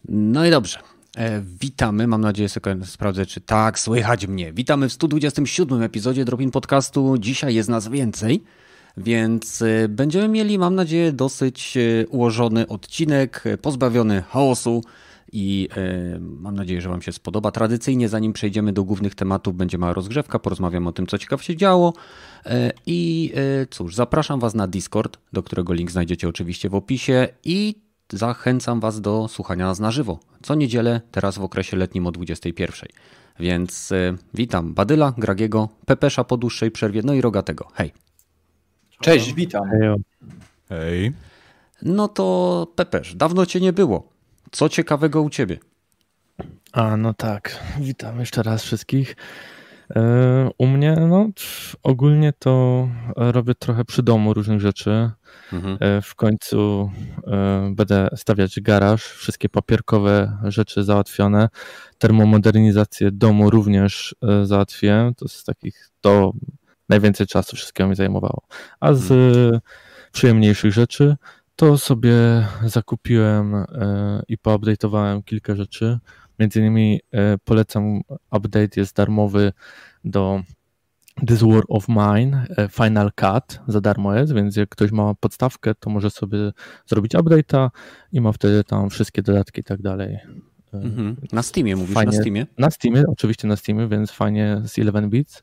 No i dobrze. Witamy, mam nadzieję, że sprawdzę, czy tak, słychać mnie. Witamy w 127 epizodzie Drop-in Podcastu. Dzisiaj jest nas więcej, więc będziemy mieli, mam nadzieję, dosyć ułożony odcinek, pozbawiony chaosu i mam nadzieję, że wam się spodoba. Tradycyjnie, zanim przejdziemy do głównych tematów, będzie mała rozgrzewka, porozmawiam o tym, co ciekawe się działo i cóż, zapraszam was na Discord, do którego link znajdziecie oczywiście w opisie i zachęcam was do słuchania nas na żywo. Co niedzielę, teraz w okresie letnim o 21. Więc witam Badyla, Gragiego, Pepesza po dłuższej przerwie, no i Rogatego. Hej. Cześć, witam. Hej. No to Pepesz, dawno cię nie było. Co ciekawego u ciebie? No tak, witam jeszcze raz wszystkich. U mnie, ogólnie to robię trochę przy domu różnych rzeczy. W końcu będę stawiać garaż, wszystkie papierkowe rzeczy załatwione. Termomodernizację domu również załatwiłem. To z takich, to najwięcej czasu wszystkiego mi zajmowało. A z przyjemniejszych rzeczy to sobie zakupiłem i poupdate'owałem kilka rzeczy. Między innymi polecam, update jest darmowy do This War of Mine, Final Cut za darmo jest, więc jak ktoś ma podstawkę, to może sobie zrobić update'a i ma wtedy tam wszystkie dodatki i tak dalej. Na Steamie mówisz, fajnie, na Steamie? Na Steamie, oczywiście na Steamie, więc fajnie z 11 bits.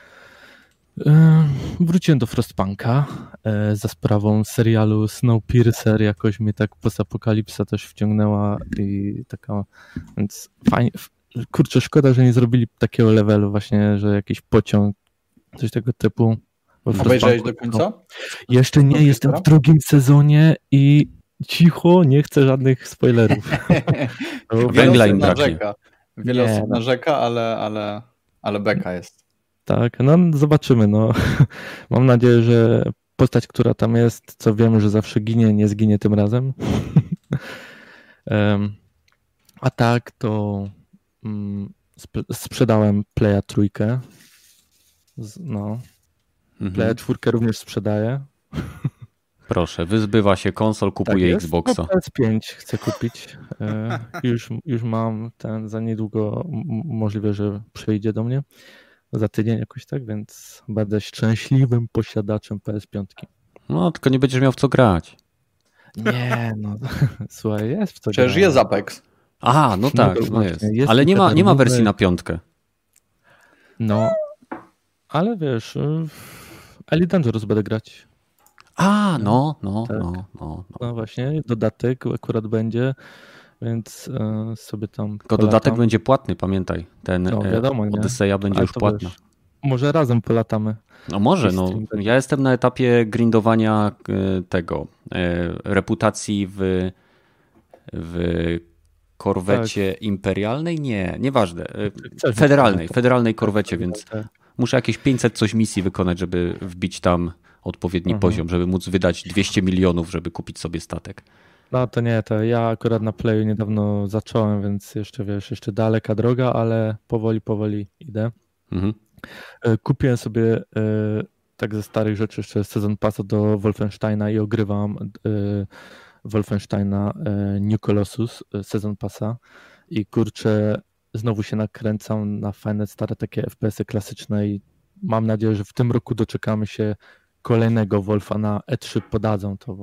Wróciłem do Frostpunka za sprawą serialu Snowpiercer, jakoś mnie tak postapokalipsa też wciągnęła i taka, więc fajnie, kurczę, szkoda, że nie zrobili takiego levelu właśnie, że jakiś pociąg, coś tego typu. Obejrzałeś do końca? Jeszcze nie, jestem w drugim sezonie i cicho, nie chcę żadnych spoilerów. Węgla im braknie. Wiele osób narzeka, ale beka jest. Tak, no zobaczymy. Mam nadzieję, że postać, która tam jest, co wiemy, że zawsze ginie, nie zginie tym razem. A tak to sprzedałem Playa 3. Playa 4 również sprzedaję. Proszę, wyzbywa się konsol, kupuje tak Xboxa. PS5 chcę kupić. Już mam ten, za niedługo możliwe, że przyjdzie do mnie. Za tydzień jakoś tak, więc będę szczęśliwym posiadaczem PS5. No, tylko nie będziesz miał w co grać. Nie, słuchaj, jest w co Przecież grać. jest Apex. Aha, no tak, jest. Ale nie ma wersji na 5. No, ale wiesz, Elite Dangerous będę grać. No właśnie, dodatek akurat będzie, więc sobie tam tylko polatam. dodatek będzie płatny, pamiętaj. Ten wiadomo, Odyseja będzie już płatna. Wiesz, może razem polatamy. No może, ja jestem na etapie grindowania tego, reputacji w korwecie imperialnej? Nieważne. Federalnej korwecie, więc muszę jakieś 500 coś misji wykonać, żeby wbić tam odpowiedni poziom, żeby móc wydać 200 milionów, żeby kupić sobie statek. No to nie, to ja akurat na Playu niedawno zacząłem, więc jeszcze daleka droga, ale powoli idę. Kupiłem sobie tak ze starych rzeczy jeszcze sezon passa do Wolfensteina i ogrywam Wolfensteina New Colossus, sezon passa i kurczę, znowu się nakręcam na fajne, stare takie FPS-y klasyczne i mam nadzieję, że w tym roku doczekamy się kolejnego Wolfa na E3 podadzą to,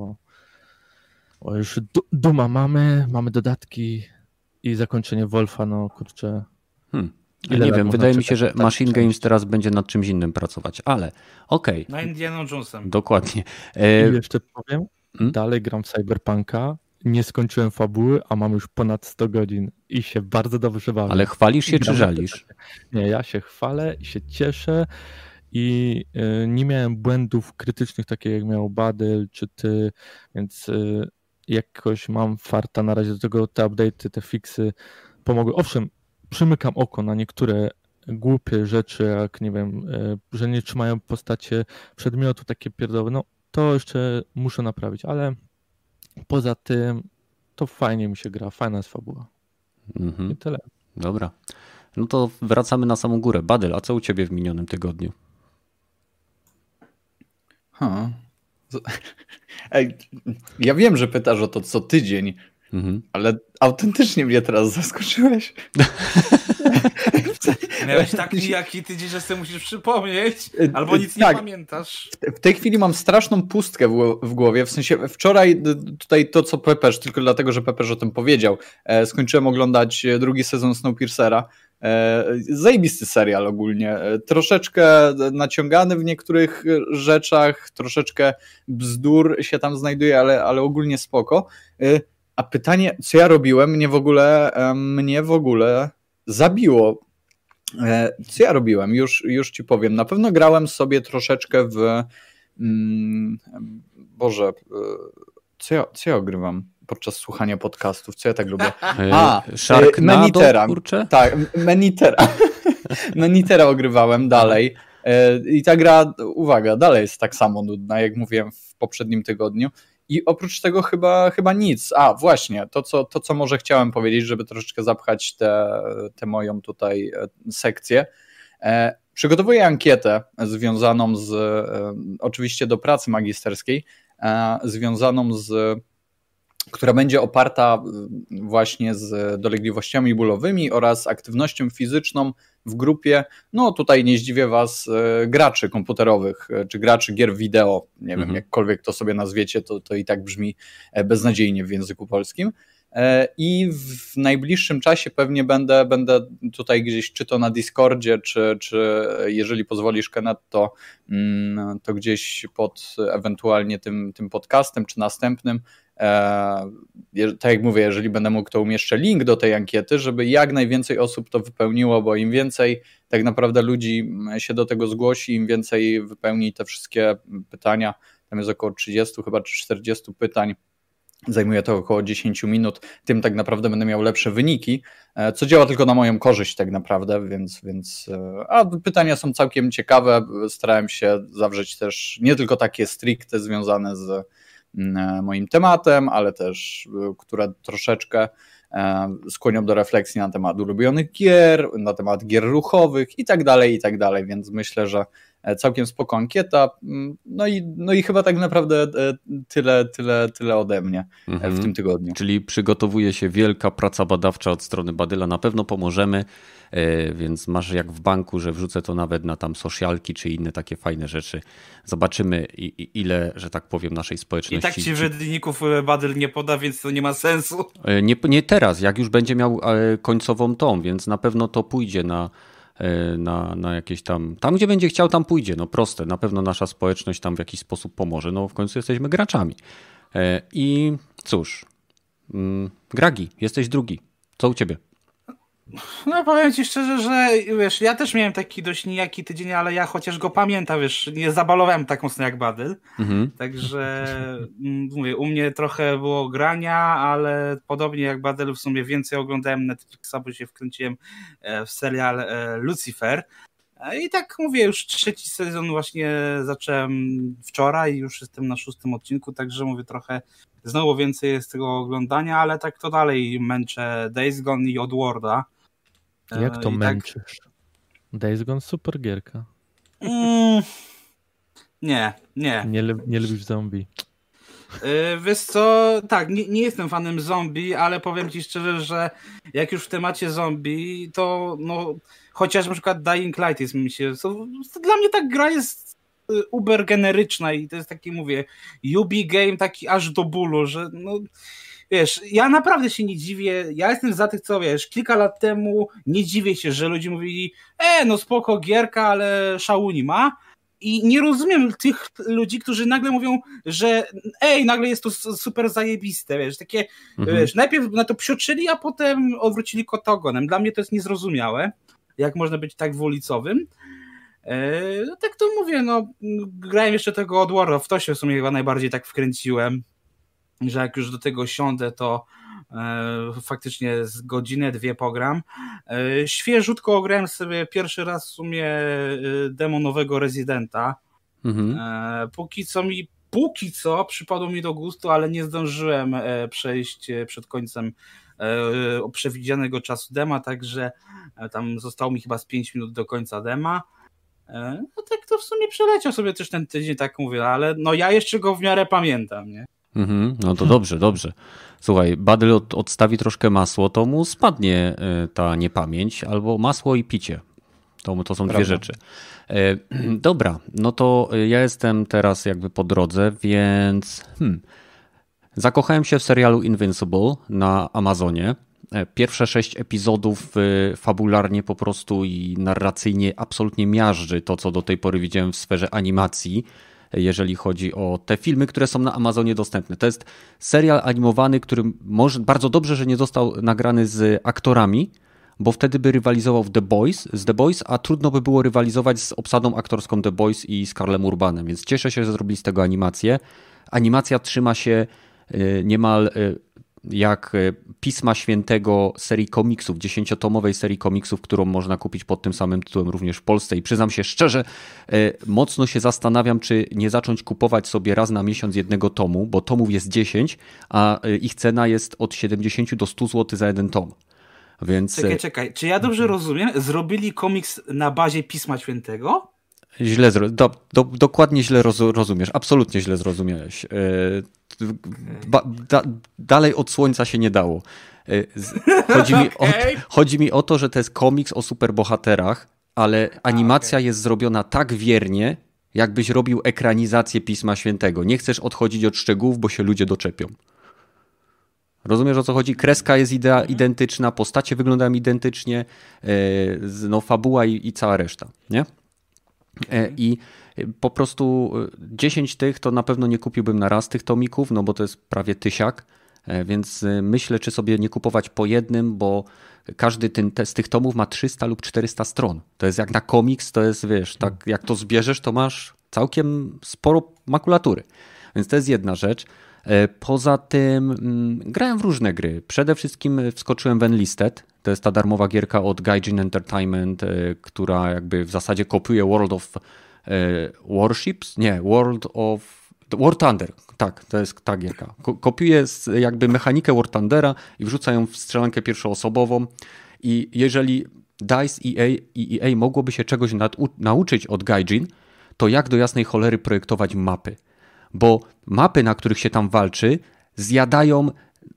bo już Duma mamy dodatki i zakończenie Wolfa, kurczę. Nie wiem, wydaje mi się, że Machine Games teraz będzie nad czymś innym pracować, ale okej. Na Indianą Jonesem. Dokładnie. I jeszcze powiem, dalej gram w Cyberpunka, nie skończyłem fabuły, a mam już ponad 100 godzin i się bardzo dobrze bawię. Ale chwalisz się czy żalisz? Nie, ja się chwalę i się cieszę i nie miałem błędów krytycznych, takich jak miał Badyl czy ty, więc jakoś mam farta na razie do tego, te update'y, te fixy pomogły. Owszem, przymykam oko na niektóre głupie rzeczy, jak nie wiem, że nie trzymają postacie przedmiotu, takie pierdoły, to jeszcze muszę naprawić, ale poza tym to fajnie mi się gra, fajna jest fabuła. I tyle. Dobra. No to wracamy na samą górę. Badyl, a co u ciebie w minionym tygodniu? Ej, ja wiem, że pytasz o to co tydzień, Ale autentycznie mnie teraz zaskoczyłeś. Miałeś tak nijaki tydzień, że sobie musisz przypomnieć, albo nic nie pamiętasz. W tej chwili mam straszną pustkę w głowie, w sensie wczoraj tutaj to, co Peperz, tylko dlatego, że Peperz o tym powiedział, skończyłem oglądać drugi sezon Snowpiercera. Zajebisty serial ogólnie. Troszeczkę naciągany w niektórych rzeczach, troszeczkę bzdur się tam znajduje, ale ogólnie spoko. A pytanie, co ja robiłem, mnie w ogóle zabiło. Co ja robiłem? Już ci powiem. Na pewno grałem sobie troszeczkę w... Boże, co ja ogrywam podczas słuchania podcastów? Co ja tak lubię? Sharknado, kurczę? Tak, Menitera. Menitera ogrywałem dalej. I ta gra, uwaga, dalej jest tak samo nudna, jak mówiłem w poprzednim tygodniu. I oprócz tego chyba nic. A, właśnie, to co może chciałem powiedzieć, żeby troszeczkę zapchać tę moją tutaj sekcję. Przygotowuję ankietę związaną oczywiście do pracy magisterskiej, związaną która będzie oparta właśnie z dolegliwościami bólowymi oraz aktywnością fizyczną w grupie, no tutaj nie zdziwię was, graczy komputerowych, czy graczy gier wideo, nie wiem, jakkolwiek to sobie nazwiecie, to i tak brzmi beznadziejnie w języku polskim. I w najbliższym czasie pewnie będę tutaj gdzieś, czy to na Discordzie, czy jeżeli pozwolisz, Kenneth, to gdzieś pod ewentualnie tym podcastem, czy następnym, tak jak mówię, jeżeli będę mógł, to umieszczę link do tej ankiety, żeby jak najwięcej osób to wypełniło, bo im więcej tak naprawdę ludzi się do tego zgłosi, im więcej wypełni te wszystkie pytania, tam jest około 30 chyba czy 40 pytań, zajmuje to około 10 minut, tym tak naprawdę będę miał lepsze wyniki, co działa tylko na moją korzyść tak naprawdę, więc a pytania są całkiem ciekawe, starałem się zawrzeć też nie tylko takie stricte związane z moim tematem, ale też które troszeczkę skłonią do refleksji na temat ulubionych gier, na temat gier ruchowych i tak dalej, więc myślę, że całkiem spoko ankieta, no i chyba tak naprawdę tyle ode mnie w tym tygodniu. Czyli przygotowuje się wielka praca badawcza od strony Badyla, na pewno pomożemy, więc masz jak w banku, że wrzucę to nawet na tam socialki czy inne takie fajne rzeczy. Zobaczymy ile, że tak powiem, naszej społeczności... I tak ci wydników Badyl nie poda, więc to nie ma sensu. Nie teraz, jak już będzie miał końcową tą, więc na pewno to pójdzie na jakieś tam, gdzie będzie chciał, tam pójdzie, no proste, na pewno nasza społeczność tam w jakiś sposób pomoże, no w końcu jesteśmy graczami. I cóż, Gragi, jesteś drugi, co u ciebie? No powiem ci szczerze, że wiesz, ja też miałem taki dość nijaki tydzień, ale ja chociaż go pamiętam, wiesz, nie zabalowałem tak mocno jak Badyl, także mówię, u mnie trochę było grania, ale podobnie jak Badyl w sumie więcej oglądałem Netflixa, bo się wkręciłem w serial Lucifer i tak mówię, już 3. sezon właśnie zacząłem wczoraj, już jestem na 6. odcinku, także mówię trochę, znowu więcej jest tego oglądania, ale tak to dalej męczę Days Gone i Oddworlda. Jak to męczysz? Tak... Days Gone super gierka. Nie. Nie lubisz zombie. Wiesz co, tak, nie jestem fanem zombie, ale powiem ci szczerze, że jak już w temacie zombie, to no, chociaż na przykład Dying Light jest dla mnie ta gra jest uber generyczna i to jest taki, mówię, Ubi game taki aż do bólu, że no wiesz, ja naprawdę się nie dziwię, ja jestem za tych, co wiesz, kilka lat temu nie dziwię się, że ludzie mówili, no spoko gierka, ale szału nie ma i nie rozumiem tych ludzi, którzy nagle mówią, że nagle jest to super zajebiste, wiesz, takie, wiesz, najpierw na to psioczyli, a potem odwrócili kota ogonem. Dla mnie to jest niezrozumiałe, jak można być tak dwulicowym. No tak to mówię, no grałem jeszcze tego Oddworlda, w to się w sumie chyba najbardziej tak wkręciłem, że jak już do tego siądę, to faktycznie z godzinę, 2 pogram. Świeżutko ograłem sobie pierwszy raz w sumie demo nowego Residenta. Póki co przypadło mi do gustu, ale nie zdążyłem przejść przed końcem przewidzianego czasu dema, także tam zostało mi chyba z 5 minut do końca dema. No tak to w sumie przeleciał sobie też ten tydzień, tak mówię, ale no ja jeszcze go w miarę pamiętam, nie? No to dobrze. Słuchaj, Badyl odstawi troszkę masło, to mu spadnie ta niepamięć, albo masło i picie. To są dwie rzeczy. Dobra, no to ja jestem teraz jakby po drodze, więc zakochałem się w serialu Invincible na Amazonie. Pierwsze 6 epizodów fabularnie po prostu i narracyjnie absolutnie miażdży to, co do tej pory widziałem w sferze animacji, jeżeli chodzi o te filmy, które są na Amazonie dostępne. To jest serial animowany, który może bardzo dobrze, że nie został nagrany z aktorami, bo wtedy by rywalizował z The Boys, a trudno by było rywalizować z obsadą aktorską The Boys i z Karlem Urbanem, więc cieszę się, że zrobili z tego animację. Animacja trzyma się niemal jak Pisma Świętego serii komiksów, 10-tomowej serii komiksów, którą można kupić pod tym samym tytułem również w Polsce i przyznam się szczerze, mocno się zastanawiam, czy nie zacząć kupować sobie raz na miesiąc jednego tomu, bo tomów jest 10, a ich cena jest od 70 do 100 zł za jeden tom. Więc... Czekaj, czy ja dobrze rozumiem? Zrobili komiks na bazie Pisma Świętego? Dokładnie źle rozumiesz, absolutnie źle zrozumiałeś. Dalej od słońca się nie dało. Chodzi mi o to, że to jest komiks o superbohaterach, ale animacja jest zrobiona tak wiernie, jakbyś robił ekranizację Pisma Świętego. Nie chcesz odchodzić od szczegółów, bo się ludzie doczepią. Rozumiesz, o co chodzi? Kreska jest identyczna, postacie wyglądają identycznie, fabuła i cała reszta, nie? I po prostu 10 tych to na pewno nie kupiłbym na raz tych tomików, no bo to jest prawie 1000, więc myślę, czy sobie nie kupować po jednym, bo każdy z tych tomów ma 300 lub 400 stron. To jest jak na komiks, to jest, wiesz, tak jak to zbierzesz, to masz całkiem sporo makulatury. Więc to jest jedna rzecz. Poza tym grałem w różne gry. Przede wszystkim wskoczyłem w Enlisted. To jest ta darmowa gierka od Gaijin Entertainment, która jakby w zasadzie kopiuje World of Warships? Nie, War Thunder. Tak, to jest ta gierka. Kopiuje jakby mechanikę War Thundera i wrzuca ją w strzelankę pierwszoosobową. I jeżeli DICE i EA mogłoby się czegoś nauczyć od Gaijin, to jak do jasnej cholery projektować mapy. Bo mapy, na których się tam walczy, zjadają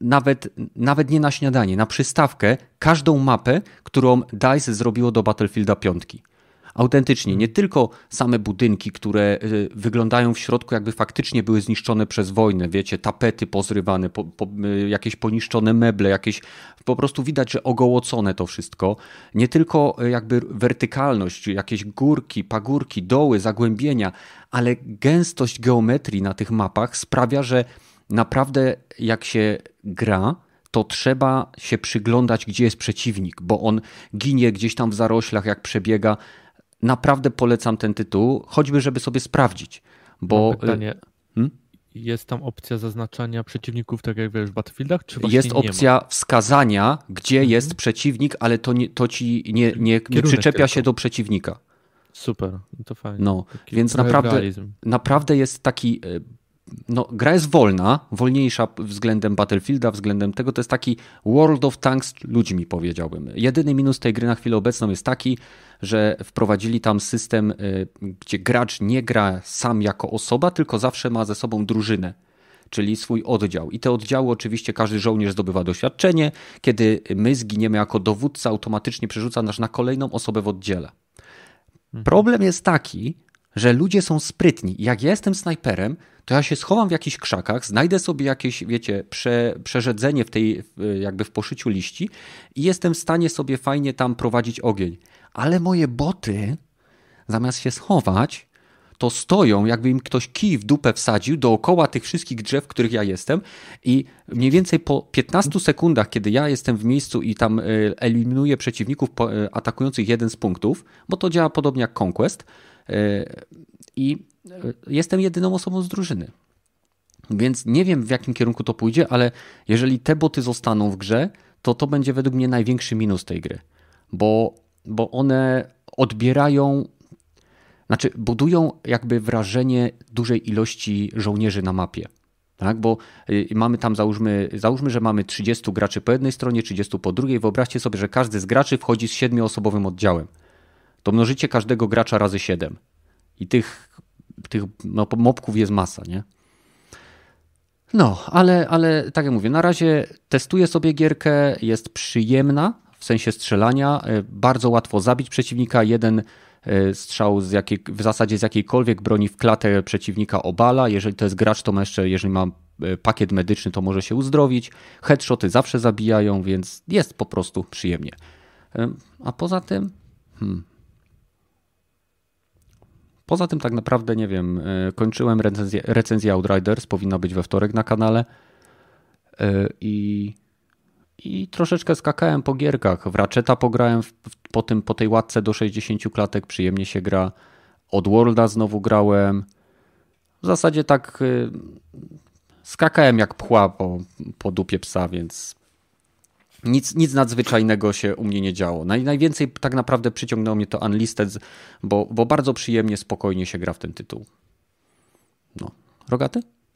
nawet nie na śniadanie, na przystawkę każdą mapę, którą DICE zrobiło do Battlefielda 5. Autentycznie, nie tylko same budynki, które wyglądają w środku jakby faktycznie były zniszczone przez wojnę, wiecie, tapety pozrywane, jakieś poniszczone meble, jakieś po prostu widać, że ogołocone to wszystko. Nie tylko jakby wertykalność, jakieś górki, pagórki, doły, zagłębienia, ale gęstość geometrii na tych mapach sprawia, że naprawdę jak się gra, to trzeba się przyglądać, gdzie jest przeciwnik, bo on ginie gdzieś tam w zaroślach, jak przebiega. Naprawdę polecam ten tytuł, choćby żeby sobie sprawdzić. Bo mam pytanie. Jest tam opcja zaznaczania przeciwników, tak jak wiesz, w Battlefieldach? Czy właśnie jest opcja wskazania, gdzie jest przeciwnik, ale to ci nie przyczepia się do przeciwnika. Super, to fajnie. No, więc naprawdę jest taki... No, gra jest wolniejsza względem Battlefielda, względem tego, to jest taki World of Tanks ludźmi, powiedziałbym. Jedyny minus tej gry na chwilę obecną jest taki, że wprowadzili tam system, gdzie gracz nie gra sam jako osoba, tylko zawsze ma ze sobą drużynę, czyli swój oddział. I te oddziały oczywiście każdy żołnierz zdobywa doświadczenie. Kiedy my zginiemy jako dowódca, automatycznie przerzuca nas na kolejną osobę w oddziale. Problem jest taki, że ludzie są sprytni. Jak ja jestem snajperem, to ja się schowam w jakichś krzakach, znajdę sobie jakieś, wiecie, przerzedzenie jakby w poszyciu liści i jestem w stanie sobie fajnie tam prowadzić ogień. Ale moje boty, zamiast się schować, to stoją, jakby im ktoś kij w dupę wsadził dookoła tych wszystkich drzew, w których ja jestem i mniej więcej po 15 sekundach, kiedy ja jestem w miejscu i tam eliminuję przeciwników atakujących jeden z punktów, bo to działa podobnie jak Conquest, i jestem jedyną osobą z drużyny. Więc nie wiem, w jakim kierunku to pójdzie, ale jeżeli te boty zostaną w grze, to będzie według mnie największy minus tej gry. Bo one odbierają, znaczy budują jakby wrażenie dużej ilości żołnierzy na mapie. Tak? Bo mamy tam, załóżmy, że mamy 30 graczy po jednej stronie, 30 po drugiej. Wyobraźcie sobie, że każdy z graczy wchodzi z 7-osobowym oddziałem. To mnożycie każdego gracza razy 7. I tych mobków jest masa, nie? No, ale tak jak mówię, na razie testuję sobie gierkę, jest przyjemna w sensie strzelania, bardzo łatwo zabić przeciwnika, jeden strzał w zasadzie z jakiejkolwiek broni w klatę przeciwnika obala, jeżeli to jest gracz, to ma jeszcze, jeżeli ma pakiet medyczny, to może się uzdrowić, headshoty zawsze zabijają, więc jest po prostu przyjemnie. A poza tym... Poza tym tak naprawdę nie wiem, kończyłem recenzję Outriders, powinna być we wtorek na kanale i troszeczkę skakałem po gierkach. W Ratcheta pograłem po tej łatce do 60 klatek, przyjemnie się gra. Oddworlda znowu grałem. W zasadzie tak skakałem jak pchła po dupie psa, więc nic nadzwyczajnego się u mnie nie działo. Najwięcej tak naprawdę przyciągnęło mnie to Unlisted, bo bardzo przyjemnie, spokojnie się gra w ten tytuł. No. Rogaty?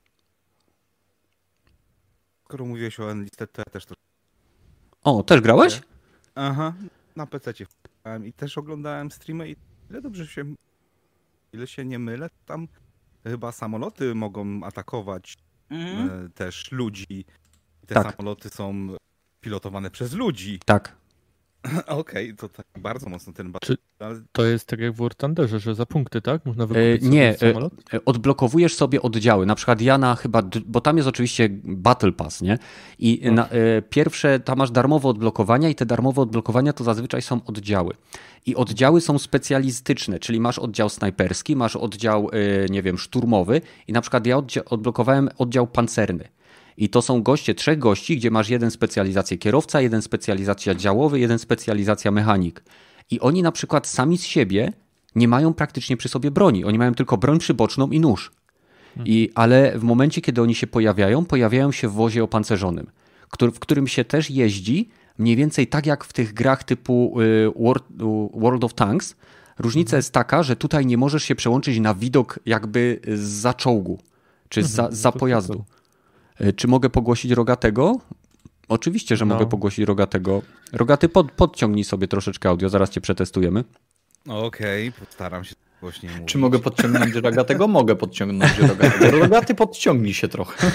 Skoro mówiłeś o Unlisted, to ja też to... O, też grałeś? Aha, na PC-cie i też oglądałem streamy i ile się nie mylę, tam chyba samoloty mogą atakować też ludzi. Te samoloty są pilotowane przez ludzi. Tak. Okej, to tak bardzo mocno ten... To jest tak jak w War Thunderze, że za punkty, tak? Można wykupić sobie samolot? Odblokowujesz sobie oddziały. Na przykład bo tam jest oczywiście Battle Pass, nie? I pierwsze, tam masz darmowe odblokowania i te darmowe odblokowania to zazwyczaj są oddziały. I oddziały są specjalistyczne, czyli masz oddział snajperski, masz oddział, nie wiem, szturmowy i na przykład ja odblokowałem oddział pancerny. I to są trzech gości, gdzie masz jeden specjalizację kierowca, jeden specjalizacja działowy, jeden specjalizacja mechanik. I oni na przykład sami z siebie nie mają praktycznie przy sobie broni. Oni mają tylko broń przyboczną i nóż. Ale w momencie, kiedy oni się pojawiają się w wozie opancerzonym, w którym się też jeździ mniej więcej tak jak w tych grach typu World of Tanks. Różnica jest taka, że tutaj nie możesz się przełączyć na widok jakby zza czołgu, czy zza pojazdu. Czy mogę pogłosić Rogatego? Oczywiście, że mogę pogłosić Rogatego. Rogaty, podciągnij sobie troszeczkę audio, zaraz cię przetestujemy. Okej, postaram się głośniej mówić. Czy mogę podciągnąć Rogatego? Mogę podciągnąć Rogatego. Rogaty, podciągnij się trochę.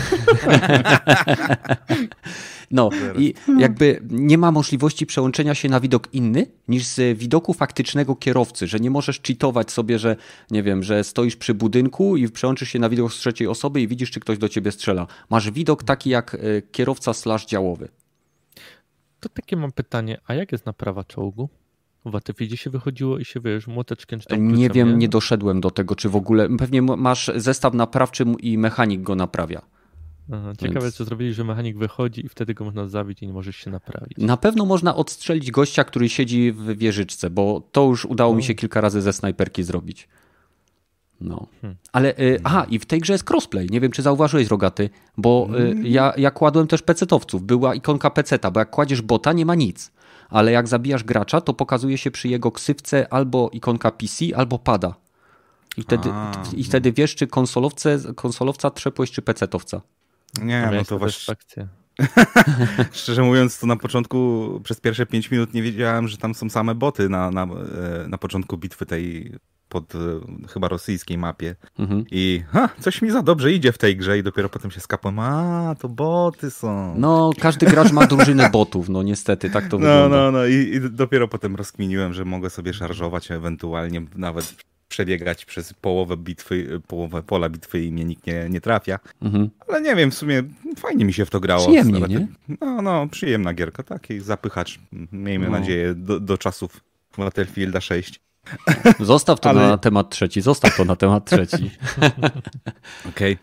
No i jakby nie ma możliwości przełączenia się na widok inny niż z widoku faktycznego kierowcy, że nie możesz cheatować sobie, że nie wiem, że stoisz przy budynku i przełączysz się na widok z trzeciej osoby i widzisz, czy ktoś do ciebie strzela. Masz widok taki jak kierowca / działowy. To takie mam pytanie, a jak jest naprawa czołgu? W Battlefieldzie się wychodziło i się, wiesz, młoteczkiem czy tam kluczem, nie wiem, nie doszedłem do tego, czy w ogóle, pewnie masz zestaw naprawczy i mechanik go naprawia. Aha, ciekawe, co zrobili, że mechanik wychodzi i wtedy go można zabić i nie możesz się naprawić. Na pewno można odstrzelić gościa, który siedzi w wieżyczce, bo to już udało mi się kilka razy ze snajperki zrobić. No. Ale, i w tej grze jest crossplay. Nie wiem, czy zauważyłeś, Rogaty, bo ja kładłem też pecetowców. Była ikonka peceta, bo jak kładziesz bota, nie ma nic. Ale jak zabijasz gracza, to pokazuje się przy jego ksywce albo ikonka PC, albo pada. I wtedy wiesz, czy konsolowca trzepłeś, czy pecetowca. Nie, no to właśnie. Szczerze mówiąc, to na początku przez pierwsze 5 minut nie wiedziałem, że tam są same boty na początku bitwy tej pod chyba rosyjskiej mapie. I coś mi za dobrze idzie w tej grze i dopiero potem się skapłem, to boty są. No, każdy gracz ma drużynę botów, no niestety, tak to wygląda. No i dopiero potem rozkminiłem, że mogę sobie szarżować, ewentualnie nawet przebiegać przez połowę pola bitwy i mnie nikt nie trafia. Ale nie wiem, w sumie fajnie mi się w to grało. Przyjemnie, nie? No, przyjemna gierka, taki zapychacz. Miejmy nadzieję do czasów Battlefielda 6. Zostaw to na temat trzeci. Okej.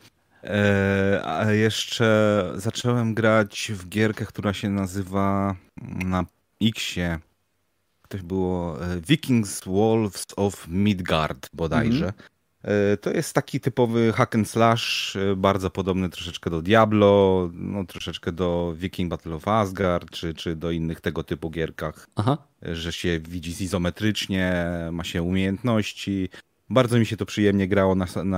A jeszcze zacząłem grać w gierkę, która się nazywa na X-ie. To było Vikings Wolves of Midgard bodajże. To jest taki typowy hack and slash, bardzo podobny troszeczkę do Diablo, no troszeczkę do Viking Battle of Asgard, czy do innych tego typu gierkach. Że się widzi izometrycznie, ma się umiejętności. Bardzo mi się to przyjemnie grało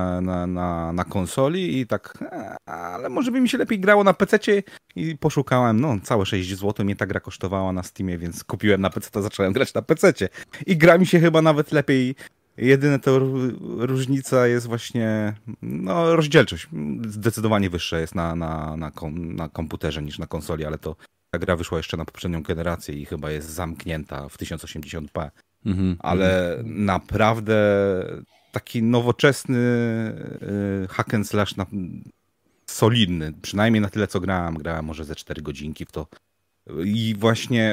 na konsoli i tak, ale może by mi się lepiej grało na PC-cie i poszukałem, całe 6 zł mnie ta gra kosztowała na Steamie, więc kupiłem na PC, to zacząłem grać na PC-cie. I gra mi się chyba nawet lepiej Jedyna to różnica jest właśnie, no rozdzielczość zdecydowanie wyższa jest na komputerze niż na konsoli, ale to ta gra wyszła jeszcze na poprzednią generację i chyba jest zamknięta w 1080p. Ale naprawdę taki nowoczesny hack and slash solidny, przynajmniej na tyle co grałem może ze 4 godzinki w to. I właśnie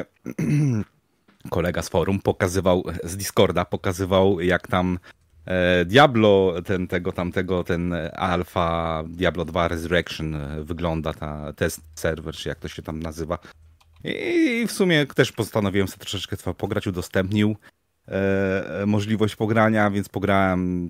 kolega z forum z Discorda pokazywał, jak tam Diablo, ten alpha Diablo 2 Resurrection wygląda, ta test server, czy jak to się tam nazywa. I w sumie też postanowiłem sobie troszeczkę pograć, udostępnił możliwość pogrania, więc pograłem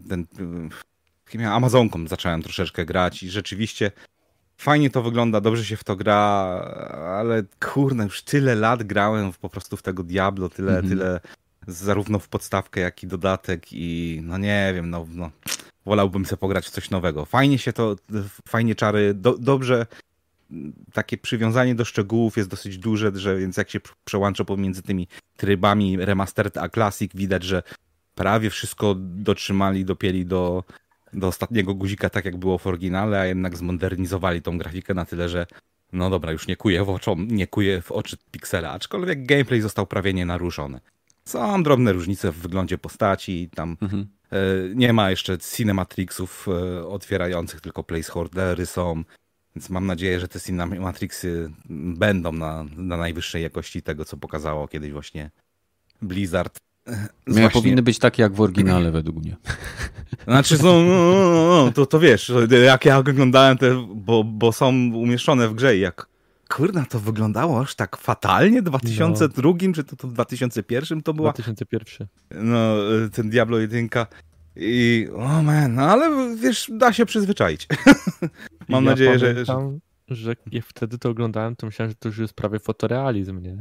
Amazonką zacząłem troszeczkę grać i rzeczywiście fajnie to wygląda, dobrze się w to gra, ale kurde, już tyle lat grałem po prostu w tego Diablo, tyle zarówno w podstawkę, jak i dodatek i no nie wiem, no wolałbym sobie pograć w coś nowego. Fajnie czary, dobrze, takie przywiązanie do szczegółów jest dosyć duże, więc jak się przełącza pomiędzy tymi trybami Remastered a Classic, widać, że prawie wszystko dopięli do ostatniego guzika, tak jak było w oryginale, a jednak zmodernizowali tą grafikę na tyle, że no dobra, już nie kuje w oczy piksela, aczkolwiek gameplay został prawie nienaruszony. Są drobne różnice w wyglądzie postaci, tam nie ma jeszcze cinematrixów otwierających, tylko placeholdery są, więc mam nadzieję, że te cinematrixy będą na najwyższej jakości tego, co pokazało kiedyś właśnie Blizzard. Powinny być takie jak w oryginale według mnie. Znaczy to wiesz, jak ja oglądałem bo są umieszczone w grze i jak kurna to wyglądało aż tak fatalnie w 2002, czy to w 2001 to była? 2001. No, ten Diablo 1 i no ale wiesz, da się przyzwyczaić. Mam nadzieję, że jak wtedy to oglądałem, to myślałem, że to już jest prawie fotorealizm, nie?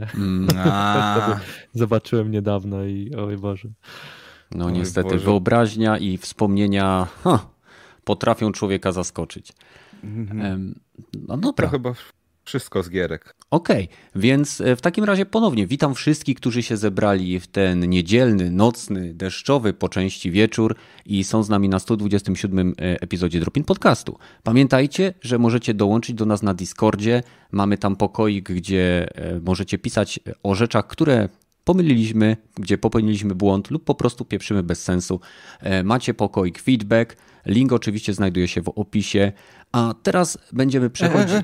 Zobaczyłem niedawno i oj Boże. No niestety Boże. Wyobraźnia i wspomnienia potrafią człowieka zaskoczyć. No dobra. To chyba wszystko z gierek. Okej, więc w takim razie ponownie witam wszystkich, którzy się zebrali w ten niedzielny, nocny, deszczowy po części wieczór i są z nami na 127 epizodzie Drop-In Podcastu. Pamiętajcie, że możecie dołączyć do nas na Discordzie. Mamy tam pokoik, gdzie możecie pisać o rzeczach, które pomyliliśmy, gdzie popełniliśmy błąd lub po prostu pieprzymy bez sensu. Macie pokoik feedback, link oczywiście znajduje się w opisie, a teraz będziemy przechodzić...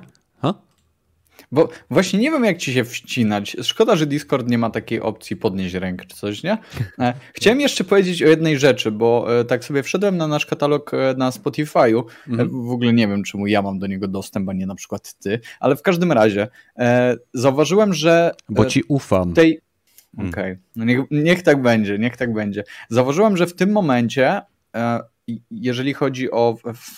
Bo właśnie nie wiem, jak ci się wcinać. Szkoda, że Discord nie ma takiej opcji podnieść rękę czy coś, nie? Chciałem jeszcze powiedzieć o jednej rzeczy, bo tak sobie wszedłem na nasz katalog na Spotify'u. W ogóle nie wiem, czemu ja mam do niego dostęp, a nie na przykład ty, ale w każdym razie zauważyłem, że... Bo ci ufam. Okej. No niech tak będzie, niech tak będzie. Zauważyłem, że w tym momencie... jeżeli chodzi o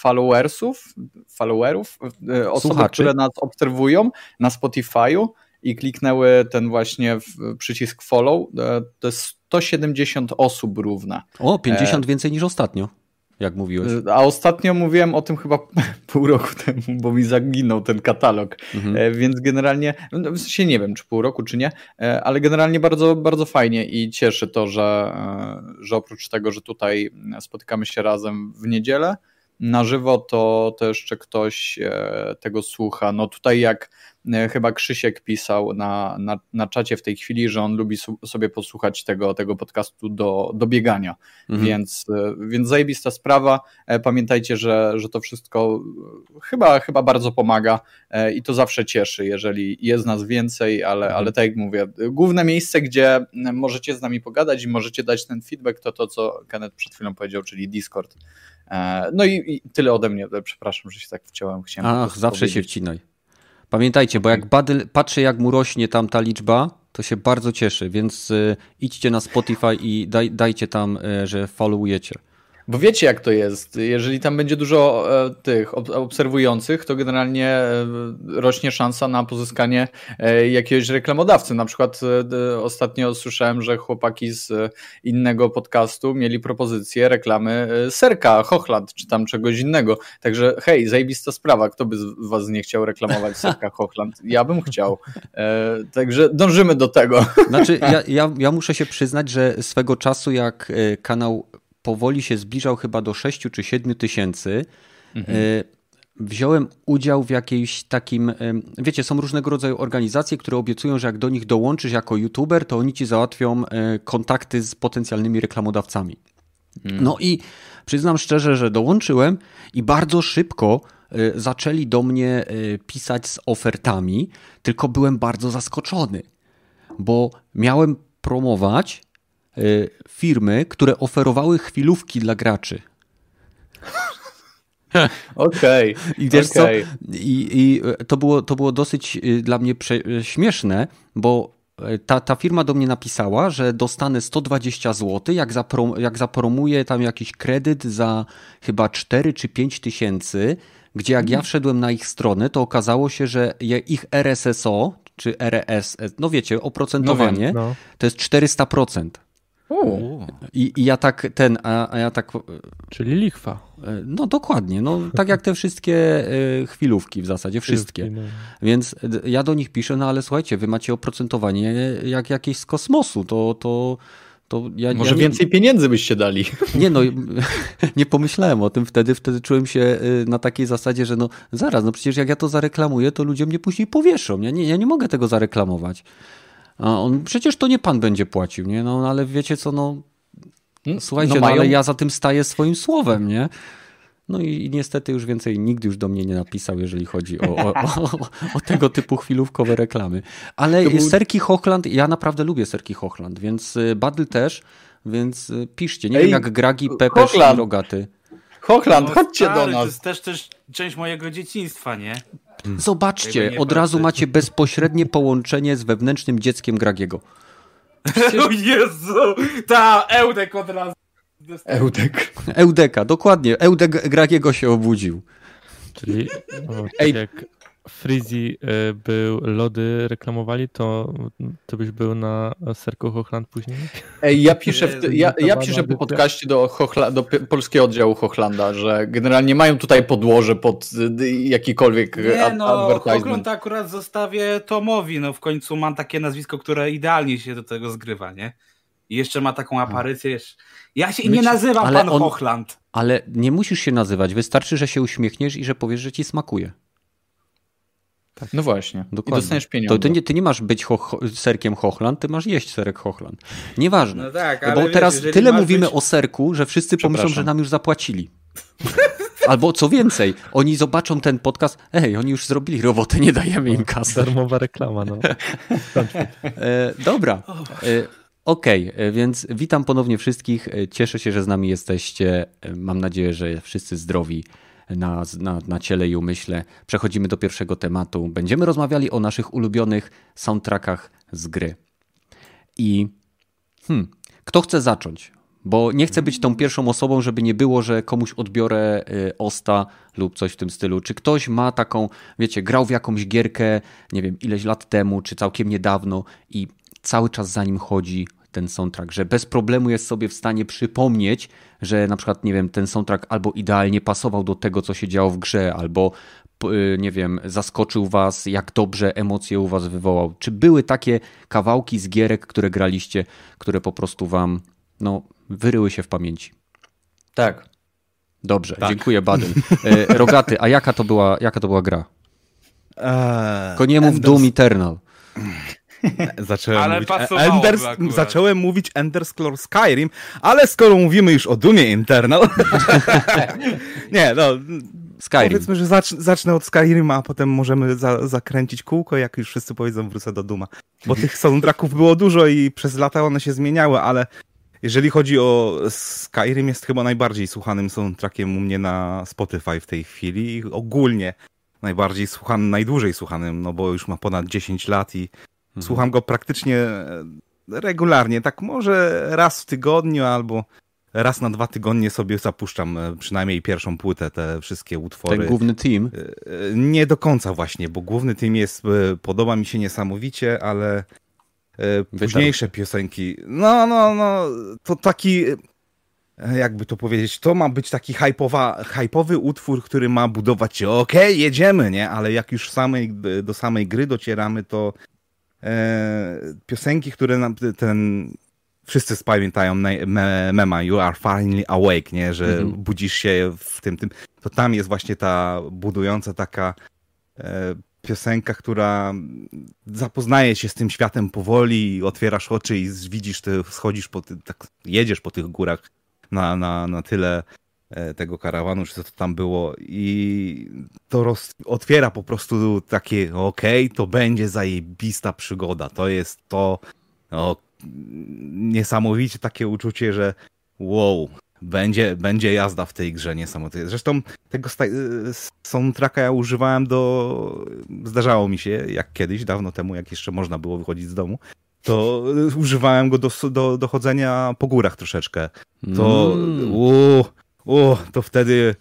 followerów, osoby, które nas obserwują na Spotify'u i kliknęły ten właśnie przycisk follow, to jest 170 osób równe. O, 50 więcej niż ostatnio, jak mówiłeś. A ostatnio mówiłem o tym chyba pół roku temu, bo mi zaginął ten katalog, więc generalnie, w sensie nie wiem, czy pół roku, czy nie, ale generalnie bardzo, bardzo fajnie i cieszy to, że oprócz tego, że tutaj spotykamy się razem w niedzielę na żywo, to jeszcze ktoś tego słucha. No tutaj jak chyba Krzysiek pisał na czacie w tej chwili, że on lubi sobie posłuchać tego podcastu do biegania, więc zajebista sprawa. Pamiętajcie, że to wszystko chyba bardzo pomaga i to zawsze cieszy, jeżeli jest nas więcej, ale tak jak mówię, główne miejsce, gdzie możecie z nami pogadać i możecie dać ten feedback, to co Kenneth przed chwilą powiedział, czyli Discord. No i tyle ode mnie. Przepraszam, że się tak wciąłem. Zawsze się wcinaj. Pamiętajcie, bo jak Badyl patrzę, jak mu rośnie tam ta liczba, to się bardzo cieszy, więc idźcie na Spotify i dajcie tam, że followujecie. Bo wiecie, jak to jest. Jeżeli tam będzie dużo tych obserwujących, to generalnie rośnie szansa na pozyskanie jakiegoś reklamodawcy. Na przykład ostatnio słyszałem, że chłopaki z innego podcastu mieli propozycję reklamy serka Hochland, czy tam czegoś innego. Także hej, zajebista sprawa. Kto by z was nie chciał reklamować serka Hochland? Ja bym chciał. Także dążymy do tego. Znaczy, ja muszę się przyznać, że swego czasu jak kanał powoli się zbliżał chyba do 6 czy 7 tysięcy, wziąłem udział w jakiejś takim, wiecie, są różnego rodzaju organizacje, które obiecują, że jak do nich dołączysz jako youtuber, to oni ci załatwią kontakty z potencjalnymi reklamodawcami. No i przyznam szczerze, że dołączyłem i bardzo szybko zaczęli do mnie pisać z ofertami, tylko byłem bardzo zaskoczony, bo miałem promować firmy, które oferowały chwilówki dla graczy. Okej. I wiesz co? I to było dosyć dla mnie śmieszne, bo ta firma do mnie napisała, że dostanę 120 zł, jak zapromuję tam jakiś kredyt za chyba 4 czy 5 tysięcy, gdzie jak ja wszedłem na ich stronę, to okazało się, że ich RSSO, czy RS, no wiecie, oprocentowanie, to jest 400%. I ja tak a ja tak... Czyli lichwa. No dokładnie, no tak jak te wszystkie chwilówki w zasadzie, wszystkie. Więc ja do nich piszę, no ale słuchajcie, wy macie oprocentowanie jak jakieś z kosmosu, to może więcej pieniędzy byście dali. Nie no, nie pomyślałem o tym wtedy czułem się na takiej zasadzie, że no zaraz, no przecież jak ja to zareklamuję, to ludzie mnie później powieszą, ja nie mogę tego zareklamować. A przecież to nie pan będzie płacił, nie? No ale wiecie co, no słuchajcie, no ale ja za tym staję swoim słowem, nie? No i niestety już więcej nikt już do mnie nie napisał, jeżeli chodzi o tego typu chwilówkowe reklamy. Ale Serki Hochland, ja naprawdę lubię Serki Hochland, więc Badl też, więc piszcie. Nie wiem jak Gragi, Pepesz i Rogaty. Hochland, chodźcie do nas. To jest też część mojego dzieciństwa, nie? Zobaczcie, od razu macie bezpośrednie połączenie z wewnętrznym dzieckiem Gragiego. O Jezu! Eudek od razu. Eudeka, dokładnie. Eudek Gragiego się obudził. Czyli jak Freezy był, lody reklamowali, to byś był na Serku Hochland później? Ej, ja piszę po podcaście do polskiego oddziału Hochlanda, że generalnie mają tutaj podłoże pod jakikolwiek advertisement. Hochland akurat zostawię Tomowi, no w końcu mam takie nazwisko, które idealnie się do tego zgrywa, nie? I jeszcze ma taką aparycję. Ja się nie nazywam pan Hochland. Ale nie musisz się nazywać, wystarczy, że się uśmiechniesz i że powiesz, że ci smakuje. Tak. No właśnie. Dokładnie. I dostaniesz pieniądze. To ty nie masz być serkiem Hochland, ty masz jeść serek Hochland. Nieważne. No tak, ale bo teraz tyle mówimy być... o serku, że wszyscy pomyślą, że nam już zapłacili. Albo co więcej, oni zobaczą ten podcast, oni już zrobili robotę, nie dajemy im kasy. Darmowa reklama, no. Dobra. Okej, więc witam ponownie wszystkich. Cieszę się, że z nami jesteście. Mam nadzieję, że wszyscy zdrowi na ciele i umyśle. Przechodzimy do pierwszego tematu. Będziemy rozmawiali o naszych ulubionych soundtrackach z gry. I kto chce zacząć? Bo nie chcę być tą pierwszą osobą, żeby nie było, że komuś odbiorę osta lub coś w tym stylu. Czy ktoś ma taką, wiecie, grał w jakąś gierkę, nie wiem, ileś lat temu, czy całkiem niedawno i cały czas za nim chodzi ten soundtrack, że bez problemu jest sobie w stanie przypomnieć, że na przykład, nie wiem, ten soundtrack albo idealnie pasował do tego, co się działo w grze, albo, nie wiem, zaskoczył was, jak dobrze emocje u was wywołał. Czy były takie kawałki z gierek, które graliście, które po prostu wam, wyryły się w pamięci? Tak. Dobrze, tak. Dziękuję, Baden. Rogaty, a jaka to była gra? Koniemów Doom Eternal. Zacząłem mówić Elder Scrolls Skyrim, ale skoro mówimy już o Doomie Eternal... Skyrim. Powiedzmy, że zacznę od Skyrima, a potem możemy zakręcić kółko, jak już wszyscy powiedzą, wrócę do Dooma. Bo tych soundtracków było dużo i przez lata one się zmieniały, ale jeżeli chodzi o Skyrim, jest chyba najbardziej słuchanym soundtrackiem u mnie na Spotify w tej chwili i ogólnie najbardziej słuchanym, najdłużej słuchanym, bo już ma ponad 10 lat i słucham go praktycznie regularnie, tak może raz w tygodniu albo raz na 2 tygodnie sobie zapuszczam przynajmniej pierwszą płytę, te wszystkie utwory. Ten główny team? Nie do końca właśnie, bo główny team podoba mi się niesamowicie, ale późniejsze piosenki, to taki, jakby to powiedzieć, to ma być taki hype'owy utwór, który ma budować się, okej, jedziemy, nie? Ale jak już do samej gry docieramy, to piosenki, które wszyscy pamiętają mema You are finally awake, nie? Że budzisz się w tym. To tam jest właśnie ta budująca taka piosenka, która zapoznaje się z tym światem powoli, otwierasz oczy i widzisz, schodzisz tak jedziesz po tych górach na tyle tego karawanu, czy co to tam było i to otwiera po prostu takie to będzie zajebista przygoda, to jest to niesamowicie takie uczucie, że wow, będzie jazda w tej grze niesamowite. Zresztą tego soundtracka ja używałem zdarzało mi się, jak kiedyś, dawno temu, jak jeszcze można było wychodzić z domu, to używałem go do chodzenia po górach troszeczkę. To wtedy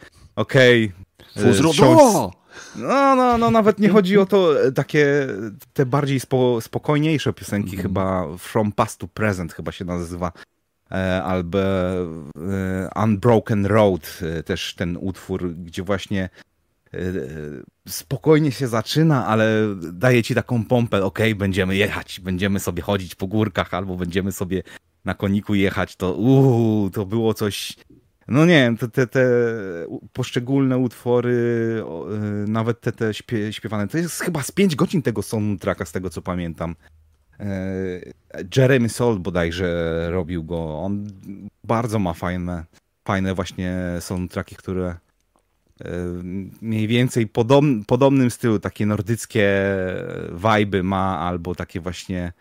No, nawet nie chodzi o to, te bardziej spokojniejsze piosenki, chyba From Past to Present chyba się nazywa, albo Unbroken Road, też ten utwór, gdzie właśnie spokojnie się zaczyna, ale daje ci taką pompę, będziemy jechać, będziemy sobie chodzić po górkach, albo będziemy sobie na koniku jechać, to było coś. No nie wiem, te poszczególne utwory, nawet te śpiewane, to jest chyba z 5 godzin tego soundtracka, z tego co pamiętam. Jeremy Soule bodajże robił go. On bardzo ma fajne właśnie soundtracki, które mniej więcej podobnym stylu, takie nordyckie vibe'y ma, albo takie właśnie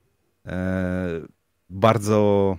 bardzo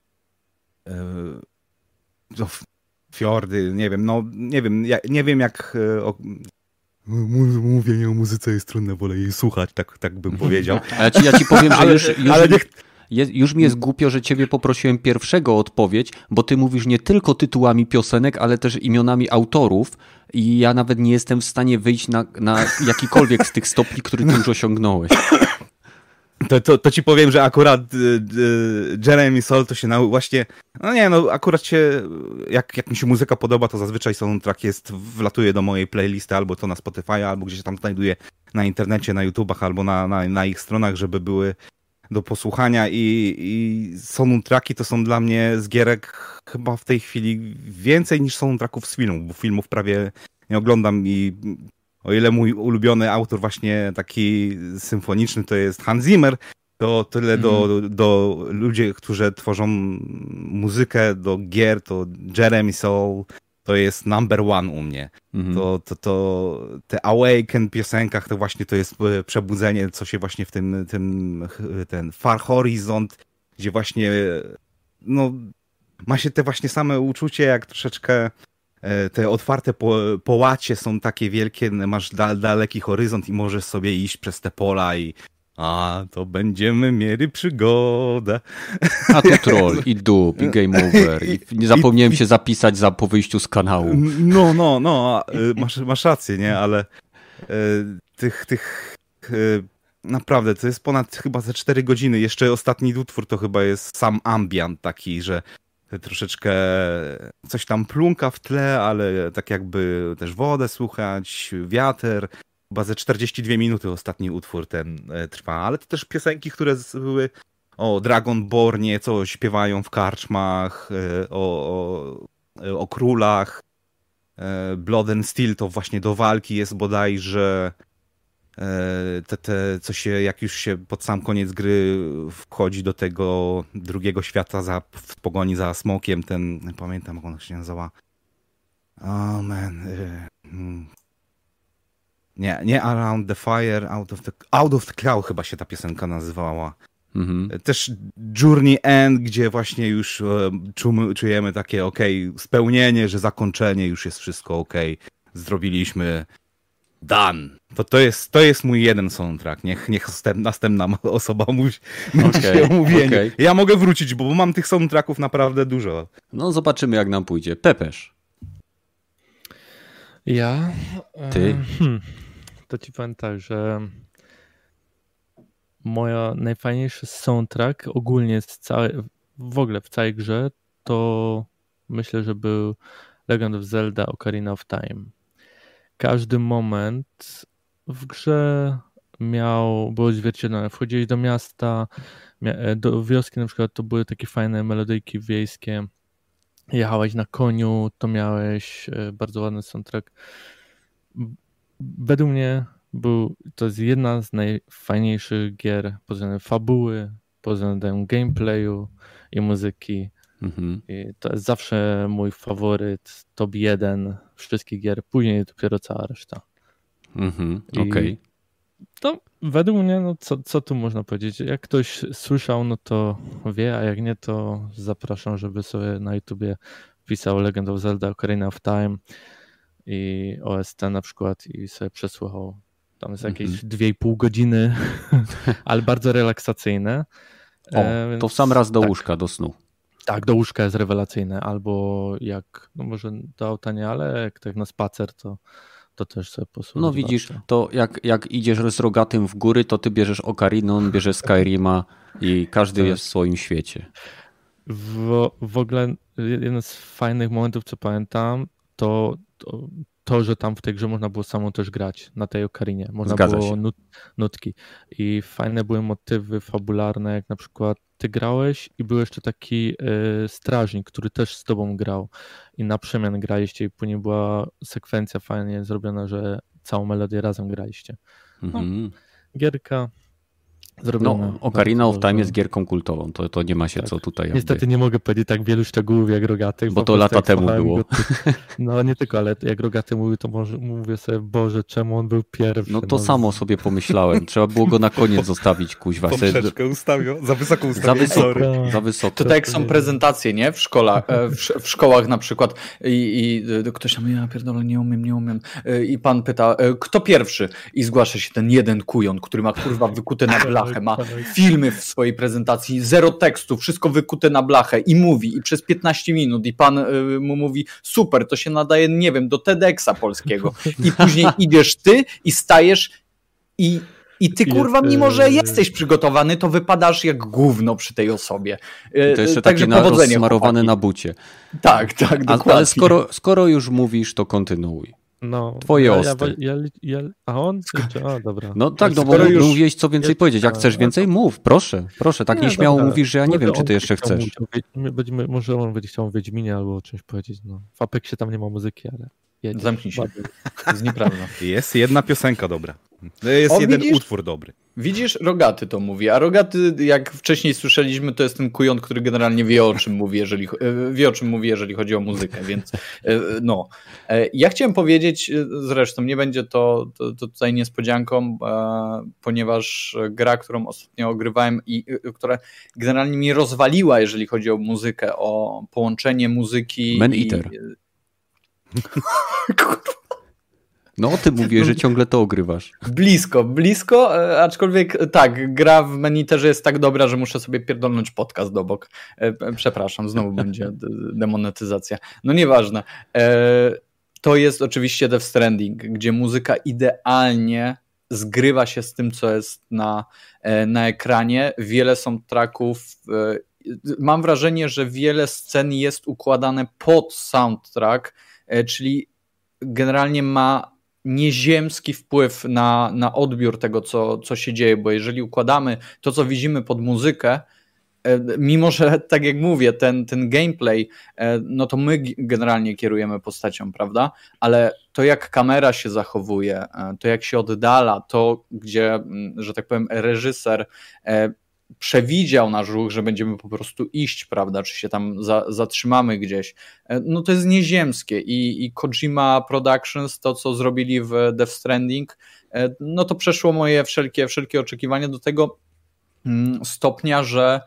fiordy, nie wiem jak mówienie o muzyce jest trudne, wolę jej słuchać, tak bym powiedział. A ja ci powiem, że już mi jest głupio, że ciebie poprosiłem pierwszego o odpowiedź, bo ty mówisz nie tylko tytułami piosenek, ale też imionami autorów i ja nawet nie jestem w stanie wyjść na jakikolwiek z tych stopni, który ty już osiągnąłeś. To ci powiem, że akurat Jeremy Soule to się właśnie, akurat jak mi się muzyka podoba, to zazwyczaj soundtrack wlatuje do mojej playlisty, albo to na Spotify, albo gdzieś tam znajduję na internecie, na YouTubach, albo na ich stronach, żeby były do posłuchania i soundtracki to są dla mnie z gierek chyba w tej chwili więcej niż soundtracków z filmów, bo filmów prawie nie oglądam i o ile mój ulubiony autor właśnie taki symfoniczny to jest Hans Zimmer, to tyle do ludzi, którzy tworzą muzykę do gier, to Jeremy Soule to jest number one u mnie. To te Awaken piosenkach to właśnie to jest przebudzenie, co się właśnie w ten Far Horizon, gdzie właśnie ma się te właśnie same uczucie, jak troszeczkę te otwarte połacie są takie wielkie, masz daleki horyzont i możesz sobie iść przez te pola i to będziemy mieli przygodę. A tu troll, i dup, i game over. I zapomniałem się zapisać po wyjściu z kanału. Masz rację, nie? Ale naprawdę, to jest ponad chyba ze 4 godziny. Jeszcze ostatni utwór to chyba jest sam ambient taki, że troszeczkę coś tam plunka w tle, ale tak jakby też wodę słuchać, wiatr. Chyba ze 42 minuty ostatni utwór ten trwa, ale to też piosenki, które były o Dragonbornie, co śpiewają w karczmach, o królach. Blood and Steel to właśnie do walki jest bodajże co się, jak już się pod sam koniec gry wchodzi do tego drugiego świata w pogoni za smokiem, nie pamiętam jak ona się nazywa. Nie Around the Fire, Out of the Cloud chyba się ta piosenka nazywała. Też Journey End, gdzie właśnie już czujemy takie spełnienie, że zakończenie, już jest wszystko zrobiliśmy. Done. To jest mój jeden soundtrack. Niech następna osoba będzie się omówienie. Ja mogę wrócić, bo mam tych soundtracków naprawdę dużo. No zobaczymy jak nam pójdzie. Pepesz. Ja? Ty? To ci powiem tak, że moja najfajniejszy soundtrack ogólnie w ogóle w całej grze to myślę, że był Legend of Zelda Ocarina of Time. Każdy moment w grze było odzwierciedlone. Wchodziłeś do miasta, do wioski na przykład, to były takie fajne melodyjki wiejskie. Jechałeś na koniu, to miałeś bardzo ładny soundtrack. Według mnie to jest jedna z najfajniejszych gier pod względem fabuły, pod względem gameplayu i muzyki. I to jest zawsze mój faworyt, top 1 wszystkich gier, później dopiero cała reszta. Okej. To według mnie, no co tu można powiedzieć? Jak ktoś słyszał, no to wie, a jak nie, to zapraszam, żeby sobie na YouTubie wpisał Legend of Zelda Ocarina of Time i OST na przykład i sobie przesłuchał. Tam jest jakieś 2,5 godziny, ale bardzo relaksacyjne. To w sam raz do łóżka, do snu. Tak, do łóżka jest rewelacyjne, albo jak, no może do auta nie, ale jak tak na spacer, to też sobie posłuchać. No widzisz, to jak idziesz z Rogatym w góry, to ty bierzesz Ocarinę, on bierze Skyrima i każdy jest w swoim świecie. W ogóle jeden z fajnych momentów, co pamiętam, to, że tam w tej grze można było samą też grać na tej Ocarinie. Można było nutki. I fajne były motywy fabularne, jak na przykład ty grałeś i był jeszcze taki strażnik, który też z tobą grał i na przemian graliście i później była sekwencja fajnie zrobiona, że całą melodię razem graliście. No, gierka zrobiona. No, Ocarina of Time jest gierką kultową, to nie ma się co tutaj... Niestety nie mogę powiedzieć tak wielu szczegółów jak Rogaty. Bo to lata temu było. No nie tylko, ale jak Rogaty mówił, to mówię sobie, Boże, czemu on był pierwszy? No to samo sobie pomyślałem. Trzeba było go na koniec zostawić, kuźwa. Poprzeczkę ustawił, za wysoko ustawił. Za wysoko. To tak jak są prezentacje, nie? W szkołach na przykład i ktoś tam, ja pierdolę, nie umiem. I pan pyta, kto pierwszy? I zgłasza się ten jeden kujon, który ma kurwa wykute na blachę. Ma filmy w swojej prezentacji, zero tekstu, wszystko wykute na blachę i mówi i przez 15 minut i pan mu mówi super, to się nadaje, nie wiem, do TEDxa polskiego i później idziesz ty i stajesz i ty kurwa, mimo że jesteś przygotowany, to wypadasz jak gówno przy tej osobie. I to jeszcze takie rozsmarowane na bucie. Tak, dokładnie. Ale skoro już mówisz, to kontynuuj. No, twoje osty. A on? Dobra. No tak, no bo mówiłeś co więcej powiedzieć. Jak chcesz więcej, mów, proszę, tak nieśmiało mówisz, że ja nie wiem, czy ty jeszcze chcesz. Może on będzie chciał o Wiedźminie albo o czymś powiedzieć. No. W Apexie tam nie ma muzyki, ale... Zamknij się. To jest nieprawda. Jest jedna piosenka dobra. Jest jeden utwór dobry. Widzisz, Rogaty to mówi, a Rogaty, jak wcześniej słyszeliśmy, to jest ten kujon, który generalnie wie o czym mówi, jeżeli chodzi o muzykę, więc no. Ja chciałem powiedzieć, zresztą nie będzie to tutaj niespodzianką, ponieważ gra, którą ostatnio ogrywałem i która generalnie mi rozwaliła, jeżeli chodzi o muzykę, o połączenie muzyki Man Eater. No ty mówisz, że ciągle to ogrywasz. Blisko, aczkolwiek tak, gra w Maniterze jest tak dobra, że muszę sobie pierdolnąć podcast do bok. Przepraszam, znowu będzie demonetyzacja. No nieważne. To jest oczywiście Death Stranding, gdzie muzyka idealnie zgrywa się z tym, co jest na ekranie. Wiele soundtracków. Mam wrażenie, że wiele scen jest układane pod soundtrack, czyli generalnie ma nieziemski wpływ na odbiór tego, co się dzieje, bo jeżeli układamy to, co widzimy pod muzykę, mimo że, tak jak mówię, ten gameplay, no to my generalnie kierujemy postacią, prawda? Ale to, jak kamera się zachowuje, to jak się oddala, to gdzie, że tak powiem, reżyser przewidział nasz ruch, że będziemy po prostu iść, prawda, czy się tam zatrzymamy gdzieś, no to jest nieziemskie i Kojima Productions, to co zrobili w Death Stranding, no to przeszło moje wszelkie oczekiwania do tego stopnia, że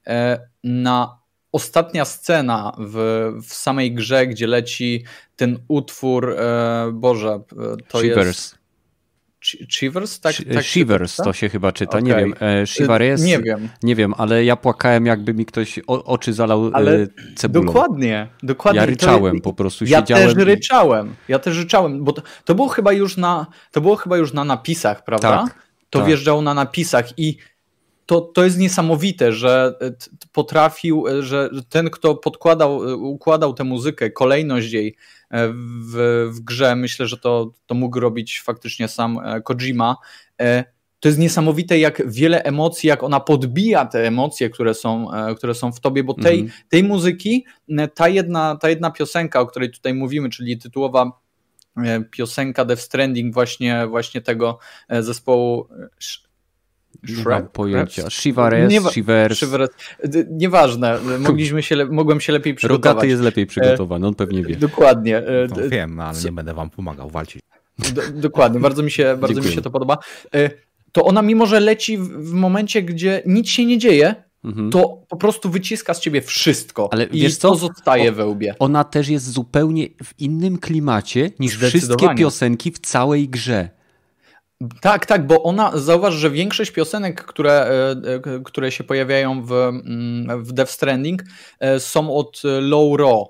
ostatnia scena w samej grze, gdzie leci ten utwór, Boże, to Shivers. jest... Shivers? Tak, Shivers to się chyba czyta, okay. Nie wiem. Shivers? Nie wiem, ale ja płakałem, jakby mi ktoś oczy zalał cebulą. Dokładnie. Ja ryczałem po prostu. Ja też ryczałem, bo to było chyba już na napisach, prawda? Tak, to wjeżdżało na napisach i to jest niesamowite, że potrafił, że ten, kto układał tę muzykę, kolejność jej w grze, myślę, że to mógł robić faktycznie sam Kojima, to jest niesamowite, jak wiele emocji, jak ona podbija te emocje, które są w tobie, bo tej muzyki, ta jedna piosenka, o której tutaj mówimy, czyli tytułowa piosenka Death Stranding właśnie tego zespołu nie mam pojęcia. Shivers. Nieważne, mogłem się lepiej przygotować. Rogaty jest lepiej przygotowany, on pewnie wie. Dokładnie. To wiem, ale nie będę wam pomagał walczyć. Dokładnie, bardzo mi się to podoba. To ona, mimo że leci w momencie, gdzie nic się nie dzieje, to po prostu wyciska z ciebie wszystko. Ale wiesz co? To zostaje we łbie. Ona też jest zupełnie w innym klimacie niż wszystkie piosenki w całej grze. Tak, bo zauważ, że większość piosenek, które się pojawiają w Death Stranding, są od Low Raw,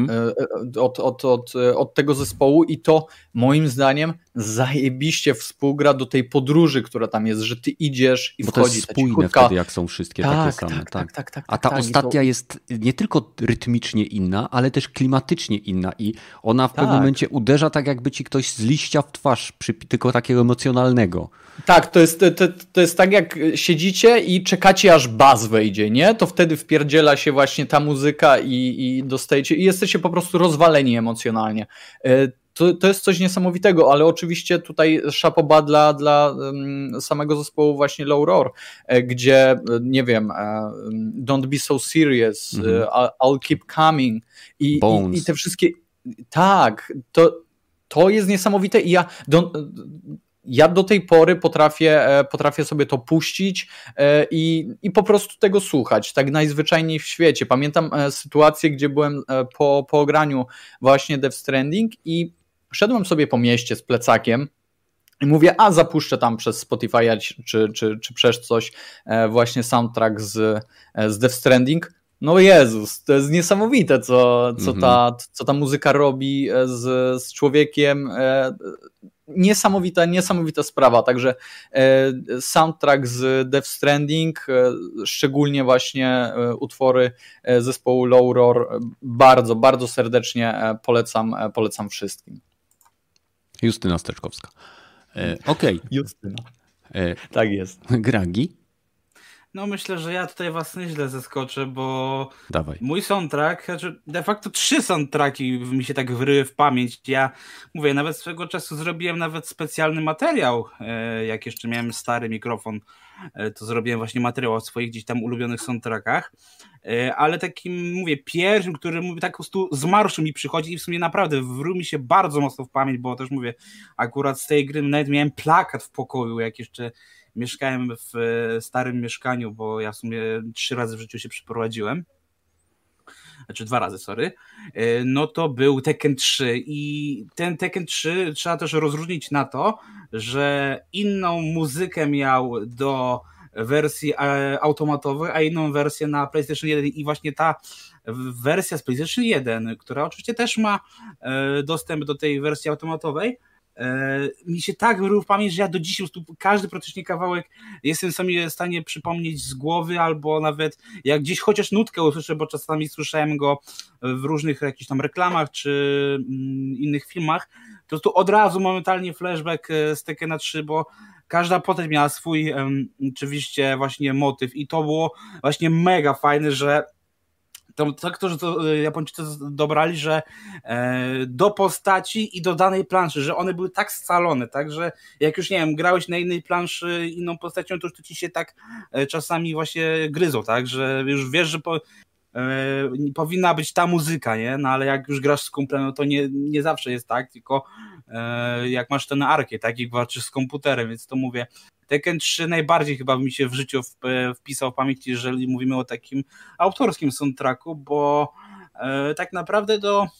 od tego zespołu, i to moim zdaniem zajebiście współgra do tej podróży, która tam jest, że ty idziesz i bo wchodzi to jest spójne wtedy, jak są wszystkie takie same. Tak. A ta ostatnia jest nie tylko rytmicznie inna, ale też klimatycznie inna i ona w pewnym momencie uderza tak, jakby ci ktoś z liścia w twarz, tylko takiego emocjonalnego. Tak, to jest tak, jak siedzicie i czekacie, aż bas wejdzie, nie? To wtedy wpierdziela się właśnie ta muzyka i dostajecie, i jesteście po prostu rozwaleni emocjonalnie. To jest coś niesamowitego, ale oczywiście tutaj szapoba dla samego zespołu właśnie Low Roar, gdzie, nie wiem, Don't Be So Serious, I'll Keep Coming i te wszystkie... Tak, to jest niesamowite i ja do tej pory potrafię sobie to puścić i po prostu tego słuchać, tak najzwyczajniej w świecie. Pamiętam sytuację, gdzie byłem po ograniu właśnie Death Stranding i szedłem sobie po mieście z plecakiem i mówię, zapuszczę tam przez Spotify czy przez coś właśnie soundtrack z Death Stranding. No Jezus, to jest niesamowite, co ta muzyka robi z człowiekiem. Niesamowita sprawa, także soundtrack z Death Stranding, szczególnie właśnie utwory zespołu Low Roar, bardzo, bardzo serdecznie polecam wszystkim. Justyna Steczkowska. Okej. Justyna. Tak jest. Gragi? No myślę, że ja tutaj was nieźle zaskoczę, bo Dawaj. Mój soundtrack, de facto 3 soundtracki mi się tak wryły w pamięć. Ja mówię, nawet swego czasu zrobiłem nawet specjalny materiał, jak jeszcze miałem stary mikrofon, to zrobiłem właśnie materiał o swoich gdzieś tam ulubionych soundtrackach, ale takim, mówię, pierwszym, który tak po prostu z marszu mi przychodzi i w sumie naprawdę wrył mi się bardzo mocno w pamięć, bo też mówię, akurat z tej gry nawet miałem plakat w pokoju, jak jeszcze mieszkałem w starym mieszkaniu, bo ja w sumie 3 razy w życiu się przeprowadziłem. Znaczy 2 razy, sorry. No to był Tekken 3 i ten Tekken 3 trzeba też rozróżnić na to, że inną muzykę miał do wersji automatowej, a inną wersję na PlayStation 1 i właśnie ta wersja z PlayStation 1, która oczywiście też ma dostęp do tej wersji automatowej, mi się tak wyrył w pamięć, że ja do dziś każdy praktycznie kawałek jestem sobie w stanie przypomnieć z głowy, albo nawet jak gdzieś chociaż nutkę usłyszę, bo czasami słyszałem go w różnych jakichś tam reklamach czy innych filmach, to tu od razu momentalnie flashback z Tekkena 3, bo każda postać miała swój oczywiście właśnie motyw i to było właśnie mega fajne, że to Japończycy dobrali, że do postaci i do danej planszy, że one były tak scalone, tak, że jak już, nie wiem, grałeś na innej planszy inną postacią, to już to ci się tak czasami właśnie gryzą, tak, że już wiesz, że powinna być ta muzyka, nie, no ale jak już grasz z kumplem, no to nie zawsze jest tak, tylko jak masz ten arcade, tak, i walczysz z komputerem, więc to mówię, Tekken 3 najbardziej chyba mi się w życiu wpisał w pamięć, jeżeli mówimy o takim autorskim soundtracku, bo tak naprawdę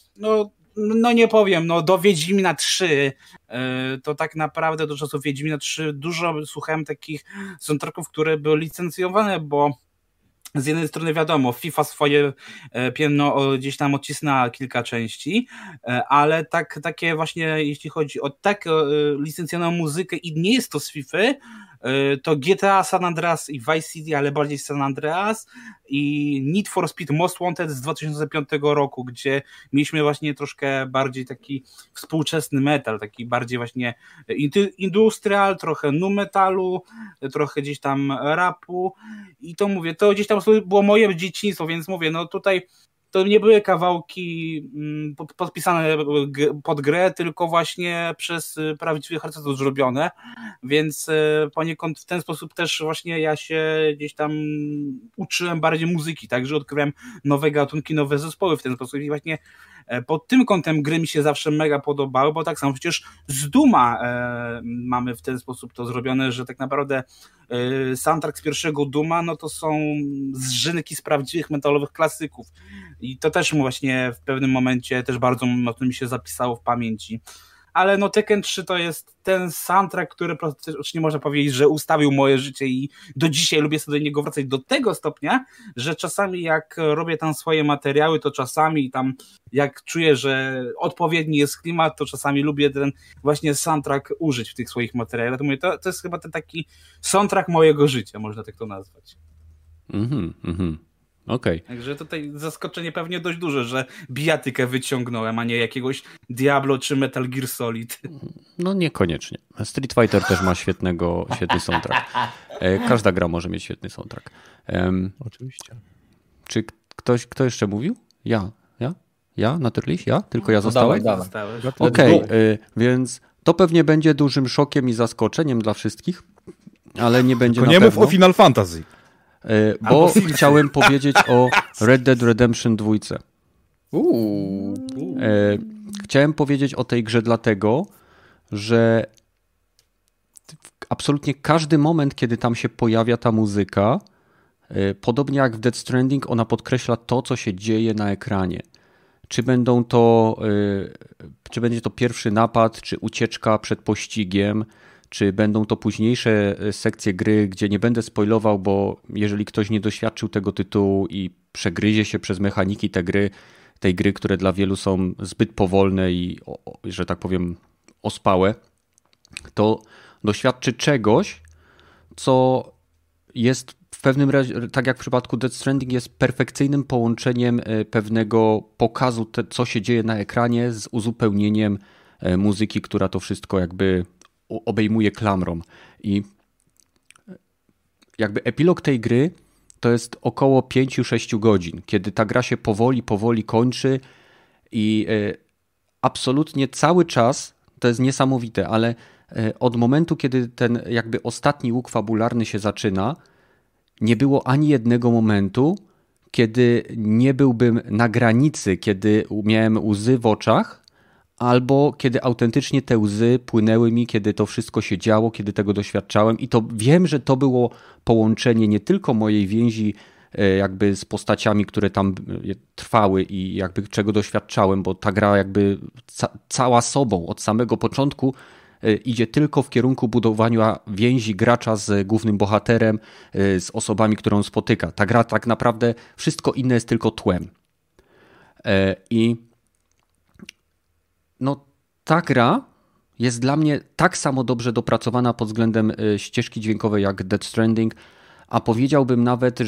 no nie powiem, no do Wiedźmina 3 to tak naprawdę do czasów Wiedźmina 3 dużo słuchałem takich soundtracków, które były licencjonowane, bo z jednej strony wiadomo, FIFA swoje piętno gdzieś tam odcisnęła kilka części, ale takie właśnie, jeśli chodzi o tak licencjonowaną muzykę i nie jest to z FIFA, to GTA San Andreas i Vice City, ale bardziej San Andreas i Need for Speed Most Wanted z 2005 roku, gdzie mieliśmy właśnie troszkę bardziej taki współczesny metal, taki bardziej właśnie industrial, trochę nu metalu, trochę gdzieś tam rapu i to mówię, to gdzieś tam było moje dzieciństwo, więc mówię, no tutaj to nie były kawałki podpisane pod grę, tylko właśnie przez prawdziwych artystów zrobione, więc poniekąd w ten sposób też właśnie ja się gdzieś tam uczyłem bardziej muzyki, także odkryłem nowe gatunki, nowe zespoły w ten sposób i właśnie pod tym kątem gry mi się zawsze mega podobały, bo tak samo przecież z Duma mamy w ten sposób to zrobione, że tak naprawdę soundtrack z pierwszego Duma, no to są zżynki z prawdziwych metalowych klasyków i to też właśnie w pewnym momencie też bardzo mocno mi się zapisało w pamięci. Ale no Tekken 3 to jest ten soundtrack, który praktycznie można powiedzieć, że ustawił moje życie i do dzisiaj lubię sobie do niego wracać do tego stopnia, że czasami jak robię tam swoje materiały, to czasami tam jak czuję, że odpowiedni jest klimat, to czasami lubię ten właśnie soundtrack użyć w tych swoich materiałach. To mówię, to jest chyba ten taki soundtrack mojego życia, można tak to nazwać. Okej. Także tutaj zaskoczenie pewnie dość duże, że bijatykę wyciągnąłem, a nie jakiegoś Diablo czy Metal Gear Solid. No niekoniecznie. Street Fighter też ma świetny soundtrack. Każda gra może mieć świetny soundtrack. Oczywiście. Czy kto jeszcze mówił? Ja? Naturliś? Ja? Tylko ja zostałem? Dawaj. Okej, więc to pewnie będzie dużym szokiem i zaskoczeniem dla wszystkich, ale nie będzie Tylko na nie pewno. mów o Final Fantasy. Bo chciałem powiedzieć o Red Dead Redemption 2. Chciałem powiedzieć o tej grze dlatego, że absolutnie każdy moment, kiedy tam się pojawia ta muzyka, podobnie jak w Death Stranding, ona podkreśla to, co się dzieje na ekranie. Czy będzie to pierwszy napad, czy ucieczka przed pościgiem, czy będą to późniejsze sekcje gry, gdzie nie będę spoilował, bo jeżeli ktoś nie doświadczył tego tytułu i przegryzie się przez mechaniki tej gry, które dla wielu są zbyt powolne i, że tak powiem, ospałe, to doświadczy czegoś, co jest w pewnym razie, tak jak w przypadku Death Stranding, jest perfekcyjnym połączeniem pewnego pokazu, co się dzieje na ekranie, z uzupełnieniem muzyki, która to wszystko jakby obejmuje klamrą. I jakby epilog tej gry to jest około 5-6 godzin, kiedy ta gra się powoli kończy i absolutnie cały czas, to jest niesamowite, ale od momentu, kiedy ten jakby ostatni łuk fabularny się zaczyna, nie było ani jednego momentu, kiedy nie byłbym na granicy, kiedy miałem łzy w oczach, albo kiedy autentycznie te łzy płynęły mi, kiedy to wszystko się działo, kiedy tego doświadczałem i to wiem, że to było połączenie nie tylko mojej więzi jakby z postaciami, które tam trwały i jakby czego doświadczałem, bo ta gra jakby cała sobą od samego początku idzie tylko w kierunku budowania więzi gracza z głównym bohaterem, z osobami, które on spotyka. Ta gra tak naprawdę wszystko inne jest tylko tłem. I no ta gra jest dla mnie tak samo dobrze dopracowana pod względem ścieżki dźwiękowej jak Death Stranding, a powiedziałbym nawet,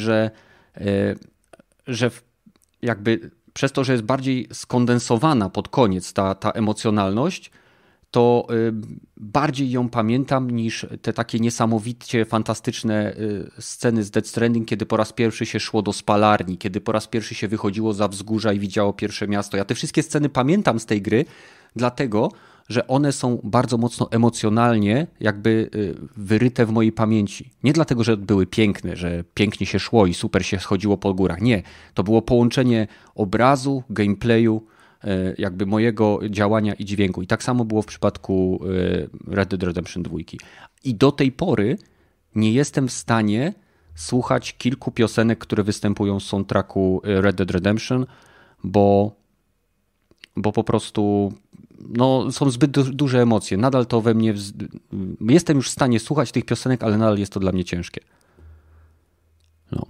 że jakby przez to, że jest bardziej skondensowana pod koniec ta emocjonalność, to bardziej ją pamiętam niż te takie niesamowicie fantastyczne sceny z Death Stranding, kiedy po raz pierwszy się szło do spalarni, kiedy po raz pierwszy się wychodziło za wzgórza i widziało pierwsze miasto. Ja te wszystkie sceny pamiętam z tej gry, dlatego, że one są bardzo mocno emocjonalnie jakby wyryte w mojej pamięci. Nie dlatego, że były piękne, że pięknie się szło i super się schodziło po górach. Nie. To było połączenie obrazu, gameplayu, jakby mojego działania i dźwięku. I tak samo było w przypadku Red Dead Redemption 2. I do tej pory nie jestem w stanie słuchać kilku piosenek, które występują w soundtracku Red Dead Redemption, bo po prostu no, są zbyt duże emocje. Nadal to we mnie... Jestem już w stanie słuchać tych piosenek, ale nadal jest to dla mnie ciężkie. No.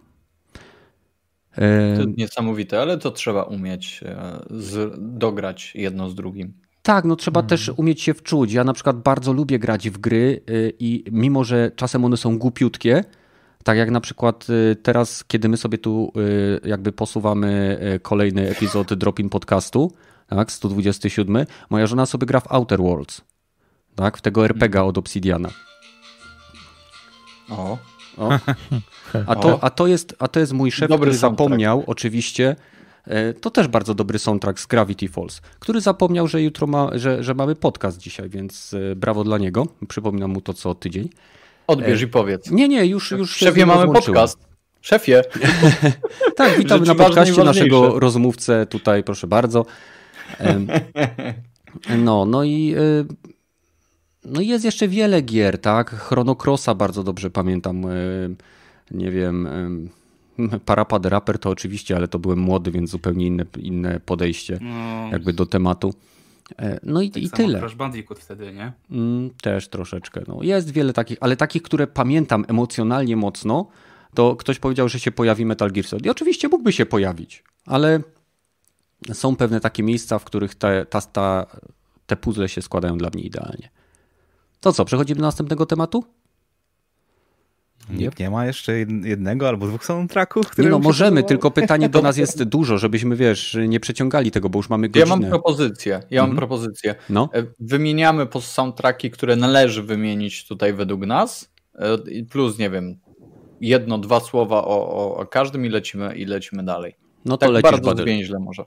To niesamowite, ale to trzeba umieć dograć jedno z drugim. tak, no trzeba też umieć się wczuć. Ja na przykład bardzo lubię grać w gry i mimo, że czasem one są głupiutkie, tak jak na przykład teraz, kiedy my sobie tu jakby posuwamy kolejny epizod Drop-in podcastu, tak, 127, moja żona sobie gra w Outer Worlds, tak, w tego RPG od Obsidiana. O. A to jest mój szef, który zapomniał oczywiście, to też bardzo dobry soundtrack z Gravity Falls, który zapomniał, że jutro że mamy podcast dzisiaj, więc brawo dla niego. Przypominam mu to co tydzień. Odbierz i powiedz. Nie, już Szefie, mamy podcast. Szefie. Tak, witamy na podcaście naszego rozmówcę tutaj, proszę bardzo. No i jest jeszcze wiele gier, tak? Chrono Crossa bardzo dobrze pamiętam. Nie wiem, Parappa the Rapper to oczywiście, ale to byłem młody, więc zupełnie inne podejście jakby do tematu. No i tyle. Crash Bandicoot wtedy, nie? Też troszeczkę. No. Jest wiele takich, ale takich, które pamiętam emocjonalnie mocno, to ktoś powiedział, że się pojawi Metal Gear Solid. I oczywiście mógłby się pojawić, ale są pewne takie miejsca, w których te puzzle się składają dla mnie idealnie. To co, przechodzimy do następnego tematu? Nikt nie ma jeszcze jednego albo dwóch soundtracków? Nie no, możemy, tylko pytanie do nas jest dużo, żebyśmy, nie przeciągali tego, bo już mamy godzinę. Ja mam propozycję. No? Wymieniamy soundtracki, które należy wymienić tutaj według nas, plus, nie wiem, 1-2 słowa o każdym i lecimy dalej. No to tak lecisz, bardzo zwięźle może.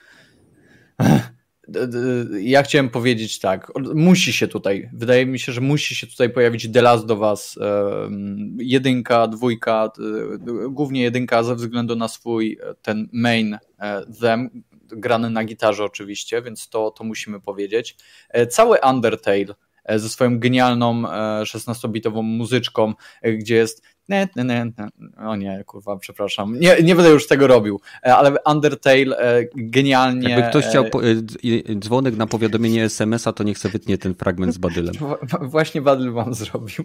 Ja chciałem powiedzieć tak, wydaje mi się, że musi się tutaj pojawić The Last of Us 1, 2, głównie 1 ze względu na swój ten main theme, grany na gitarze oczywiście, więc to musimy powiedzieć. Cały Undertale ze swoją genialną 16-bitową muzyczką, gdzie jest o nie, kurwa, przepraszam. Nie będę już tego robił, ale Undertale genialnie... Jakby ktoś chciał dzwonek na powiadomienie SMS-a, to niech sobie wytnie ten fragment z Badylem. Właśnie Badyl wam zrobił.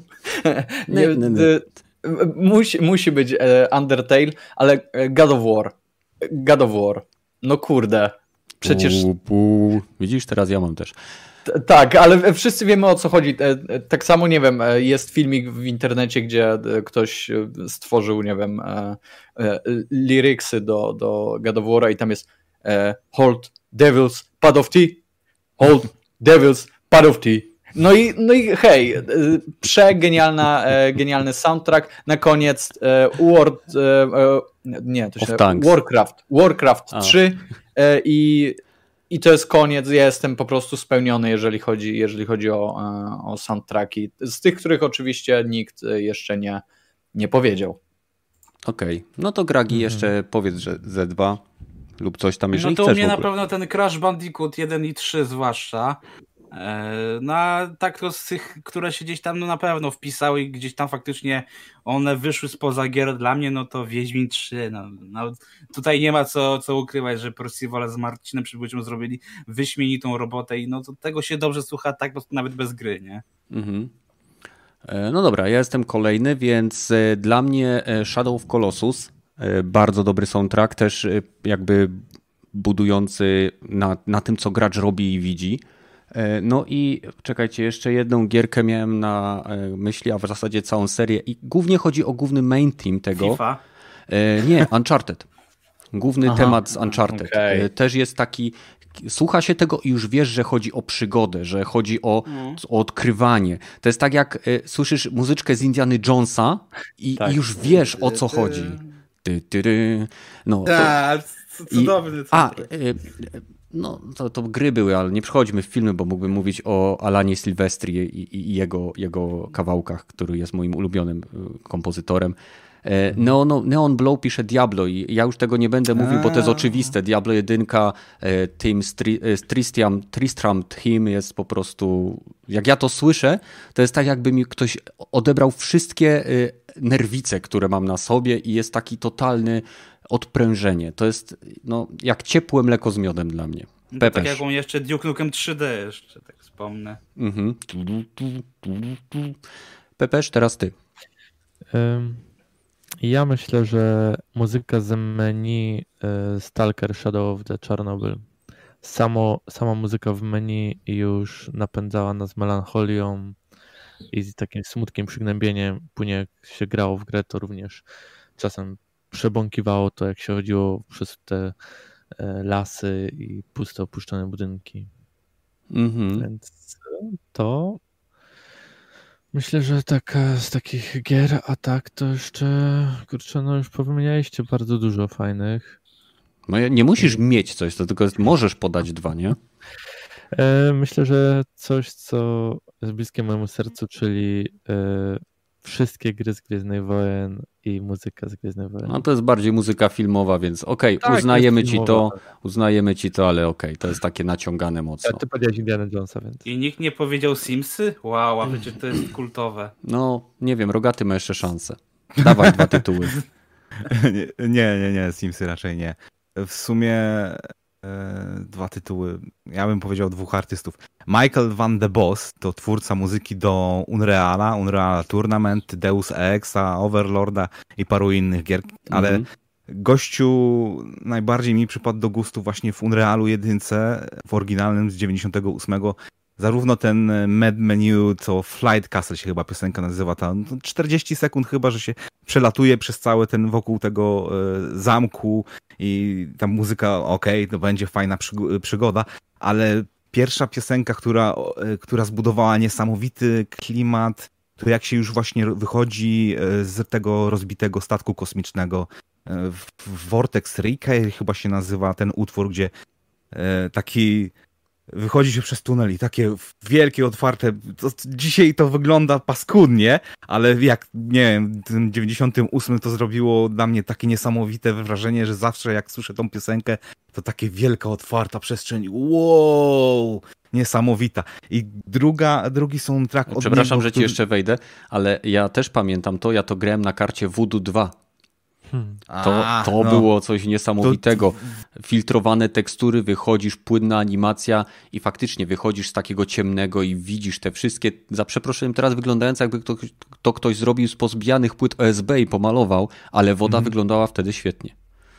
Musi być Undertale, ale God of War. No kurde. Przecież... Widzisz, teraz ja mam też. Tak, ale wszyscy wiemy, o co chodzi. Tak samo, nie wiem, jest filmik w internecie, gdzie ktoś stworzył, nie wiem, liryksy do God of War'a i tam jest Hold Devil's Pot of Tea, Hold Devil's Pot of Tea. No i hej, genialny soundtrack. Na koniec Warcraft 3 i to jest koniec. Ja jestem po prostu spełniony, jeżeli chodzi o soundtracki. Z tych, których oczywiście nikt jeszcze nie powiedział. Okej. No to Gragi jeszcze powiedz, że Z2 lub coś tam, jeżeli chcesz. No to u mnie na pewno ten Crash Bandicoot 1 i 3 zwłaszcza. No a tak to z tych, które się gdzieś tam na pewno wpisały i gdzieś tam faktycznie one wyszły spoza gier dla mnie, no to Wiedźmin 3, no tutaj nie ma co ukrywać, że Percival z Marcinem Przybójczym zrobili wyśmienitą robotę i no to tego się dobrze słucha tak nawet bez gry, nie? Mhm. No dobra, ja jestem kolejny, więc dla mnie Shadow of Colossus, bardzo dobry soundtrack, też jakby budujący na tym, co gracz robi i widzi. No i czekajcie, jeszcze jedną gierkę miałem na myśli, a w zasadzie całą serię i głównie chodzi o główny main team tego. FIFA? Nie, Uncharted. Główny temat z Uncharted. Okay. Też jest taki, słucha się tego i już wiesz, że chodzi o przygodę, że chodzi o odkrywanie. To jest tak jak słyszysz muzyczkę z Indiana Jonesa i już wiesz, o co chodzi. No, tak, cudowny. No, to gry były, ale nie przechodźmy w filmy, bo mógłbym mówić o Alanie Silvestri i jego kawałkach, który jest moim ulubionym kompozytorem. Neon Blow pisze Diablo i ja już tego nie będę mówił, bo to jest oczywiste. Diablo 1, Team Tristram Team jest po prostu... Jak ja to słyszę, to jest tak, jakby mi ktoś odebrał wszystkie nerwice, które mam na sobie i jest taki totalny odprężenie. To jest jak ciepłe mleko z miodem dla mnie. Tak jak on jeszcze Duke Nukem 3D jeszcze, tak wspomnę. Pepesz, teraz ty. Ja myślę, że muzyka z menu Stalker Shadow of the Chernobyl. sama muzyka w menu już napędzała nas melancholią i z takim smutkiem, przygnębieniem. Później jak się grało w grę, to również czasem przebąkiwało to, jak się chodziło przez te lasy i puste, opuszczone budynki. Więc to myślę, że z takich gier, a tak to jeszcze, kurczę, no już powymienialiście bardzo dużo fajnych. No nie musisz mieć coś, to tylko możesz podać 2, nie? Myślę, że coś, co jest bliskie mojemu sercu, czyli wszystkie gry z Gwiezdnych Wojen i muzyka z Gwiezdnych Wojen. No to jest bardziej muzyka filmowa, więc okej, Tak, uznajemy ci to, ale okej, to jest takie naciągane mocno. Ty powiedziałeś Indiana Jonesa, więc... I nikt nie powiedział Simsy? Wow, a przecież to jest kultowe. No, nie wiem, Rogaty ma jeszcze szansę. Dawaj 2 tytuły. Nie, Simsy raczej nie. W sumie 2 tytuły. Ja bym powiedział 2 artystów. Michael Van de Bos to twórca muzyki do Unreala Tournament, Deus Exa, Overlorda i paru innych gier, ale gościu najbardziej mi przypadł do gustu właśnie w Unrealu 1, w oryginalnym z 98. Zarówno ten Mad Menu, co Flight Castle się chyba piosenka nazywa, tam 40 sekund chyba, że się przelatuje przez cały ten wokół tego zamku i ta muzyka, to będzie fajna przygoda, ale pierwsza piosenka, która zbudowała niesamowity klimat, to jak się już właśnie wychodzi z tego rozbitego statku kosmicznego, Vortex Recay chyba się nazywa ten utwór, gdzie taki wychodzi się przez tunel i takie wielkie, otwarte, dzisiaj to wygląda paskudnie, ale jak, nie wiem, w tym 98 to zrobiło dla mnie takie niesamowite wrażenie, że zawsze jak słyszę tą piosenkę, to takie wielka, otwarta przestrzeń, wow, niesamowita. I drugi soundtrack od Przepraszam, niego, że ci jeszcze wejdę, ale ja też pamiętam to, ja to grałem na karcie Voodoo 2. To było coś niesamowitego. Filtrowane tekstury, wychodzisz, płynna animacja i faktycznie wychodzisz z takiego ciemnego i widzisz te wszystkie, za przeproszeniem teraz wyglądające jakby ktoś zrobił z pozbijanych płyt OSB i pomalował, ale woda wyglądała wtedy świetnie.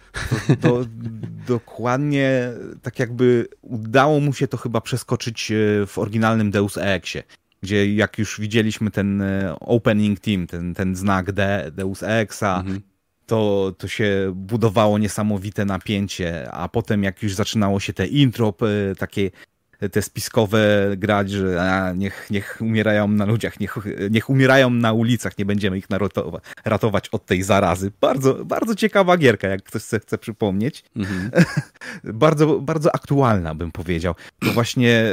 Dokładnie tak jakby udało mu się to chyba przeskoczyć w oryginalnym Deus Exie, gdzie jak już widzieliśmy ten opening team, ten znak Deus Exa, to się budowało niesamowite napięcie, a potem jak już zaczynało się te intro, takie te spiskowe grać, że niech umierają na ludziach, niech umierają na ulicach, nie będziemy ich ratować od tej zarazy. Bardzo, bardzo ciekawa gierka, jak ktoś chce przypomnieć. Bardzo, bardzo aktualna, bym powiedział. To właśnie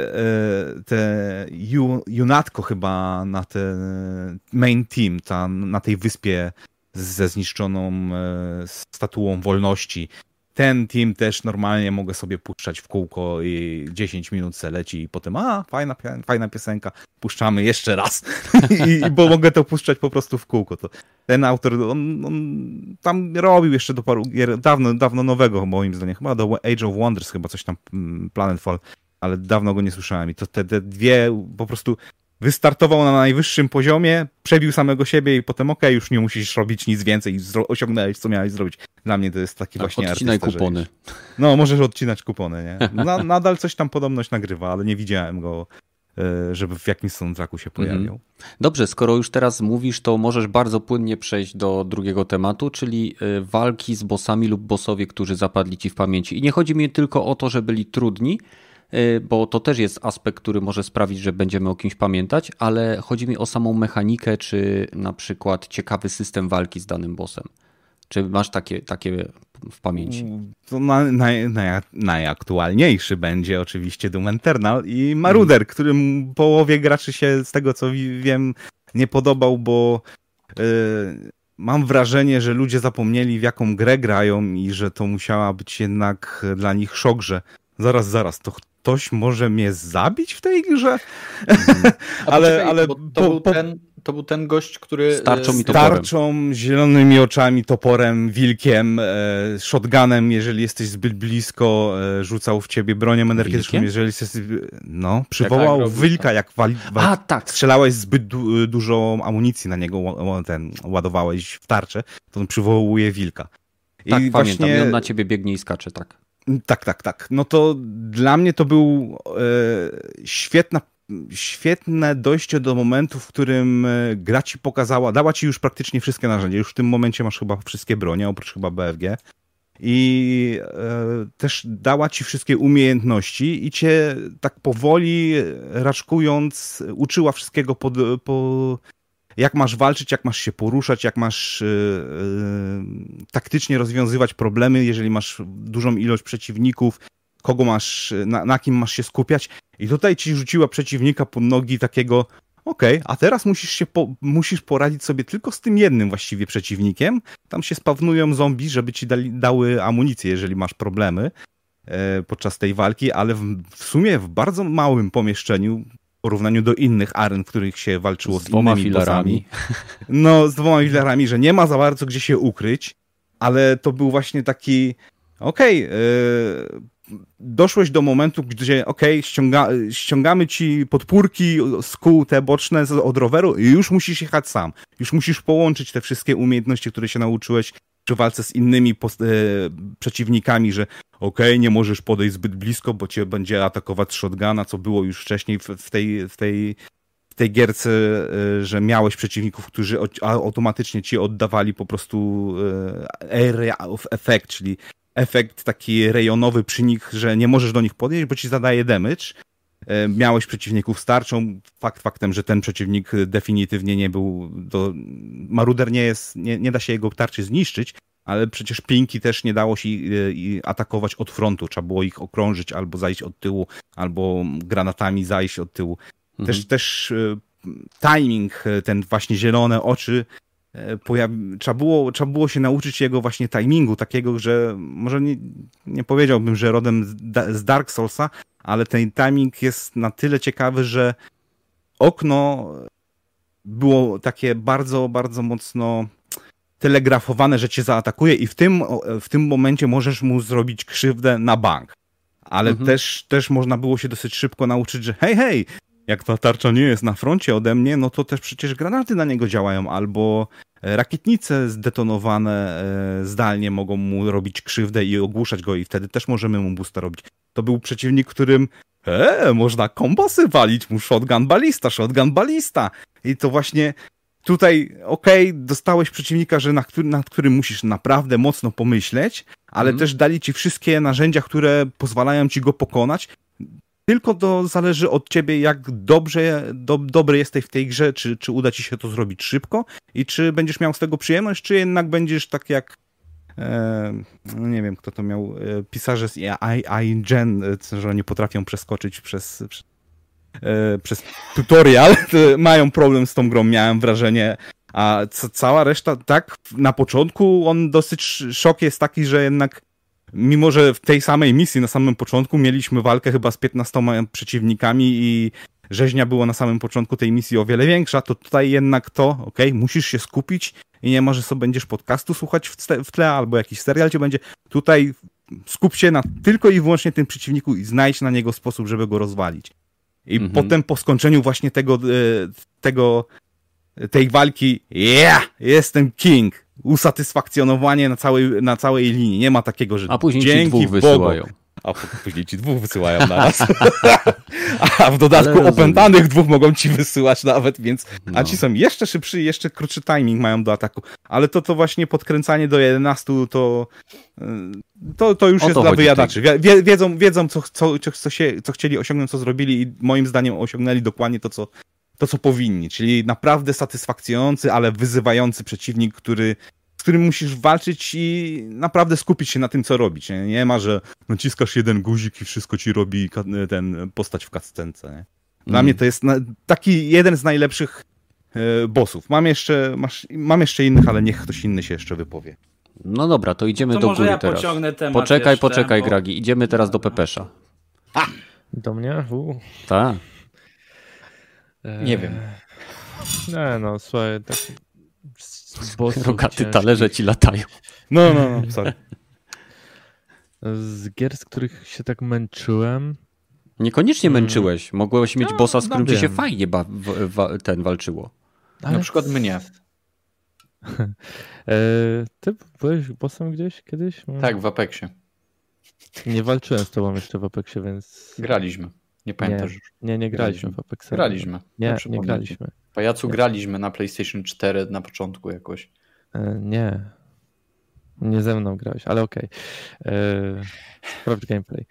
te Junatko chyba na ten main team, na tej wyspie ze zniszczoną statuą wolności. Ten team też normalnie mogę sobie puszczać w kółko i 10 minut se leci i potem fajna piosenka, puszczamy jeszcze raz. Bo mogę to puszczać po prostu w kółko. To ten autor, on tam robił jeszcze do paru gier, dawno nowego moim zdaniem, chyba do Age of Wonders, chyba coś tam, Planetfall, ale dawno go nie słyszałem i to te dwie po prostu wystartował na najwyższym poziomie, przebił samego siebie i potem już nie musisz robić nic więcej i osiągnąłeś, co miałeś zrobić. Dla mnie to jest taki właśnie odcinaj artysta. Kupony. Możesz odcinać kupony, nie? Nadal coś tam podobność nagrywa, ale nie widziałem go, żeby w jakimś soundtracku się pojawił. Dobrze, skoro już teraz mówisz, to możesz bardzo płynnie przejść do drugiego tematu, czyli walki z bossami lub bossowie, którzy zapadli ci w pamięci. I nie chodzi mi tylko o to, że byli trudni, bo to też jest aspekt, który może sprawić, że będziemy o kimś pamiętać, ale chodzi mi o samą mechanikę, czy na przykład ciekawy system walki z danym bossem. Czy masz takie w pamięci? To najaktualniejszy będzie oczywiście Doom Eternal i Marauder, którym połowie graczy się, z tego co wiem, nie podobał, bo mam wrażenie, że ludzie zapomnieli, w jaką grę grają i że to musiała być jednak dla nich szok, że zaraz, to ktoś może mnie zabić w tej grze? To był ten gość, który z tarczą i toporem. Zielonymi oczami, toporem, wilkiem, shotgunem, jeżeli jesteś zbyt blisko, rzucał w ciebie bronią energetyczną, jeżeli jesteś... przywołał wilka, jak strzelałeś zbyt dużo amunicji na niego, ładowałeś w tarczę, to on przywołuje wilka. Tak, pamiętam. I on na ciebie biegnie i skacze, tak. Tak. No to dla mnie to był świetne dojście do momentu, w którym gra ci pokazała, dała ci już praktycznie wszystkie narzędzia. Już w tym momencie masz chyba wszystkie bronie, oprócz chyba BFG. I też dała ci wszystkie umiejętności i cię tak powoli, raczkując, uczyła wszystkiego jak masz walczyć, jak masz się poruszać, jak masz taktycznie rozwiązywać problemy, jeżeli masz dużą ilość przeciwników, kogo masz, na kim masz się skupiać. I tutaj ci rzuciła przeciwnika pod nogi takiego, a teraz musisz poradzić sobie tylko z tym jednym właściwie przeciwnikiem. Tam się spawnują zombie, żeby ci dały amunicję, jeżeli masz problemy podczas tej walki, ale w sumie w bardzo małym pomieszczeniu, w porównaniu do innych aren, w których się walczyło z innymi filarami. No, z 2 filarami, że nie ma za bardzo gdzie się ukryć, ale to był właśnie taki, doszłeś do momentu, gdzie ściągamy ci podpórki z kół te boczne od roweru i już musisz jechać sam. Już musisz połączyć te wszystkie umiejętności, które się nauczyłeś przy walce z innymi przeciwnikami, że nie możesz podejść zbyt blisko, bo cię będzie atakować shotguna, co było już wcześniej w tej gierce, że miałeś przeciwników, którzy automatycznie ci oddawali po prostu area of effect, czyli efekt taki rejonowy przy nich, że nie możesz do nich podejść, bo ci zadaje damage. Miałeś przeciwników z tarczą. Faktem, że ten przeciwnik definitywnie nie był... Maruder nie da się jego tarczy zniszczyć, ale przecież Pinki też nie dało się atakować od frontu. Trzeba było ich okrążyć albo zajść od tyłu, albo granatami zajść od tyłu. Też timing, ten właśnie zielone oczy, trzeba było się nauczyć jego właśnie timingu, takiego, że może nie powiedziałbym, że rodem z Dark Soulsa, ale ten timing jest na tyle ciekawy, że okno było takie bardzo, bardzo mocno telegrafowane, że cię zaatakuje i w tym momencie możesz mu zrobić krzywdę na bank. Ale też można było się dosyć szybko nauczyć, że hej, jak ta tarcza nie jest na froncie ode mnie, no to też przecież granaty na niego działają, albo rakietnice zdetonowane zdalnie mogą mu robić krzywdę i ogłuszać go i wtedy też możemy mu boosta robić. To był przeciwnik, którym można kombosy walić mu, shotgun balista. I to właśnie tutaj, dostałeś przeciwnika, że nad którym musisz naprawdę mocno pomyśleć, ale też dali ci wszystkie narzędzia, które pozwalają ci go pokonać. Tylko to zależy od ciebie, jak dobry jesteś w tej grze, czy uda ci się to zrobić szybko i czy będziesz miał z tego przyjemność, czy jednak będziesz tak jak nie wiem, kto to miał, pisarze z iGen, że nie potrafią przeskoczyć przez tutorial, mają problem z tą grą, miałem wrażenie, a cała reszta, tak, na początku szok jest taki, że jednak mimo, że w tej samej misji na samym początku mieliśmy walkę chyba z 15 przeciwnikami i rzeźnia była na samym początku tej misji o wiele większa, to tutaj jednak musisz się skupić i nie ma, że sobie będziesz podcastu słuchać w tle albo jakiś serial cię będzie. Tutaj skup się tylko i wyłącznie tym przeciwniku i znajdź na niego sposób, żeby go rozwalić. I potem po skończeniu właśnie tej walki, jestem king. Usatysfakcjonowanie na całej linii. Nie ma takiego, że a później dzięki ci 2 Bogu, wysyłają. A później ci 2 wysyłają naraz. A w dodatku opętanych 2 mogą ci wysyłać nawet, więc a ci są jeszcze szybszy, jeszcze krótszy timing mają do ataku. Ale to właśnie podkręcanie do 11 to już jest dla wyjadaczy. Wiedzą co chcieli osiągnąć, co zrobili i moim zdaniem osiągnęli dokładnie to, co powinni. Czyli naprawdę satysfakcjonujący, ale wyzywający przeciwnik, z którym musisz walczyć i naprawdę skupić się na tym, co robić. Nie ma, że naciskasz jeden guzik i wszystko ci robi ten postać w cutscence. Dla mnie to jest taki jeden z najlepszych bossów. Mam jeszcze innych, ale niech ktoś inny się jeszcze wypowie. No dobra, to idziemy do góry teraz. Pociągnę temat Poczekaj, Gragi. Idziemy teraz do Pepesza. Do mnie? Tak. Nie wiem. Nie no, słuchaj, tak rogaty talerze ci latają. No, sorry. Z gier, z których się tak męczyłem. Niekoniecznie męczyłeś. Mogłeś mieć bossa, z którym ci się fajnie walczyło. Ale... Na przykład mnie. Ty byłeś bossem gdzieś kiedyś? Tak, w Apexie. Nie walczyłem z tobą jeszcze w Apexie, więc... Graliśmy. Nie pamiętasz już. Nie graliśmy w Apexa. Graliśmy. Nie graliśmy. Pajacu, graliśmy na PlayStation 4 na początku jakoś. Nie. Nie ze mną grałeś, ale okej. Sprawdź gameplay.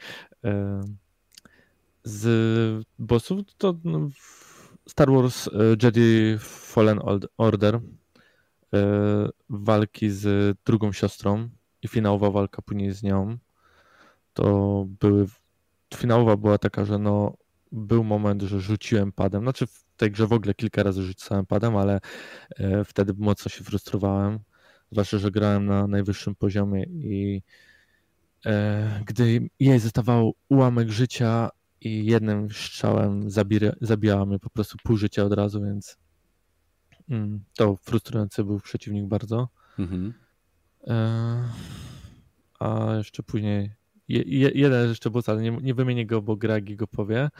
Z bossów to Star Wars Jedi Fallen Order, walki z drugą siostrą i finałowa walka później z nią. Finałowa była taka, że był moment, że rzuciłem padem. Znaczy w tej grze w ogóle kilka razy rzucałem padem, ale wtedy mocno się frustrowałem. Zwłaszcza, że grałem na najwyższym poziomie i gdy jej zostawał ułamek życia i jednym strzałem zabijała mnie po prostu pół życia od razu, więc to frustrujący był przeciwnik bardzo. Mhm. A jeszcze później jeden jeszcze boss, ale nie wymienię go, bo Gragi go powie.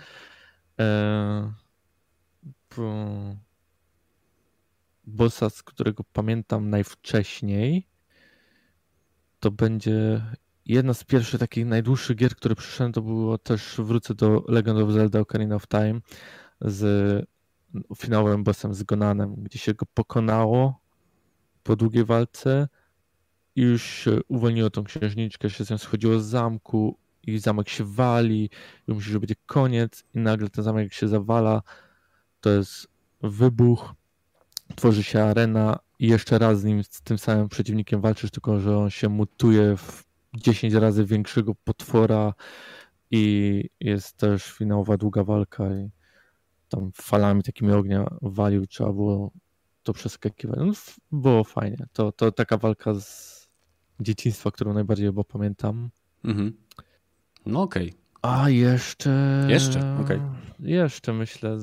Bossa, z którego pamiętam najwcześniej, to będzie jedna z pierwszych takich najdłuższych gier, które przyszedłem, to było też, wrócę do Legend of Zelda Ocarina of Time z finałowym bossem, z Gonanem, gdzie się go pokonało po długiej walce i już się uwolniło tą księżniczkę, się z nią schodziło z zamku i zamek się wali i myślisz, że będzie koniec i nagle ten zamek się zawala, to jest wybuch, tworzy się arena i jeszcze raz z tym samym przeciwnikiem walczysz, tylko że on się mutuje w 10 razy większego potwora i jest też finałowa długa walka i tam falami takimi ognia walił, trzeba było to przeskakiwać. Było fajnie. To taka walka z dzieciństwa, którą najbardziej chyba pamiętam. Mhm. No okej. A jeszcze... okej. Jeszcze myślę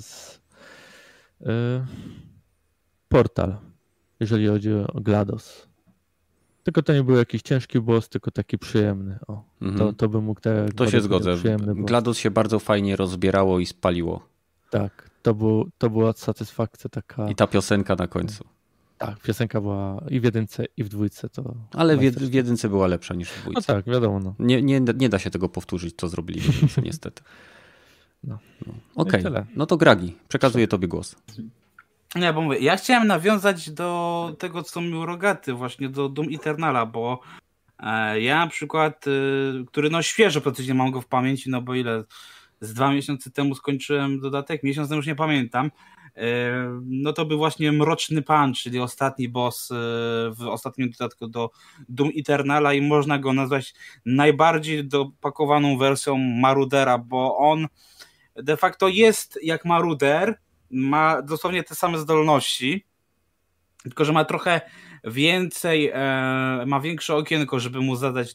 Portal, jeżeli chodzi o GLaDOS. Tylko to nie był jakiś ciężki boss, tylko taki przyjemny. To bym mógł tak... To się zgodzę. GLaDOS się bardzo fajnie rozbierało i spaliło. Tak, to była satysfakcja taka... I ta piosenka na końcu. Tak, piosenka była i w jedynce, i w dwójce. Ale w jedynce była lepsza niż w dwójce. No tak, wiadomo. Nie da się tego powtórzyć, co zrobili w jedynce, niestety. Okej. No to Gragi, przekazuję tobie głos. Nie, bo mówię, ja chciałem nawiązać do tego, co mówił Rogaty, właśnie do Doom Eternala, bo ja na przykład, który świeżo praktycznie mam go w pamięci, bo ile z 2 miesiące temu skończyłem dodatek, miesiąc temu już nie pamiętam, to był właśnie Mroczny Pan, czyli ostatni boss w ostatnim dodatku do Doom Eternala i można go nazwać najbardziej dopakowaną wersją Marudera, bo on de facto jest jak Maruder, ma dosłownie te same zdolności, tylko że ma trochę więcej, ma większe okienko, żeby mu zadać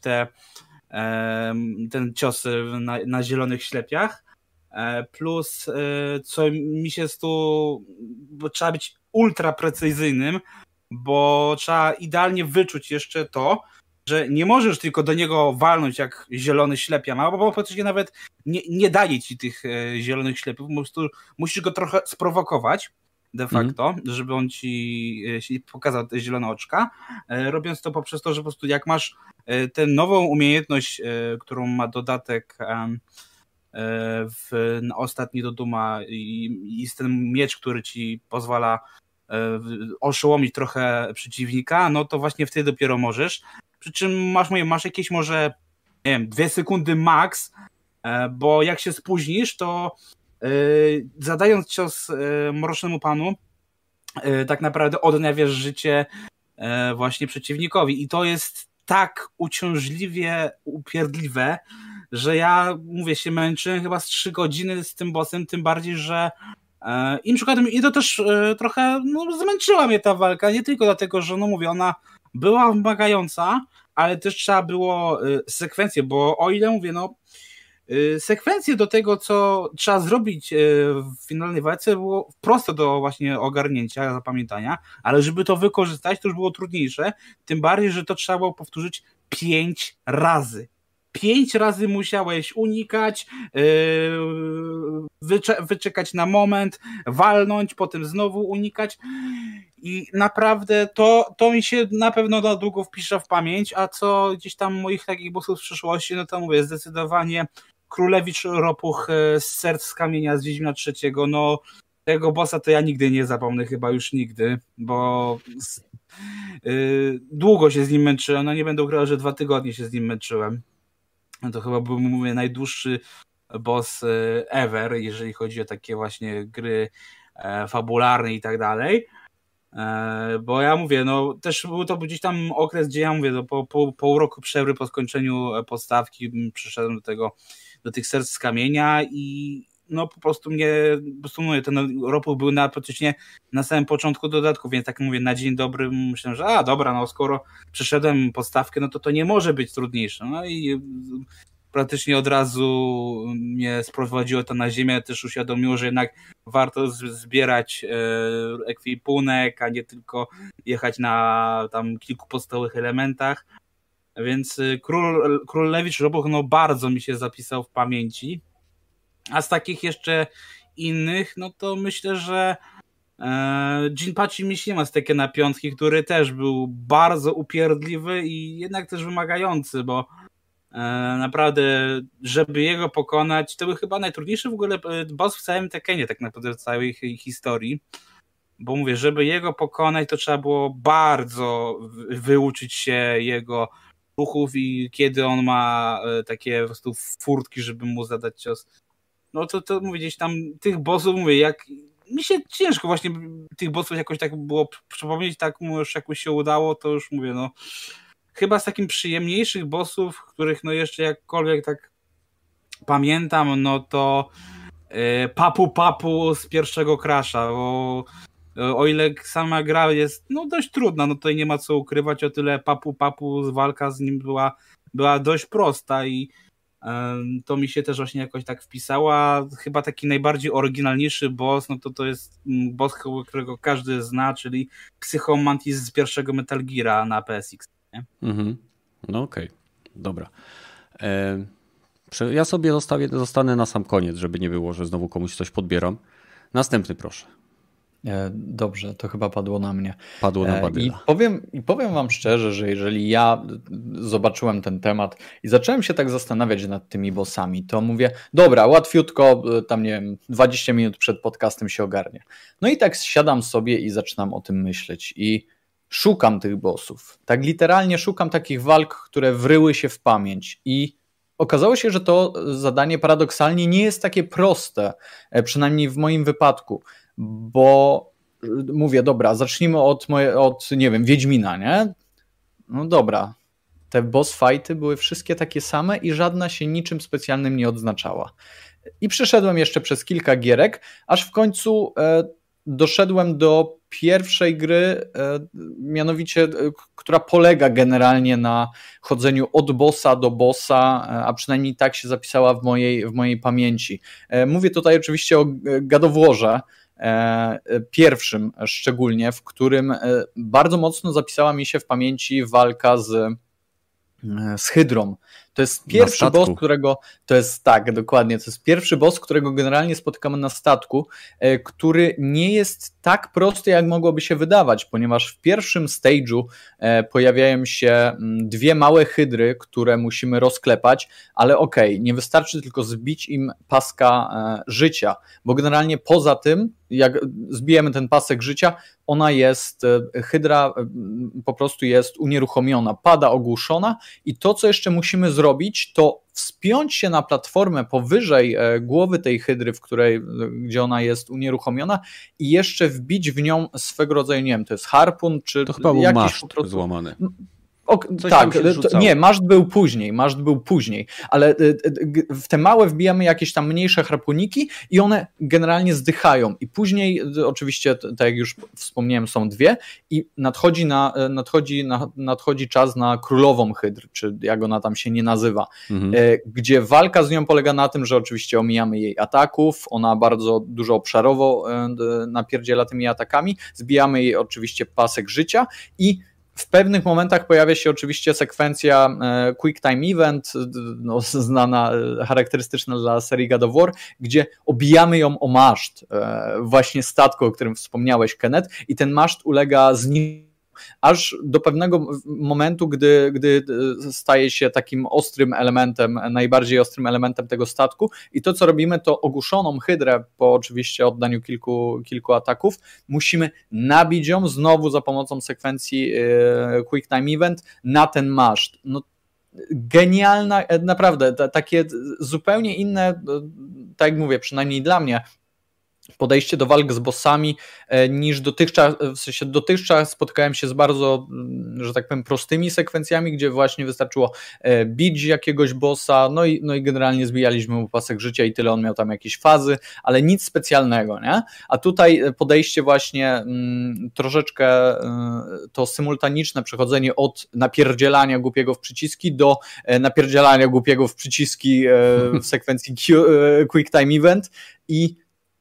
ten cios na zielonych ślepiach. Plus, co mi się bo trzeba być ultra precyzyjnym, bo trzeba idealnie wyczuć jeszcze to, że nie możesz tylko do niego walnąć jak zielony ślepian, bo praktycznie nawet nie daje ci tych zielonych ślepiów, po prostu musisz go trochę sprowokować de facto, żeby on ci pokazał te zielone oczka, robiąc to poprzez to, że po prostu jak masz tę nową umiejętność, którą ma dodatek ostatni do Duma i jest ten miecz, który ci pozwala oszołomić trochę przeciwnika, to właśnie wtedy dopiero możesz. Przy czym masz jakieś może, nie wiem, 2 sekundy max, bo jak się spóźnisz, to zadając cios Mrocznemu Panu, tak naprawdę odnawiasz życie właśnie przeciwnikowi i to jest tak uciążliwie upierdliwe, że ja, mówię, się męczyłem chyba z 3 godziny z tym bossem, tym bardziej, że i to też trochę zmęczyła mnie ta walka, nie tylko dlatego, że mówię, ona była wymagająca, ale też trzeba było sekwencje, bo o ile mówię, sekwencje do tego, co trzeba zrobić w finalnej walce było proste do właśnie ogarnięcia, zapamiętania, ale żeby to wykorzystać, to już było trudniejsze, tym bardziej, że to trzeba było powtórzyć 5 razy. 5 razy musiałeś unikać, wyczekać na moment, walnąć, potem znowu unikać i naprawdę to mi się na pewno na długo wpisze w pamięć, a co gdzieś tam moich takich bossów w przyszłości, no to mówię, zdecydowanie Królewicz Ropuch z Serc z Kamienia z Wiedźmina III, no tego bossa to ja nigdy nie zapomnę, chyba już nigdy, bo długo się z nim męczyłem, no nie będę ukrywał, że 2 tygodnie się z nim męczyłem. No to chyba był, mówię, najdłuższy boss ever, jeżeli chodzi o takie właśnie gry fabularne i tak dalej. Bo ja mówię, no też był to gdzieś tam okres, gdzie ja mówię, no, po pół roku przerwy po skończeniu podstawki przyszedłem do tych Serc z Kamienia i no po prostu mówię, ten Ropuch był praktycznie na samym początku dodatku, więc tak mówię, na dzień dobry myślałem, że dobra, no skoro przeszedłem podstawkę, no to nie może być trudniejsze. No i praktycznie od razu mnie sprowadziło to na ziemię, też uświadomiło, że jednak warto zbierać ekwipunek, a nie tylko jechać na tam kilku podstawowych elementach. Więc Królewicz Ropuch no bardzo mi się zapisał w pamięci. A z takich jeszcze innych, no to myślę, że Jinpachi Mishima z Tekkena 5, który też był bardzo upierdliwy i jednak też wymagający, bo naprawdę, żeby jego pokonać, to był chyba najtrudniejszy w ogóle boss w całym Tekkenie, tak naprawdę w całej historii, bo mówię, żeby jego pokonać, to trzeba było bardzo wyuczyć się jego ruchów i kiedy on ma takie po prostu furtki, żeby mu zadać cios. No to mówię, gdzieś tam tych bossów, mówię, jak mi się ciężko właśnie tych bossów jakoś tak było przypomnieć, tak mu już jakoś się udało, to już mówię, no chyba z takich przyjemniejszych bossów, których no jeszcze jakkolwiek tak pamiętam, no to Papu z pierwszego Crasha, bo o ile sama gra jest no dość trudna, no to nie ma co ukrywać, o tyle Papu walka z nim była dość prosta i to mi się też właśnie jakoś tak wpisała. Chyba taki najbardziej oryginalniejszy boss, no to jest boss, którego każdy zna, czyli Psychomantis z pierwszego Metal Geara na PSX. Nie? Mhm. No okej, dobra. Ja sobie zostanę na sam koniec, żeby nie było, że znowu komuś coś podbieram. Następny proszę. Dobrze, to chyba padło na mnie. Padło na Badyla. I powiem wam szczerze, że jeżeli ja zobaczyłem ten temat i zacząłem się tak zastanawiać nad tymi bossami, to mówię, dobra, łatwiutko, tam nie wiem, 20 minut przed podcastem się ogarnie. No i tak siadam sobie i zaczynam o tym myśleć i szukam tych bossów. Tak literalnie szukam takich walk, które wryły się w pamięć i okazało się, że to zadanie paradoksalnie nie jest takie proste, przynajmniej w moim wypadku, bo mówię, dobra, zacznijmy od nie wiem, Wiedźmina, nie? No dobra, te boss fighty były wszystkie takie same i żadna się niczym specjalnym nie odznaczała. I przeszedłem jeszcze przez kilka gierek, aż w końcu doszedłem do pierwszej gry, mianowicie, która polega generalnie na chodzeniu od bossa do bossa, a przynajmniej tak się zapisała w mojej pamięci. Mówię tutaj oczywiście o God of Warze, pierwszym szczególnie, w którym bardzo mocno zapisała mi się w pamięci walka z Hydrą. To jest pierwszy boss, którego to jest tak, dokładnie, to jest pierwszy boss, którego generalnie spotykamy na statku, który nie jest tak prosty, jak mogłoby się wydawać, ponieważ w pierwszym stage'u pojawiają się dwie małe hydry, które musimy rozklepać, ale nie wystarczy tylko zbić im paska życia, bo generalnie poza tym, jak zbijemy ten pasek życia, hydra po prostu jest unieruchomiona, pada ogłuszona i to, co jeszcze musimy zrobić, to wspiąć się na platformę powyżej głowy tej hydry, gdzie ona jest unieruchomiona i jeszcze wbić w nią swego rodzaju, nie wiem, to jest harpun, czy to chyba był jakiś maszt po prostu złamany. Tak, maszt był później, ale w te małe wbijamy jakieś tam mniejsze harpuniki i one generalnie zdychają i później oczywiście, tak jak już wspomniałem, są dwie i nadchodzi czas na królową hydr, czy jak ona tam się nie nazywa, gdzie walka z nią polega na tym, że oczywiście omijamy jej ataków, ona bardzo dużo obszarowo napierdziela tymi atakami, zbijamy jej oczywiście pasek życia i W pewnych momentach pojawia się oczywiście sekwencja Quick Time Event, no, znana, charakterystyczna dla serii God of War, gdzie obijamy ją o maszt, właśnie statku, o którym wspomniałeś, Kenneth, i ten maszt ulega zniszczeniu, aż do pewnego momentu, gdy staje się takim ostrym elementem, najbardziej ostrym elementem tego statku, i to, co robimy, to ogłuszoną hydrę, po oczywiście oddaniu kilku ataków, musimy nabić ją znowu za pomocą sekwencji Quick Time Event na ten maszt. No, genialna, naprawdę, takie zupełnie inne, tak jak mówię, przynajmniej dla mnie, podejście do walk z bossami niż dotychczas, w sensie dotychczas spotkałem się z bardzo, że tak powiem, prostymi sekwencjami, gdzie właśnie wystarczyło bić jakiegoś bossa, no i generalnie zbijaliśmy mu pasek życia i tyle, on miał tam jakieś fazy, ale nic specjalnego, nie? A tutaj podejście właśnie troszeczkę to symultaniczne przechodzenie od napierdzielania głupiego w przyciski do napierdzielania głupiego w przyciski w sekwencji Quick Time Event, i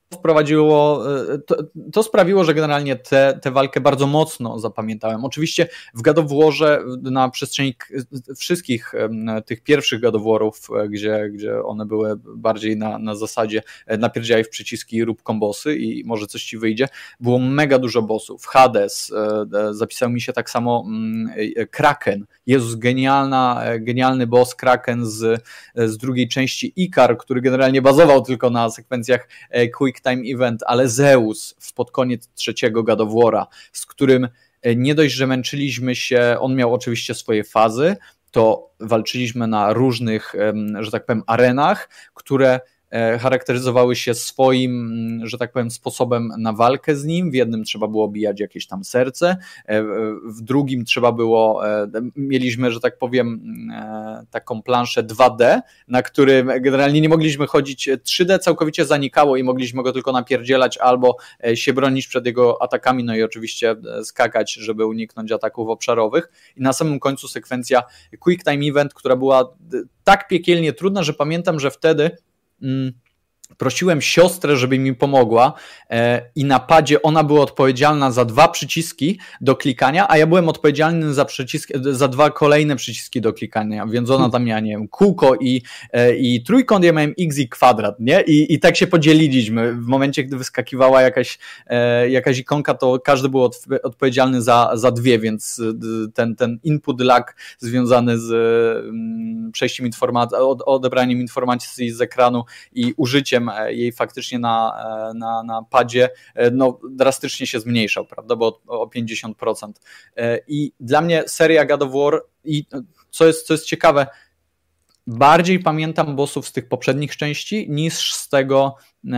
to sprawiło, że generalnie tę walkę bardzo mocno zapamiętałem. Oczywiście w God of Warze na przestrzeni wszystkich tych pierwszych God of Warów, gdzie one były bardziej na zasadzie napierdzielaj w przyciski i rób kombosy i może coś ci wyjdzie, było mega dużo bossów. Hades, zapisał mi się tak samo Kraken. Jezus, genialny boss Kraken z drugiej części, Ikar, który generalnie bazował tylko na sekwencjach Quick Time Event, ale Zeus pod koniec trzeciego God of War'a, z którym nie dość, że męczyliśmy się, on miał oczywiście swoje fazy, to walczyliśmy na różnych, że tak powiem, arenach, które charakteryzowały się swoim, że tak powiem, sposobem na walkę z nim. W jednym trzeba było bijać jakieś tam serce, w drugim mieliśmy, że tak powiem, taką planszę 2D, na którym generalnie nie mogliśmy chodzić, 3D całkowicie zanikało i mogliśmy go tylko napierdzielać albo się bronić przed jego atakami, no i oczywiście skakać, żeby uniknąć ataków obszarowych. I na samym końcu sekwencja Quick Time Event, która była tak piekielnie trudna, że pamiętam, że wtedy prosiłem siostrę, żeby mi pomogła i na padzie ona była odpowiedzialna za 2 przyciski do klikania, a ja byłem odpowiedzialny za 2 kolejne przyciski do klikania, więc ona tam miała, nie wiem, kółko i trójkąt, ja miałem x i kwadrat, nie? I tak się podzieliliśmy. W momencie, gdy wyskakiwała jakaś ikonka, to każdy był odpowiedzialny za 2, więc ten input lag związany z przejściem informacji, odebraniem informacji z ekranu i użyciem jej faktycznie na padzie, no drastycznie się zmniejszał, prawda, bo o 50%. I dla mnie seria God of War, i co jest ciekawe, bardziej pamiętam bossów z tych poprzednich części niż z tego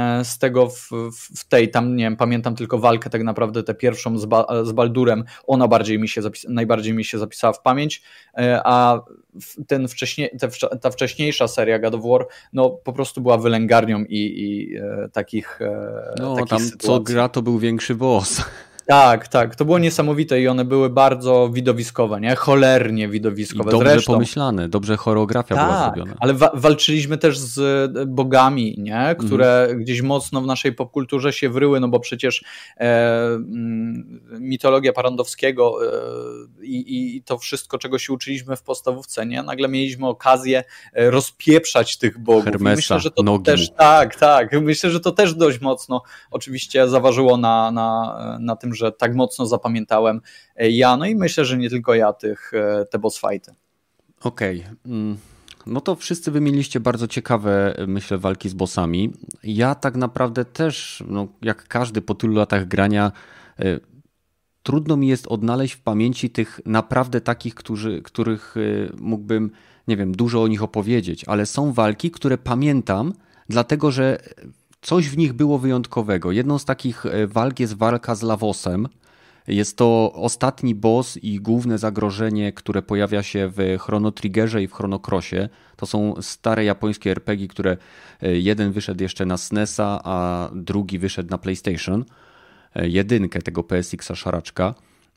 w tej, tam nie wiem, pamiętam tylko walkę tak naprawdę tę pierwszą z Baldurem, ona najbardziej mi się zapisała w pamięć, a ta wcześniejsza seria God of War, no po prostu była wylęgarnią i takich tam sytuacji. Co gra, to był większy boss. Tak, to było niesamowite i one były bardzo widowiskowe, nie? Cholernie widowiskowe. I dobrze zresztą pomyślane, dobrze choreografia była zrobiona. Ale walczyliśmy też z bogami, nie? Które gdzieś mocno w naszej popkulturze się wryły, no bo przecież mitologia Parandowskiego i to wszystko, czego się uczyliśmy w podstawówce, nie? Nagle mieliśmy okazję rozpieprzać tych bogów. Hermesa, myślę, że to nogi. też myślę, że to też dość mocno oczywiście zaważyło na tym, że tak mocno zapamiętałem ja, no i myślę, że nie tylko ja te boss fighty. Okej. No to wszyscy wymieniliście bardzo ciekawe, myślę, walki z bossami. Ja tak naprawdę też, no, jak każdy po tylu latach grania, trudno mi jest odnaleźć w pamięci tych naprawdę takich, których mógłbym, nie wiem, dużo o nich opowiedzieć, ale są walki, które pamiętam, dlatego że coś w nich było wyjątkowego. Jedną z takich walk jest walka z Lavosem. Jest to ostatni boss i główne zagrożenie, które pojawia się w Chrono Triggerze i w Chrono Crossie. To są stare japońskie RPG, które jeden wyszedł jeszcze na SNES-a, a drugi wyszedł na PlayStation. Jedynkę tego PSX-a szaraczka. I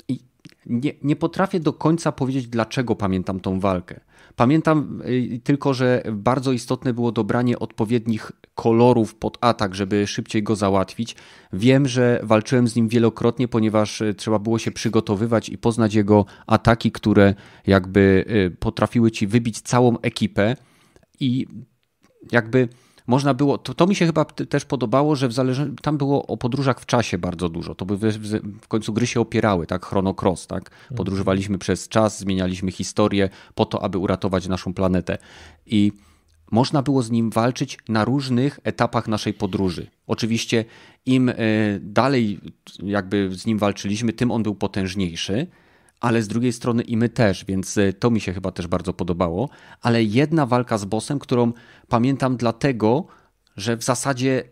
nie potrafię do końca powiedzieć, dlaczego pamiętam tą walkę. Pamiętam tylko, że bardzo istotne było dobranie odpowiednich kolorów pod atak, żeby szybciej go załatwić. Wiem, że walczyłem z nim wielokrotnie, ponieważ trzeba było się przygotowywać i poznać jego ataki, które jakby potrafiły ci wybić całą ekipę i jakby można było, to mi się chyba też podobało, że tam było o podróżach w czasie bardzo dużo. To by w końcu gry się opierały, tak? Chrono Cross, tak? Podróżowaliśmy przez czas, zmienialiśmy historię po to, aby uratować naszą planetę. I można było z nim walczyć na różnych etapach naszej podróży. Oczywiście im dalej jakby z nim walczyliśmy, tym on był potężniejszy, ale z drugiej strony i my też, więc to mi się chyba też bardzo podobało. Ale jedna walka z bossem, którą pamiętam dlatego, że w zasadzie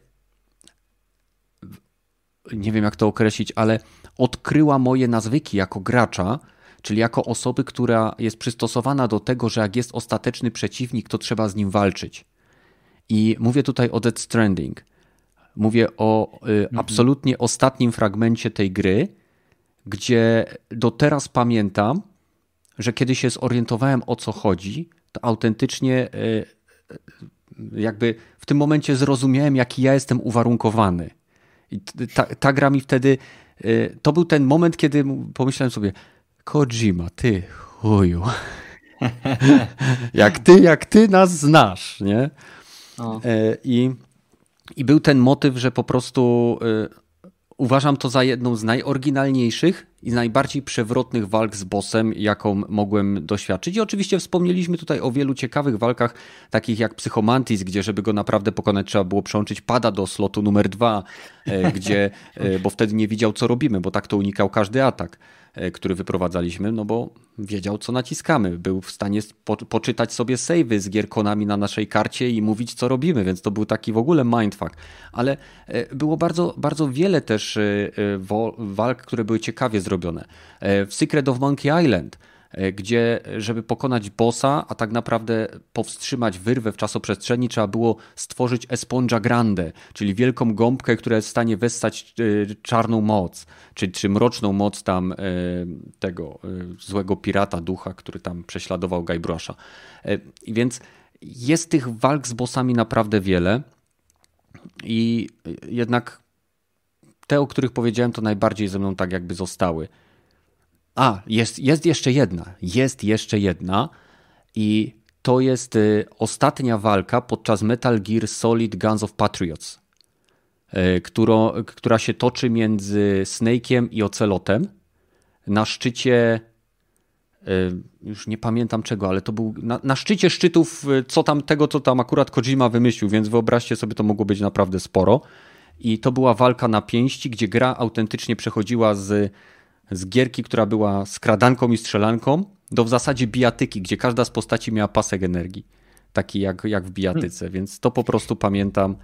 nie wiem jak to określić, ale odkryła moje nawyki jako gracza, czyli jako osoby, która jest przystosowana do tego, że jak jest ostateczny przeciwnik, to trzeba z nim walczyć. I mówię tutaj o Death Stranding. Mówię o absolutnie ostatnim fragmencie tej gry, gdzie do teraz pamiętam, że kiedy się zorientowałem, o co chodzi, to autentycznie jakby w tym momencie zrozumiałem, jaki ja jestem uwarunkowany. I ta gra mi wtedy, to był ten moment, kiedy pomyślałem sobie, Kojima, ty chuju, jak ty nas znasz, nie? I był ten motyw, że po prostu uważam to za jedną z najoryginalniejszych i najbardziej przewrotnych walk z bossem, jaką mogłem doświadczyć. I oczywiście wspomnieliśmy tutaj o wielu ciekawych walkach, takich jak Psychomantis, gdzie żeby go naprawdę pokonać trzeba było przełączyć pada do slotu numer 2, gdzie, bo wtedy nie widział co robimy, bo tak to unikał każdy atak, który wyprowadzaliśmy, no bo wiedział co naciskamy. Był w stanie poczytać sobie save'y z gier Konami na naszej karcie i mówić co robimy, więc to był taki w ogóle mindfuck. Ale było bardzo, bardzo wiele też walk, które były ciekawie zrobione. W Secret of Monkey Island, gdzie żeby pokonać bossa, a tak naprawdę powstrzymać wyrwę w czasoprzestrzeni, trzeba było stworzyć Esponja Grande, czyli wielką gąbkę, która jest w stanie wessać czarną moc, czy mroczną moc tam tego złego pirata, ducha, który tam prześladował Guybrush'a. Więc jest tych walk z bossami naprawdę wiele i jednak te, o których powiedziałem, to najbardziej ze mną tak jakby zostały. Jest jeszcze jedna i to jest ostatnia walka podczas Metal Gear Solid Guns of Patriots, która się toczy między Snake'iem i Ocelotem na szczycie, już nie pamiętam czego, ale to był na szczycie szczytów co tam akurat Kojima wymyślił, więc wyobraźcie sobie, to mogło być naprawdę sporo. I to była walka na pięści, gdzie gra autentycznie przechodziła z gierki, która była skradanką i strzelanką, do w zasadzie bijatyki, gdzie każda z postaci miała pasek energii. Taki jak w bijatyce, więc to po prostu pamiętam.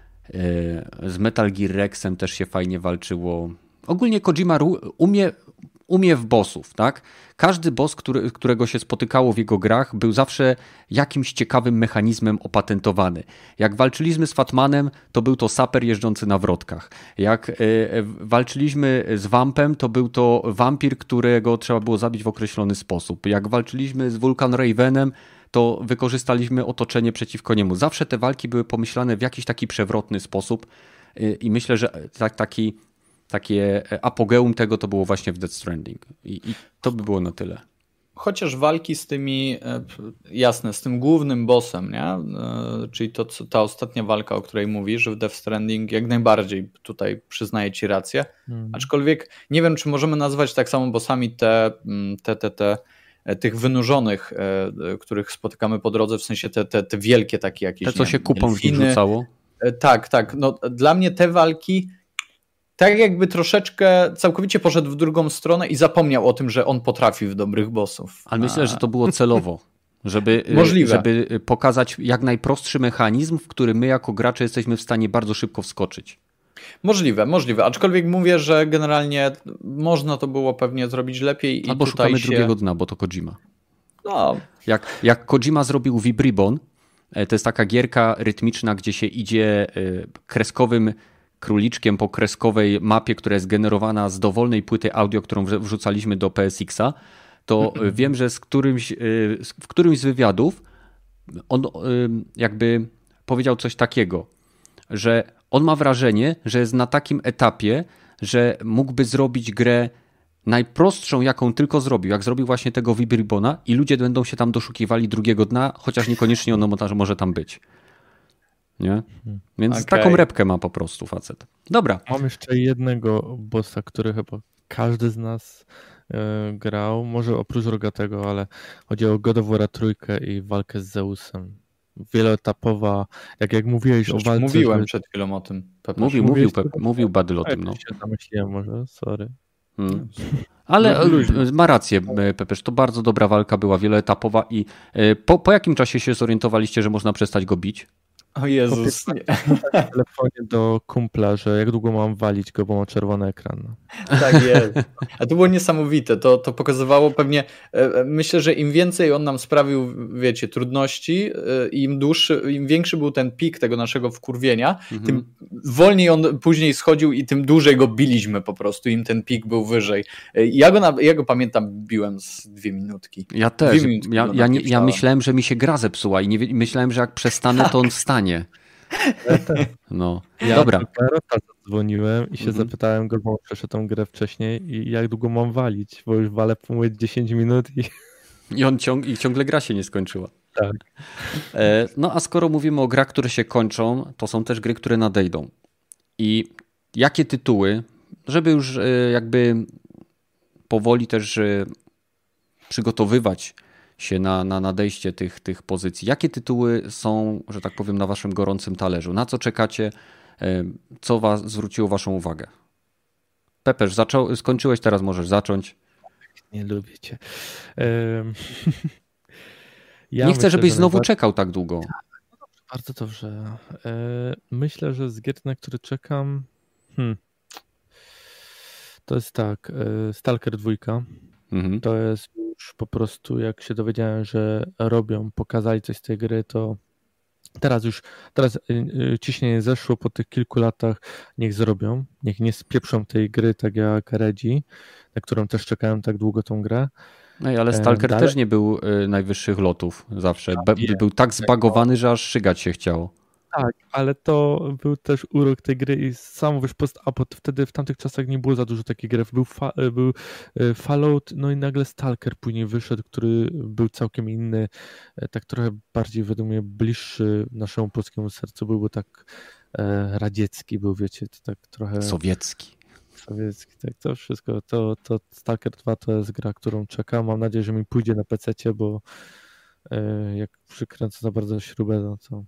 Z Metal Gear Rexem też się fajnie walczyło. Ogólnie Kojima umie w bossów, tak? Każdy boss, którego się spotykało w jego grach, był zawsze jakimś ciekawym mechanizmem opatentowany. Jak walczyliśmy z Fatmanem, to był to saper jeżdżący na wrotkach. Jak walczyliśmy z Vampem, to był to wampir, którego trzeba było zabić w określony sposób. Jak walczyliśmy z Vulcan Ravenem, to wykorzystaliśmy otoczenie przeciwko niemu. Zawsze te walki były pomyślane w jakiś taki przewrotny sposób i myślę, że takie apogeum tego to było właśnie w Death Stranding. I to by było na tyle. Chociaż walki z tymi, jasne, z tym głównym bossem, nie? Czyli ta ostatnia walka, o której mówisz w Death Stranding, jak najbardziej tutaj przyznaję ci rację. Aczkolwiek nie wiem, czy możemy nazwać tak samo bossami tych wynurzonych, których spotykamy po drodze, w sensie te wielkie takie jakieś. Te, co się kupą wrzucało. Tak. No, dla mnie te walki tak jakby troszeczkę całkowicie poszedł w drugą stronę i zapomniał o tym, że on potrafi w dobrych bossów. Ale myślę, że to było celowo, żeby pokazać jak najprostszy mechanizm, w który my jako gracze jesteśmy w stanie bardzo szybko wskoczyć. Możliwe. Aczkolwiek mówię, że generalnie można to było pewnie zrobić lepiej. Albo szukamy drugiego dna, bo to Kojima. No. Jak Kojima zrobił Vibribon, to jest taka gierka rytmiczna, gdzie się idzie króliczkiem po kreskowej mapie, która jest generowana z dowolnej płyty audio, którą wrzucaliśmy do PSX-a, to wiem, że w którymś z wywiadów on jakby powiedział coś takiego, że on ma wrażenie, że jest na takim etapie, że mógłby zrobić grę najprostszą, jaką tylko zrobił, jak zrobił właśnie tego Vibribona i ludzie będą się tam doszukiwali drugiego dna, chociaż niekoniecznie ono może tam być. Nie? Więc taką repkę ma po prostu facet. Dobra. Mam jeszcze jednego bossa, który chyba każdy z nas grał, może oprócz Rogatego, ale chodzi o God of War trójkę i walkę z Zeusem. Wieloetapowa, jak mówiłeś o walce... Mówiłem przed chwilą o tym. Mówił Badyl o tym. No. się zamyśliłem może, sorry. Ale ma rację, Pepesz, to bardzo dobra walka była, wieloetapowa i po jakim czasie się zorientowaliście, że można przestać go bić? O Jezus. W telefonie do kumpla, że jak długo mam walić go, bo ma czerwony ekran. Tak jest. A to było niesamowite. To pokazywało pewnie, myślę, że im więcej on nam sprawił, wiecie, trudności, im większy był ten pik tego naszego wkurwienia, tym wolniej on później schodził i tym dłużej go biliśmy po prostu, im ten pik był wyżej. Ja go pamiętam, biłem z 2 minutki. Ja też. Ja myślałem, że mi się gra zepsuła i myślałem, że jak przestanę, to on wstanie. No, dobra. Ja zadzwoniłem i się zapytałem go, bo przeszedł tą grę wcześniej i jak długo mam walić, bo już walę mówię 10 minut i on ciągle gra się nie skończyła. Tak. No a skoro mówimy o grach, które się kończą, to są też gry, które nadejdą. I jakie tytuły, żeby już jakby powoli też przygotowywać się na nadejście tych pozycji. Jakie tytuły są, że tak powiem, na waszym gorącym talerzu? Na co czekacie? Co zwróciło waszą uwagę? Pepesz, skończyłeś, teraz możesz zacząć. Nie lubię cię. Nie chcę, żebyś znowu czekał tak długo. Bardzo dobrze. Myślę, że z gier, na które czekam, to jest tak, Stalker 2. To jest już po prostu, jak się dowiedziałem, że pokazali coś z tej gry, to teraz ciśnienie zeszło po tych kilku latach, niech zrobią, niech nie spieprzą tej gry tak jak Redzi, na którą też czekałem tak długo tą grę. No ale Stalker też nie był najwyższych lotów zawsze. Był tak zbagowany, że aż szygać się chciało. Tak, ale to był też urok tej gry i sam wiesz, wtedy w tamtych czasach nie było za dużo takich gier. Był Fallout, no i nagle Stalker później wyszedł, który był całkiem inny, tak trochę bardziej według mnie bliższy naszemu polskiemu sercu, był tak radziecki, był, wiecie, to tak trochę... Sowiecki, tak, to wszystko, to Stalker 2 to jest gra, którą czekam, mam nadzieję, że mi pójdzie na PC-cie, bo jak przykręcę za bardzo śrubę, no to...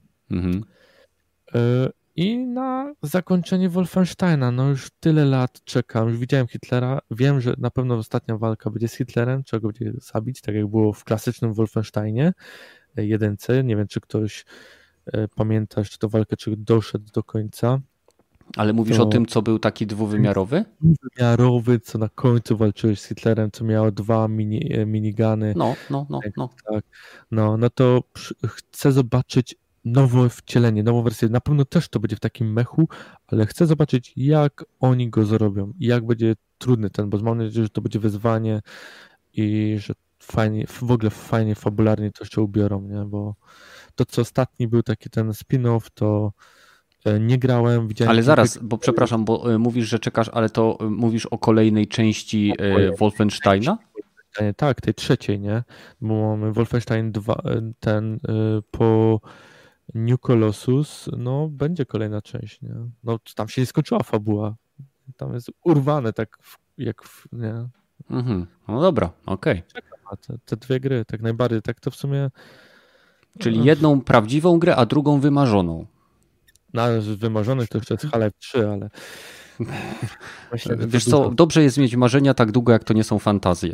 I na zakończenie Wolfensteina, no już tyle lat czekam, już widziałem Hitlera, wiem, że na pewno ostatnia walka będzie z Hitlerem, trzeba go będzie zabić, tak jak było w klasycznym Wolfensteinie 1, nie wiem, czy ktoś pamięta jeszcze tę walkę, czy doszedł do końca. Ale mówisz o tym, co był taki dwuwymiarowy? Dwuwymiarowy, co na końcu walczyłeś z Hitlerem, co miało 2 minigany. No. Tak. No to chcę zobaczyć nowe wcielenie, nową wersję. Na pewno też to będzie w takim mechu, ale chcę zobaczyć, jak oni go zrobią i jak będzie trudny ten boss. Mam nadzieję, że to będzie wyzwanie i że fajnie, w ogóle fajnie, fabularnie to jeszcze ubiorą, nie? Bo to, co ostatni był taki ten spin-off, to nie grałem. Ale zaraz, bo przepraszam, bo mówisz, że czekasz, ale to mówisz o kolejnej części Wolfensteina? Tak, tej trzeciej, nie? Bo mamy Wolfenstein 2, po New Colossus, no będzie kolejna część, nie? No tam się nie skończyła fabuła. Tam jest urwane tak nie? No dobra, okej. Czekam na te 2 gry, tak najbardziej, tak to w sumie... Czyli jedną prawdziwą grę, a drugą wymarzoną. No, z wymarzonych to jeszcze jest Half-Life 3, ale... Myślę, wiesz co, dobrze jest mieć marzenia tak długo, jak to nie są fantazje.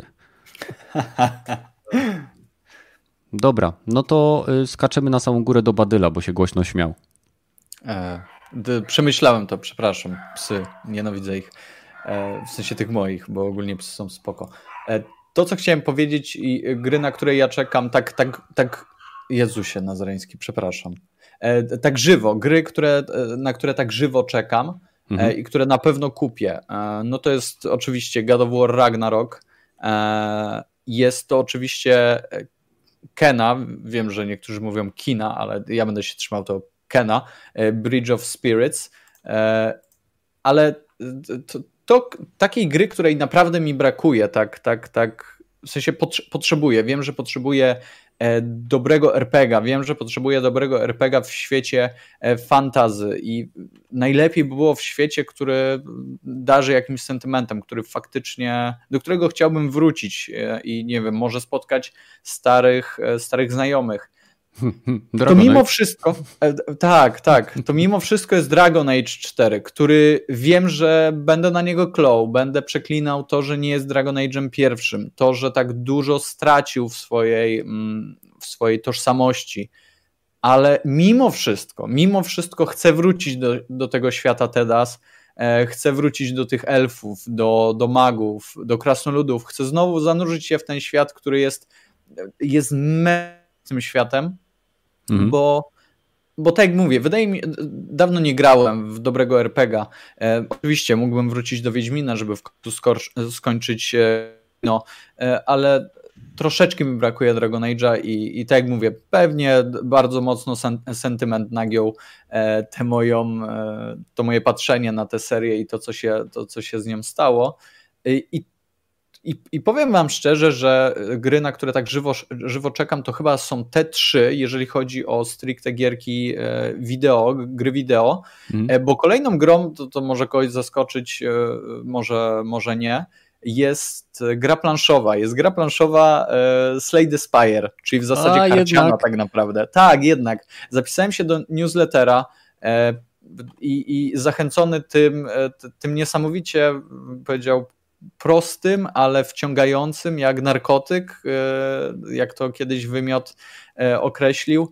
Dobra, no to skaczemy na samą górę do Badyla, bo się głośno śmiał. Przemyślałem to, przepraszam, psy, nienawidzę ich. W sensie tych moich, bo ogólnie psy są spoko. To, co chciałem powiedzieć i gry, na które ja czekam, tak Jezusie Nazareński, przepraszam. Tak żywo, gry, na które tak żywo czekam, i które na pewno kupię, no to jest oczywiście God of War Ragnarok. Jest to oczywiście Kena, wiem, że niektórzy mówią Kina, ale ja będę się trzymał to Kena, Bridge of Spirits, ale to takiej gry, której naprawdę mi brakuje, w sensie potrzebuję, wiem, że potrzebuję dobrego RPG-a, wiem, że potrzebuję dobrego RPG-a w świecie fantasy i najlepiej by było w świecie, który darzy jakimś sentymentem, który faktycznie, do którego chciałbym wrócić i nie wiem, może spotkać starych znajomych. To mimo wszystko, to mimo wszystko jest Dragon Age 4, który wiem, że będę na niego klął, będę przeklinał to, że nie jest Dragon Age'em pierwszym, to, że tak dużo stracił w swojej tożsamości, ale mimo wszystko chcę wrócić do tego świata Tedas, chcę wrócić do tych elfów, do magów, do krasnoludów, chcę znowu zanurzyć się w ten świat, który jest tym światem, bo tak jak mówię, wydaje mi się, dawno nie grałem w dobrego RPG-a. Oczywiście mógłbym wrócić do Wiedźmina, żeby w końcu skończyć, ale troszeczkę mi brakuje Dragon Age'a i tak jak mówię, pewnie bardzo mocno sentyment nagiął to moje patrzenie na tę serię i to, co się z nią stało. I powiem wam szczerze, że gry, na które tak żywo czekam, to chyba są te 3, jeżeli chodzi o stricte gierki gry wideo, bo kolejną grą, to może kogoś zaskoczyć, może nie, jest gra planszowa. Jest gra planszowa Slay the Spire, czyli w zasadzie karciana tak naprawdę. Tak, jednak. Zapisałem się do newslettera i zachęcony tym niesamowicie, powiedział, prostym, ale wciągającym jak narkotyk, jak to kiedyś Wymiot określił,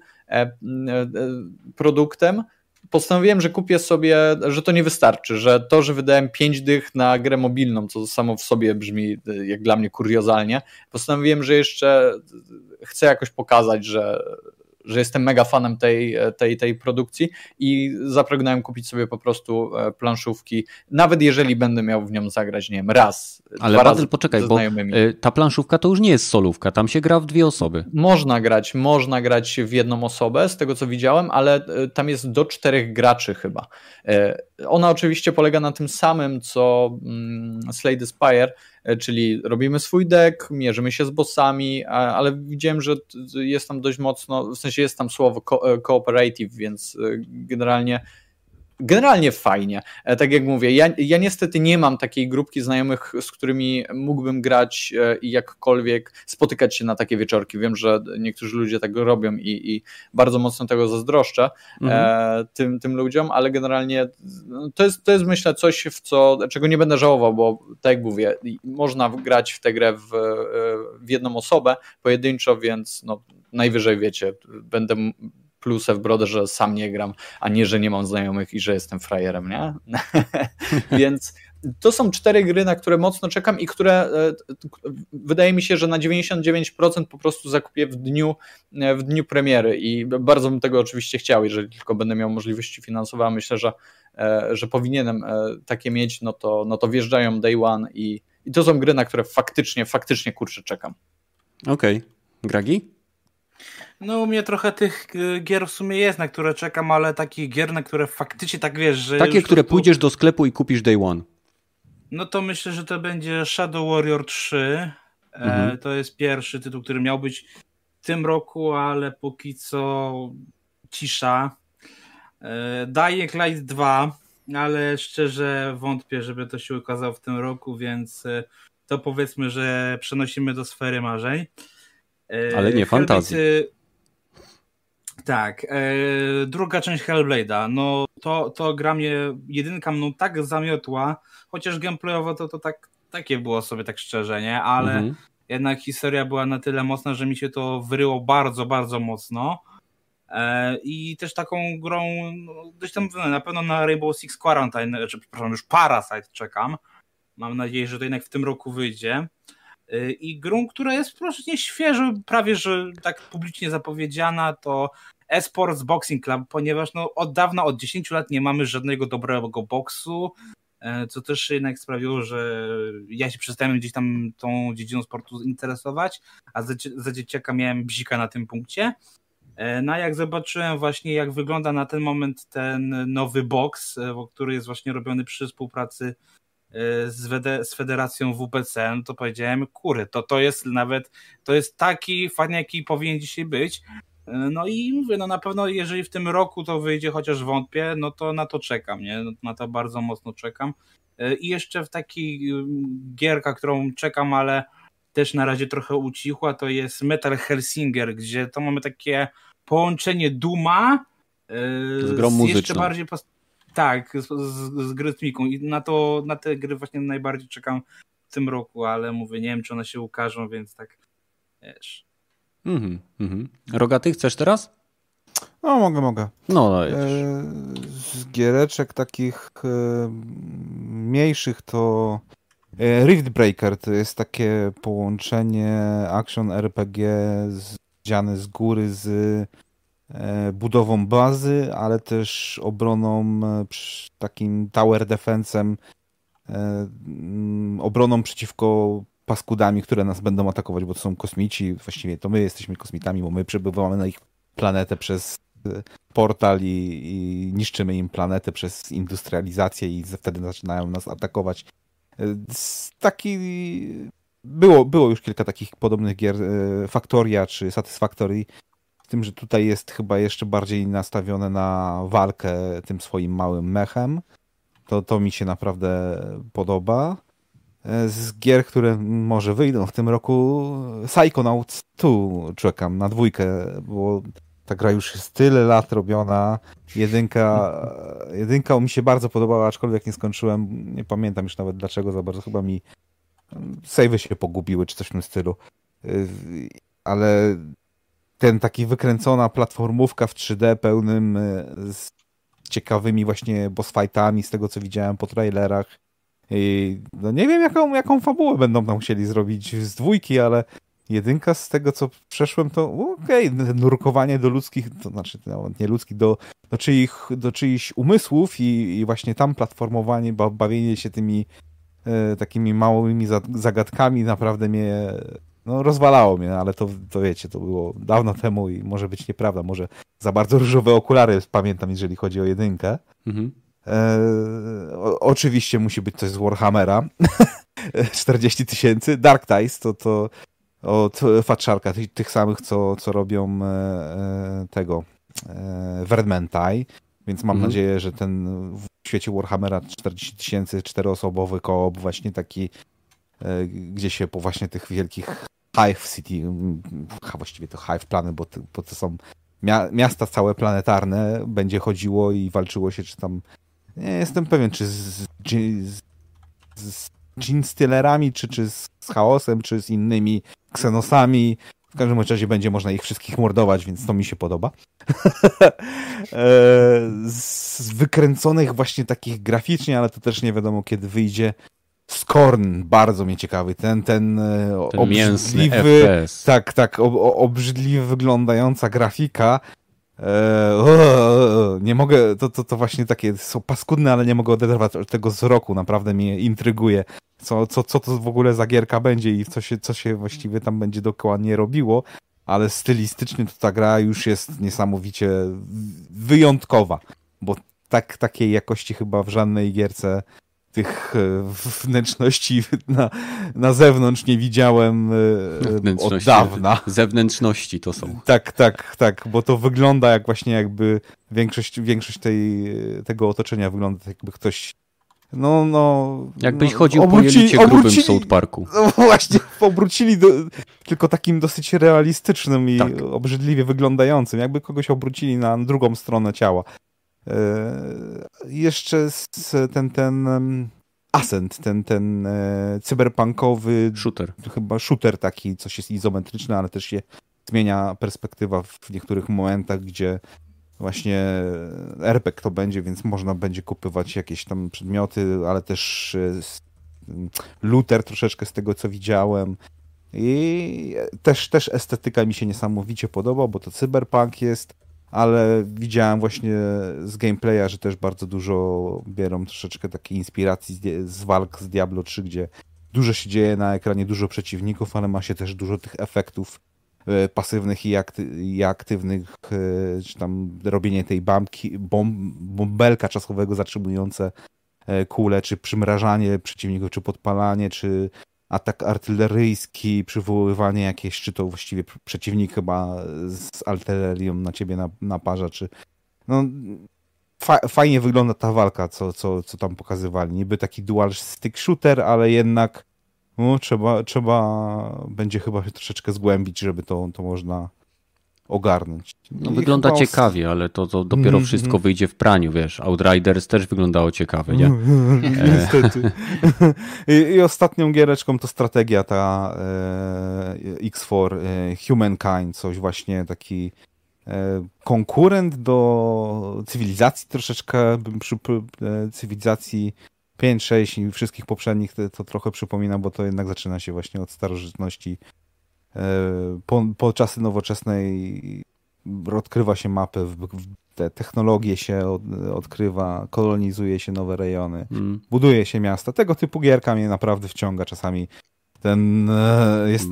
produktem. Postanowiłem, że kupię sobie, że to nie wystarczy, że to, że wydałem 5 dych na grę mobilną, co samo w sobie brzmi jak dla mnie kuriozalnie, postanowiłem, że jeszcze chcę jakoś pokazać, że jestem mega fanem tej produkcji i zapragnąłem kupić sobie po prostu planszówki, nawet jeżeli będę miał w nią zagrać, nie wiem, raz, ale 2 razy poczekaj, ze bo znajomymi. Ta planszówka to już nie jest solówka, tam się gra w 2 osoby. Można grać w jedną osobę, z tego co widziałem, ale tam jest do 4 graczy chyba. Ona oczywiście polega na tym samym, co Slay the Spire, czyli robimy swój deck, mierzymy się z bossami, ale widziałem, że jest tam dość mocno, w sensie jest tam słowo cooperative, więc generalnie fajnie. Tak jak mówię, ja niestety nie mam takiej grupki znajomych, z którymi mógłbym grać i jakkolwiek spotykać się na takie wieczorki. Wiem, że niektórzy ludzie tak robią i bardzo mocno tego zazdroszczę tym ludziom, ale generalnie to jest myślę coś, czego nie będę żałował, bo tak jak mówię, można grać w tę grę w jedną osobę pojedynczo, więc najwyżej wiecie, będę plusę w brodę, że sam nie gram, a nie, że nie mam znajomych i że jestem frajerem, nie? Więc to są 4 gry, na które mocno czekam i które wydaje mi się, że na 99% po prostu zakupię w dniu premiery i bardzo bym tego oczywiście chciał, jeżeli tylko będę miał możliwości finansowe, a myślę, że powinienem takie mieć, no to wjeżdżają day one i to są gry, na które faktycznie kurczę czekam. Okej. Gragi? No u mnie trochę tych gier w sumie jest, na które czekam, ale takich gier, na które faktycznie tak wiesz, że... Takie, które pójdziesz do sklepu i kupisz day one. No to myślę, że to będzie Shadow Warrior 3. To jest pierwszy tytuł, który miał być w tym roku, ale póki co cisza. Dying Light 2, ale szczerze wątpię, żeby to się ukazało w tym roku, więc to powiedzmy, że przenosimy do sfery marzeń. Ale nie fantazji. Tak. Druga część Hellblade'a. No to gra mnie jedynka mną tak zamiotła, chociaż gameplayowo to takie było sobie tak szczerze, nie? Ale jednak historia była na tyle mocna, że mi się to wyryło bardzo, bardzo mocno. I też taką grą dość tam na pewno na Rainbow Six Quarantine, przepraszam, już Parasite czekam. Mam nadzieję, że to jednak w tym roku wyjdzie. I grą, która jest proszę świeżo, prawie że tak publicznie zapowiedziana, to Esports Boxing Club, ponieważ no od dawna, od 10 lat nie mamy żadnego dobrego boksu, co też jednak sprawiło, że ja się przestałem gdzieś tam tą dziedziną sportu interesować, a za dzieciaka miałem bzika na tym punkcie. No a jak zobaczyłem właśnie, jak wygląda na ten moment ten nowy boks, który jest właśnie robiony przy współpracy z federacją WPC, no to powiedziałem, to jest taki fajny, jaki powinien dzisiaj być. No i mówię, no na pewno jeżeli w tym roku to wyjdzie, chociaż wątpię, no to na to czekam, nie? Na to bardzo mocno czekam. I jeszcze w takiej gierka, którą czekam, ale też na razie trochę ucichła, to jest Metal Hellsinger, gdzie to mamy takie połączenie Duma z grą muzyczną. Jeszcze bardziej tak, z rytmiką i na te gry właśnie najbardziej czekam w tym roku, ale mówię, nie wiem, czy one się ukażą, więc tak, wiesz. Rogaty, chcesz teraz? No, mogę. No, z giereczek takich mniejszych to Rift Breaker to jest takie połączenie action RPG zdziane z góry z budową bazy, ale też obroną, takim tower defensem, obroną przeciwko paskudami, które nas będą atakować, bo to są kosmici, właściwie to my jesteśmy kosmitami, bo my przebywamy na ich planetę przez portal i niszczymy im planetę przez industrializację i wtedy zaczynają nas atakować. Było już kilka takich podobnych gier, Factoria czy Satisfactory, z tym, że tutaj jest chyba jeszcze bardziej nastawione na walkę tym swoim małym mechem. To mi się naprawdę podoba. Z gier, które może wyjdą w tym roku, Psychonauts 2 czekam na 2, bo ta gra już jest tyle lat robiona. Jedynka mi się bardzo podobała, aczkolwiek nie skończyłem. Nie pamiętam już nawet dlaczego za bardzo. Chyba mi save'y się pogubiły, czy coś w tym stylu. Ale ten taki wykręcona platformówka w 3D pełnym z ciekawymi właśnie boss fightami, z tego co widziałem po trailerach. I no nie wiem jaką fabułę będą tam chcieli zrobić z 2, ale jedynka z tego co przeszłem to okej, nurkowanie do ludzkich, to znaczy nawet nie ludzkich, do czyichś umysłów i właśnie tam platformowanie, bawienie się tymi takimi małymi zagadkami naprawdę mnie rozwalało mnie, ale to wiecie, to było dawno temu i może być nieprawda, może za bardzo różowe okulary pamiętam, jeżeli chodzi o jedynkę. Oczywiście musi być coś z Warhammera 40 000. Dark Ties to od Fat Sharka, tych samych co robią tego Vermintide, więc mam nadzieję, że ten w świecie Warhammera 40 000 4-osobowy koop właśnie taki, gdzie się po właśnie tych wielkich Hive City, właściwie to Hive Plany, bo to są miasta całe planetarne, będzie chodziło i walczyło się, czy tam nie jestem pewien, czy z Gene-Stealerami, czy z Chaosem, czy z innymi Xenosami. W każdym razie będzie można ich wszystkich mordować, więc to mi się podoba. Z wykręconych właśnie takich graficznie, ale to też nie wiadomo kiedy wyjdzie. Scorn, bardzo mnie ciekawy. Ten obrzydliwy, tak, obrzydliwie wyglądająca grafika. Nie mogę, to właśnie takie są paskudne, ale nie mogę oderwać od tego wzroku, naprawdę mnie intryguje, co to w ogóle za gierka będzie i co się właściwie tam będzie dokładnie robiło, ale stylistycznie to ta gra już jest niesamowicie wyjątkowa, bo takiej jakości chyba w żadnej gierce tych wnętrzności na zewnątrz nie widziałem od dawna. Zewnętrzności to są. Tak, bo to wygląda jak właśnie jakby większość tego otoczenia wygląda tak jakby ktoś jakbyś chodził po jelicie grubym w South Parku. No właśnie, obrócili tylko takim dosyć realistycznym i obrzydliwie wyglądającym, jakby kogoś obrócili na drugą stronę ciała. Jeszcze ten Ascent, ten cyberpunkowy chyba shooter taki, coś jest izometryczny, ale też się zmienia perspektywa w niektórych momentach, gdzie właśnie RPG to będzie, więc można będzie kupywać jakieś tam przedmioty, ale też looter troszeczkę z tego co widziałem. I też estetyka mi się niesamowicie podoba, bo to cyberpunk jest. ale widziałem właśnie z gameplaya, że też bardzo dużo biorą troszeczkę takiej inspiracji z walk z Diablo 3, gdzie dużo się dzieje na ekranie, dużo przeciwników, ale ma się też dużo tych efektów pasywnych i aktywnych, czy tam robienie tej bąbelka czasowego zatrzymujące kule, czy przymrażanie przeciwników, czy podpalanie, czy atak artyleryjski, przywoływanie jakieś, czy to właściwie przeciwnik chyba z artylerią na ciebie naparza, czy no fajnie wygląda ta walka, co tam pokazywali. Niby taki dual stick shooter, ale jednak no, trzeba będzie chyba się troszeczkę zgłębić, żeby to można ogarnąć. No, wygląda ciekawie, ale to dopiero wszystko wyjdzie w praniu, wiesz. Outriders też wyglądało ciekawe, nie? Niestety. I ostatnią giereczką to strategia ta X4 Humankind, coś właśnie taki konkurent do cywilizacji troszeczkę, cywilizacji 5, 6 i wszystkich poprzednich to trochę przypomina, bo to jednak zaczyna się właśnie od starożytności. Po czasy nowoczesnej odkrywa się mapę, te technologie się odkrywa, kolonizuje się nowe rejony, buduje się miasta. Tego typu gierka mnie naprawdę wciąga czasami. Jest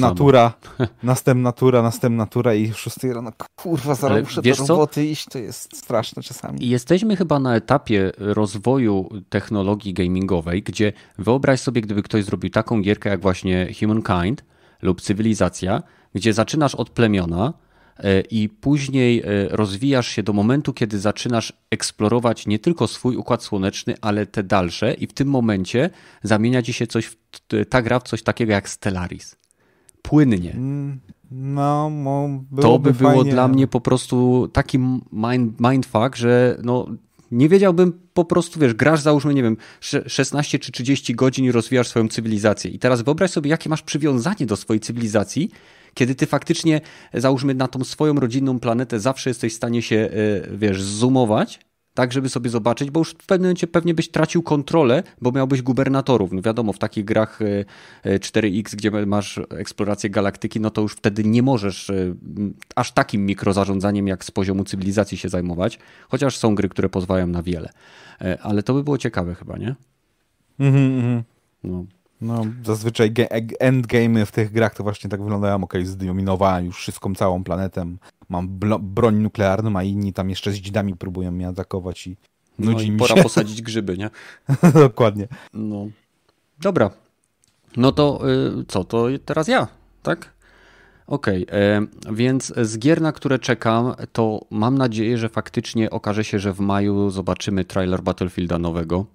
następna tura i 6 rano, kurwa, zaraz muszę do roboty iść, to jest straszne czasami. Jesteśmy chyba na etapie rozwoju technologii gamingowej, gdzie wyobraź sobie, gdyby ktoś zrobił taką gierkę jak właśnie Humankind lub Cywilizacja, gdzie zaczynasz od plemiona i później rozwijasz się do momentu, kiedy zaczynasz eksplorować nie tylko swój układ słoneczny, ale te dalsze i w tym momencie zamienia ci się ta gra w coś takiego jak Stellaris. Płynnie. No, to by było fajnie. dla mnie po prostu taki mindfuck, że no nie wiedziałbym po prostu, wiesz, grasz załóżmy, nie wiem, 16 czy 30 godzin i rozwijasz swoją cywilizację. I teraz wyobraź sobie, jakie masz przywiązanie do swojej cywilizacji, kiedy ty faktycznie, załóżmy, na tą swoją rodzinną planetę zawsze jesteś w stanie się, wiesz, zoomować, tak, żeby sobie zobaczyć, bo już w pewnym momencie pewnie byś tracił kontrolę, bo miałbyś gubernatorów. No wiadomo, w takich grach 4X, gdzie masz eksplorację galaktyki, no to już wtedy nie możesz aż takim mikrozarządzaniem jak z poziomu cywilizacji się zajmować, chociaż są gry, które pozwalają na wiele. Ale to by było ciekawe chyba, nie? No, zazwyczaj endgame w tych grach to właśnie tak wyglądają, zdominowałem już wszystką całą planetę, mam broń nuklearną, a inni tam jeszcze z dzidami próbują mnie atakować i nudzi mi się. Pora posadzić grzyby, nie? Dokładnie. No. Dobra. No to co? To teraz ja, tak? Okej, więc z gier, na które czekam, to mam nadzieję, że faktycznie okaże się, że w maju zobaczymy trailer Battlefielda nowego.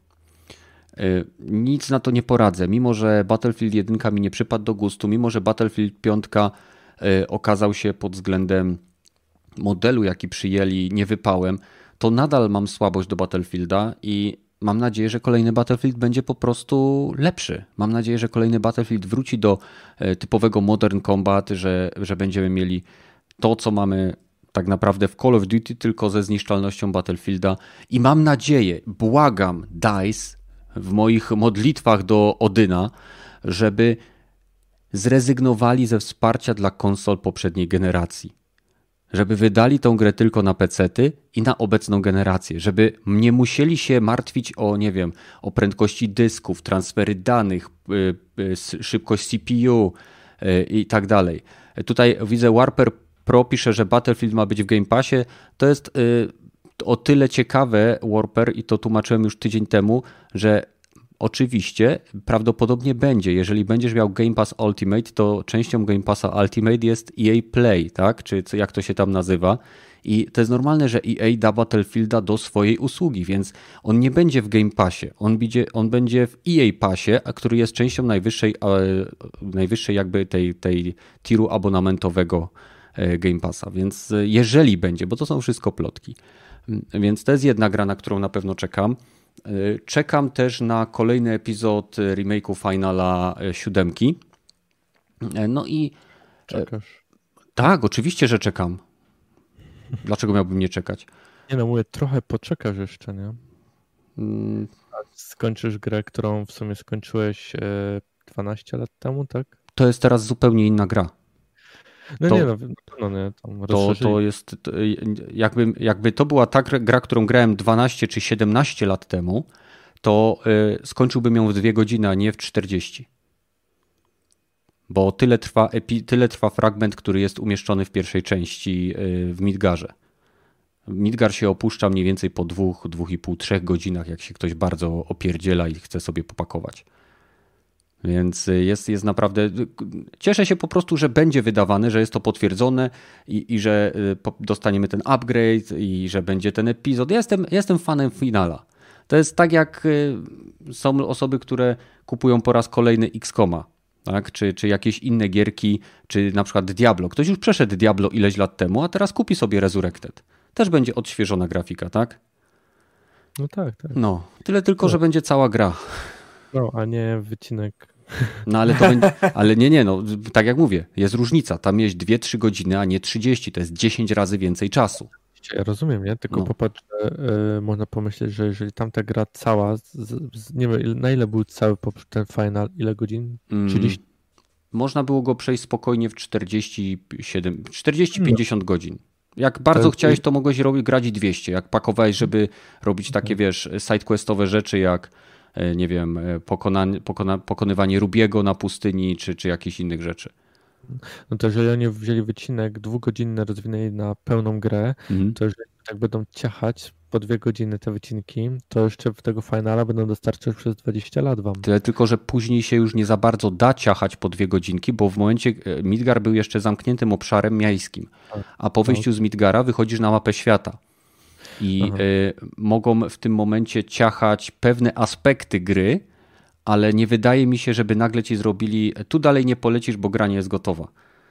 Nic na to nie poradzę, mimo że Battlefield 1 mi nie przypadł do gustu, mimo że Battlefield 5 okazał się pod względem modelu, jaki przyjęli, niewypałem, to nadal mam słabość do Battlefielda i mam nadzieję, że kolejny Battlefield będzie po prostu lepszy. Mam nadzieję, że kolejny Battlefield wróci do typowego Modern Combat, że będziemy mieli to, co mamy tak naprawdę w Call of Duty, tylko ze zniszczalnością Battlefielda i mam nadzieję, błagam DICE w moich modlitwach do Odyna, żeby zrezygnowali ze wsparcia dla konsol poprzedniej generacji. Żeby wydali tą grę tylko na pecety i na obecną generację. Żeby nie musieli się martwić o, nie wiem, o prędkości dysków, transfery danych, szybkość CPU i tak dalej. Tutaj widzę Warper Pro pisze, że Battlefield ma być w Game Passie. To jest o tyle ciekawe, Warper, i to tłumaczyłem już tydzień temu, że oczywiście prawdopodobnie będzie, jeżeli będziesz miał Game Pass Ultimate, to częścią Game Passa Ultimate jest EA Play, tak? Czy jak to się tam nazywa. I to jest normalne, że EA da Battlefielda do swojej usługi, więc on nie będzie w Game Passie, on będzie w EA Passie, a który jest częścią najwyższej jakby tej tiru abonamentowego Game Passa, więc jeżeli będzie, bo to są wszystko plotki. Więc to jest jedna gra, na którą na pewno czekam. Czekam też na kolejny epizod remake'u Finala 7. No i... Czekasz? Tak, oczywiście, że czekam. Dlaczego miałbym nie czekać? Nie no, mówię, trochę poczekasz jeszcze, nie? Skończysz grę, którą w sumie skończyłeś 12 lat temu, tak? To jest teraz zupełnie inna gra. To jest, jakby to była ta gra, którą grałem 12 czy 17 lat temu, to skończyłbym ją w 2 godziny, a nie w 40. Bo tyle trwa fragment, który jest umieszczony w pierwszej części w Midgarze. Midgar się opuszcza mniej więcej po 2, 2,5, 3 godzinach, jak się ktoś bardzo opierdziela i chce sobie popakować. Więc jest naprawdę... Cieszę się po prostu, że będzie wydawane, że jest to potwierdzone i że dostaniemy ten upgrade i że będzie ten epizod. Jestem fanem finala. To jest tak, jak są osoby, które kupują po raz kolejny XCOMa, tak? Czy jakieś inne gierki, czy na przykład Diablo. Ktoś już przeszedł Diablo ileś lat temu, a teraz kupi sobie Resurrected. Też będzie odświeżona grafika, tak? No tak. No, tyle tylko, że będzie cała gra. No, a nie wycinek. No ale to będzie, ale nie, no tak jak mówię, jest różnica. Tam jest 2-3 godziny, a nie 30. To jest 10 razy więcej czasu. Ja rozumiem, nie? Tylko popatrz, można pomyśleć, że jeżeli tamta gra cała, nie wiem na ile był cały ten final, ile godzin? 30? Można było go przejść spokojnie w 40-50 godzin. Jak bardzo chciałeś, to mogłeś grać 200. Jak pakowałeś, żeby robić takie, wiesz, sidequestowe rzeczy jak, nie wiem, pokonywanie Rubiego na pustyni, czy jakichś innych rzeczy. No to jeżeli oni wzięli wycinek 2-godzinny, rozwinęli na pełną grę, to jeżeli tak będą ciachać po 2 godziny te wycinki, to jeszcze w tego finala będą dostarczać przez 20 lat wam. Tyle tylko, że później się już nie za bardzo da ciachać po 2 godzinki, bo w momencie Midgar był jeszcze zamkniętym obszarem miejskim, a po wyjściu z Midgara wychodzisz na mapę świata i mogą w tym momencie ciachać pewne aspekty gry, ale nie wydaje mi się, żeby nagle ci zrobili, tu dalej nie polecisz, bo gra nie jest gotowa.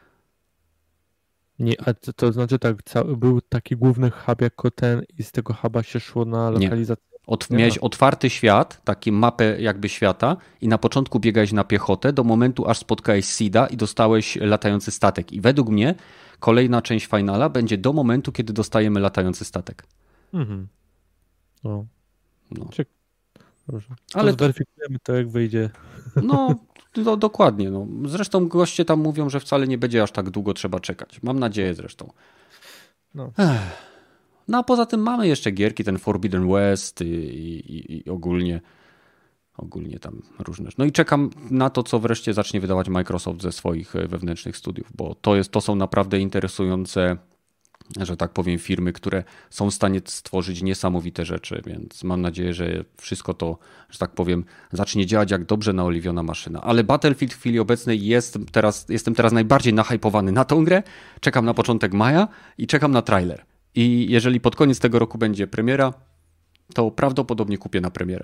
Nie, a to znaczy tak, był taki główny hub jako ten i z tego huba się szło na lokalizację? Miałeś otwarty świat, taką mapę jakby świata i na początku biegałeś na piechotę do momentu, aż spotkałeś Seeda i dostałeś latający statek. I według mnie kolejna część finala będzie do momentu, kiedy dostajemy latający statek. No. Dobrze. Ale zweryfikujemy to, jak wyjdzie. No, dokładnie. No. Zresztą goście tam mówią, że wcale nie będzie aż tak długo trzeba czekać. Mam nadzieję zresztą. No a poza tym mamy jeszcze gierki, ten Forbidden West i ogólnie tam różne. No i czekam na to, co wreszcie zacznie wydawać Microsoft ze swoich wewnętrznych studiów, bo to są naprawdę interesujące, że tak powiem, firmy, które są w stanie stworzyć niesamowite rzeczy, więc mam nadzieję, że wszystko to, że tak powiem, zacznie działać jak dobrze naoliwiona maszyna. Ale Battlefield w chwili obecnej jestem teraz najbardziej nahypowany na tą grę. Czekam na początek maja i czekam na trailer. I jeżeli pod koniec tego roku będzie premiera, to prawdopodobnie kupię na premierę.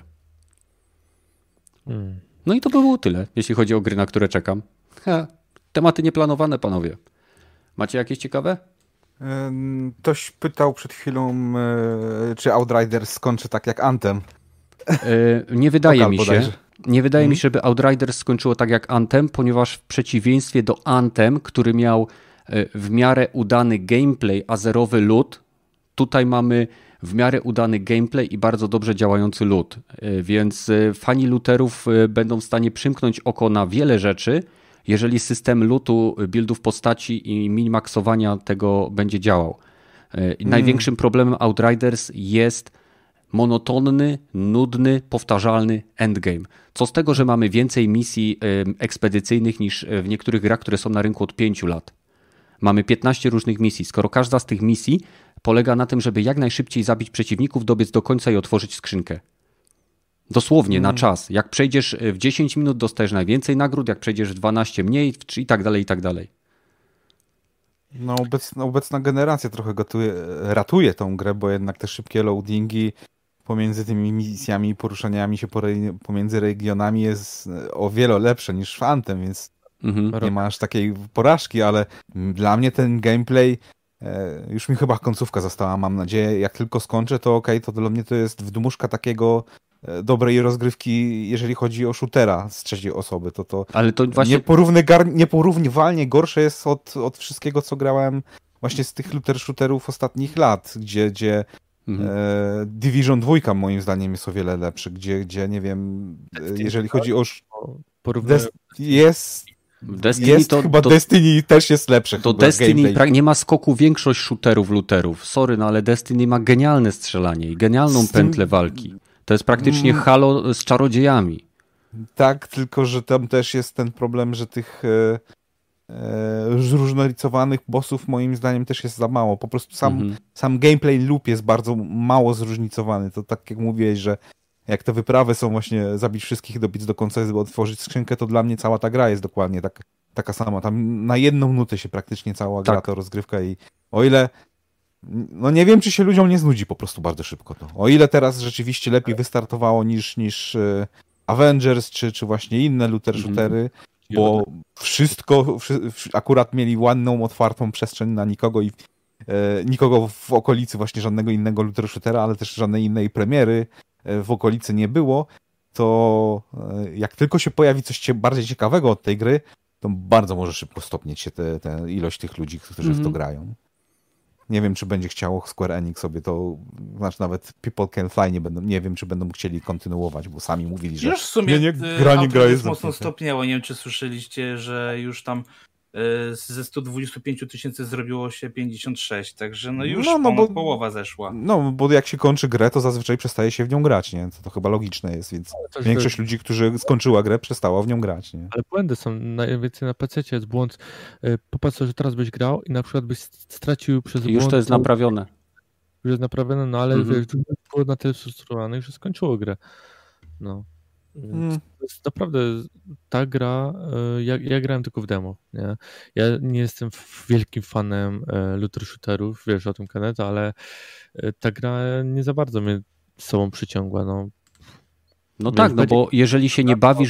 No i to by było tyle, jeśli chodzi o gry, na które czekam. Tematy nieplanowane, panowie. Macie jakieś ciekawe? Ktoś pytał przed chwilą, czy Outriders skończy tak jak Anthem. Nie wydaje mi się. Nie wydaje mi się, żeby Outriders skończyło tak jak Anthem, ponieważ w przeciwieństwie do Anthem, który miał w miarę udany gameplay, a zerowy loot, tutaj mamy w miarę udany gameplay i bardzo dobrze działający loot. Więc fani looterów będą w stanie przymknąć oko na wiele rzeczy, jeżeli system lootu, buildów postaci i minimaksowania tego będzie działał. Największym problemem Outriders jest monotonny, nudny, powtarzalny endgame. Co z tego, że mamy więcej misji ekspedycyjnych niż w niektórych grach, które są na rynku od 5 lat. Mamy 15 różnych misji. Skoro każda z tych misji polega na tym, żeby jak najszybciej zabić przeciwników, dobiec do końca i otworzyć skrzynkę. Dosłownie na czas. Jak przejdziesz w 10 minut, dostajesz najwięcej nagród, jak przejdziesz w 12 mniej i tak dalej, i tak dalej. No obecna generacja trochę ratuje tą grę, bo jednak te szybkie loadingi pomiędzy tymi misjami i poruszaniami się pomiędzy regionami jest o wiele lepsze niż w Anthem, więc nie ma aż takiej porażki, ale dla mnie ten gameplay już mi chyba końcówka została, mam nadzieję. Jak tylko skończę, to okej, to dla mnie to jest wydmuszka takiego dobrej rozgrywki, jeżeli chodzi o shootera z trzeciej osoby. Ale to właśnie... Nieporównywalnie gorsze jest od wszystkiego, co grałem właśnie z tych shooterów ostatnich lat, gdzie Division 2 moim zdaniem jest o wiele lepszy, gdzie nie wiem, jeżeli chodzi o... Destiny też jest lepsze. To Destiny nie ma skoku większość looterów. Sorry, no ale Destiny ma genialne strzelanie i genialną pętlę walki. To jest praktycznie Halo z czarodziejami. Tak, tylko że tam też jest ten problem, że tych zróżnicowanych bossów moim zdaniem też jest za mało. Po prostu sam gameplay loop jest bardzo mało zróżnicowany. To tak jak mówiłeś, że jak te wyprawy są właśnie zabić wszystkich, dobić do końca, otworzyć skrzynkę, to dla mnie cała ta gra jest dokładnie taka sama. Tam na jedną nutę się praktycznie cała gra, to rozgrywka i o ile no nie wiem, czy się ludziom nie znudzi po prostu bardzo szybko to. O ile teraz rzeczywiście lepiej wystartowało niż Avengers, czy właśnie inne looter-shootery, bo wszystko, akurat mieli ładną, otwartą przestrzeń na nikogo i nikogo w okolicy właśnie żadnego innego looter-shootera, ale też żadnej innej premiery w okolicy nie było, to jak tylko się pojawi coś bardziej ciekawego od tej gry, to bardzo może szybko stopnieć się ta ilość tych ludzi, którzy w to grają. Nie wiem, czy będzie chciało Square Enix sobie to, znaczy nawet People Can Fly nie wiem, czy będą chcieli kontynuować, bo sami mówili, że już w sumie gra jest mocno stopniało. Nie wiem, czy słyszeliście, że już tam ze 125 000 zrobiło się 56, także no już połowa zeszła. No, bo jak się kończy grę, to zazwyczaj przestaje się w nią grać, nie? To chyba logiczne jest, więc większość ludzi, którzy skończyła grę, przestała w nią grać, nie? Ale błędy są, najwięcej na PC-cie jest błąd. Popatrz, że teraz byś grał i na przykład byś stracił przez błąd... Już to jest naprawione. Już jest naprawione, no ale wiesz, było na tyle sfrustrowanych, że skończyło grę. No. To jest naprawdę ta gra, ja grałem tylko w demo, nie? Ja nie jestem wielkim fanem looter-shooterów, wiesz o tym, Kenneth, ale ta gra nie za bardzo mnie z sobą przyciągła, no. No tak, no bo jeżeli się nie bawisz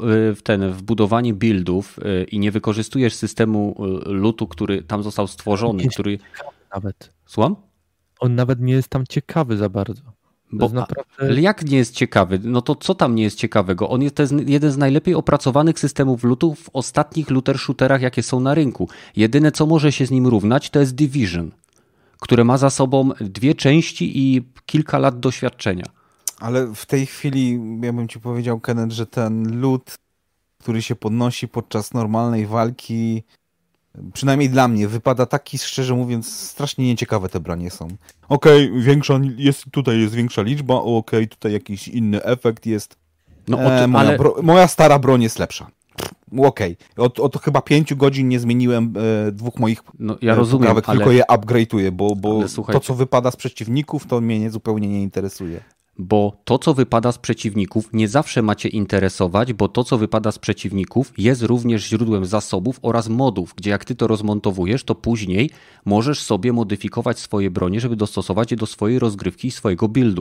w budowanie buildów i nie wykorzystujesz systemu lootu, który tam został stworzony, który... Nawet. Słucham? On nawet nie jest tam ciekawy za bardzo. Bo naprawdę... Ale jak nie jest ciekawy? No to co tam nie jest ciekawego? To jest jeden z najlepiej opracowanych systemów lootu w ostatnich looter-shooterach, jakie są na rynku. Jedyne, co może się z nim równać, to jest Division, które ma za sobą 2 części i kilka lat doświadczenia. Ale w tej chwili, ja bym ci powiedział, Kenneth, że ten loot, który się podnosi podczas normalnej walki, przynajmniej dla mnie, wypada taki, szczerze mówiąc, strasznie nieciekawe te bronie są. Okej, tutaj jest większa liczba, okej, tutaj jakiś inny efekt jest. No, moja stara broń jest lepsza. Okej. Od chyba 5 godzin nie zmieniłem 2 moich rozumiem, tylko je upgrade'uję, bo to, co wypada z przeciwników, to mnie zupełnie nie interesuje. Bo to, co wypada z przeciwników, nie zawsze macie interesować, bo to, co wypada z przeciwników, jest również źródłem zasobów oraz modów, gdzie jak ty to rozmontowujesz, to później możesz sobie modyfikować swoje bronie, żeby dostosować je do swojej rozgrywki i swojego buildu.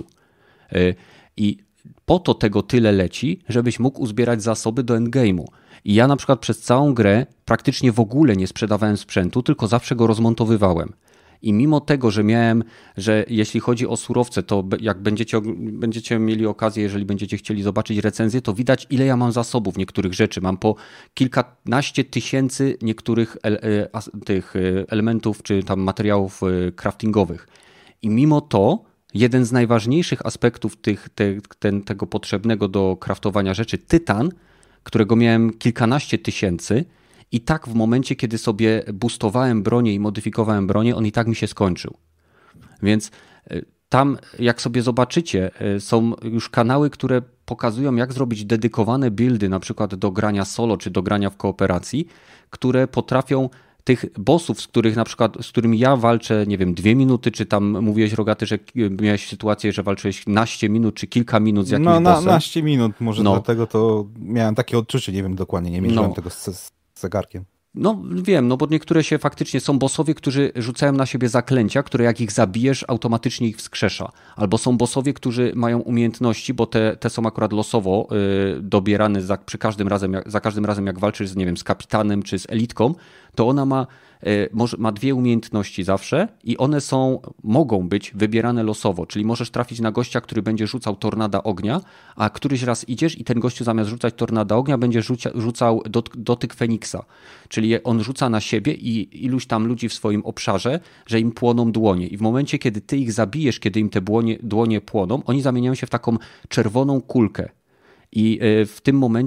I po to tego tyle leci, żebyś mógł uzbierać zasoby do endgame'u. I ja na przykład przez całą grę praktycznie w ogóle nie sprzedawałem sprzętu, tylko zawsze go rozmontowywałem. I mimo tego, że jeśli chodzi o surowce, to jak będziecie mieli okazję, jeżeli będziecie chcieli zobaczyć recenzję, to widać, ile ja mam zasobów niektórych rzeczy. Mam po kilkanaście tysięcy niektórych tych elementów czy tam materiałów craftingowych. I mimo to jeden z najważniejszych aspektów tego potrzebnego do craftowania rzeczy, tytan, którego miałem kilkanaście tysięcy, i tak w momencie, kiedy sobie boostowałem bronię i modyfikowałem bronię, on i tak mi się skończył. Więc tam, jak sobie zobaczycie, są już kanały, które pokazują, jak zrobić dedykowane buildy, na przykład do grania solo, czy do grania w kooperacji, które potrafią tych bossów, z którymi ja walczę, nie wiem, 2 minuty, czy tam mówiłeś, Rogaty, że miałeś sytuację, że walczyłeś naście minut, czy kilka minut z jakimś bossem. Naście minut, może dlatego to miałem takie odczucie, nie wiem dokładnie, nie mierzyłem tego z zegarkiem. No wiem, bo niektóre się faktycznie są bossowie, którzy rzucają na siebie zaklęcia, które jak ich zabijesz, automatycznie ich wskrzesza. Albo są bossowie, którzy mają umiejętności, bo te są akurat losowo dobierane za każdym razem jak walczysz z kapitanem czy z elitką, to ona ma 2 umiejętności zawsze i one mogą być wybierane losowo, czyli możesz trafić na gościa, który będzie rzucał tornada ognia, a któryś raz idziesz i ten gościu zamiast rzucać tornada ognia będzie rzucał dotyk Feniksa, czyli on rzuca na siebie i iluś tam ludzi w swoim obszarze, że im płoną dłonie i w momencie, kiedy ty ich zabijesz, kiedy im te dłonie płoną, oni zamieniają się w taką czerwoną kulkę. I w tym momencie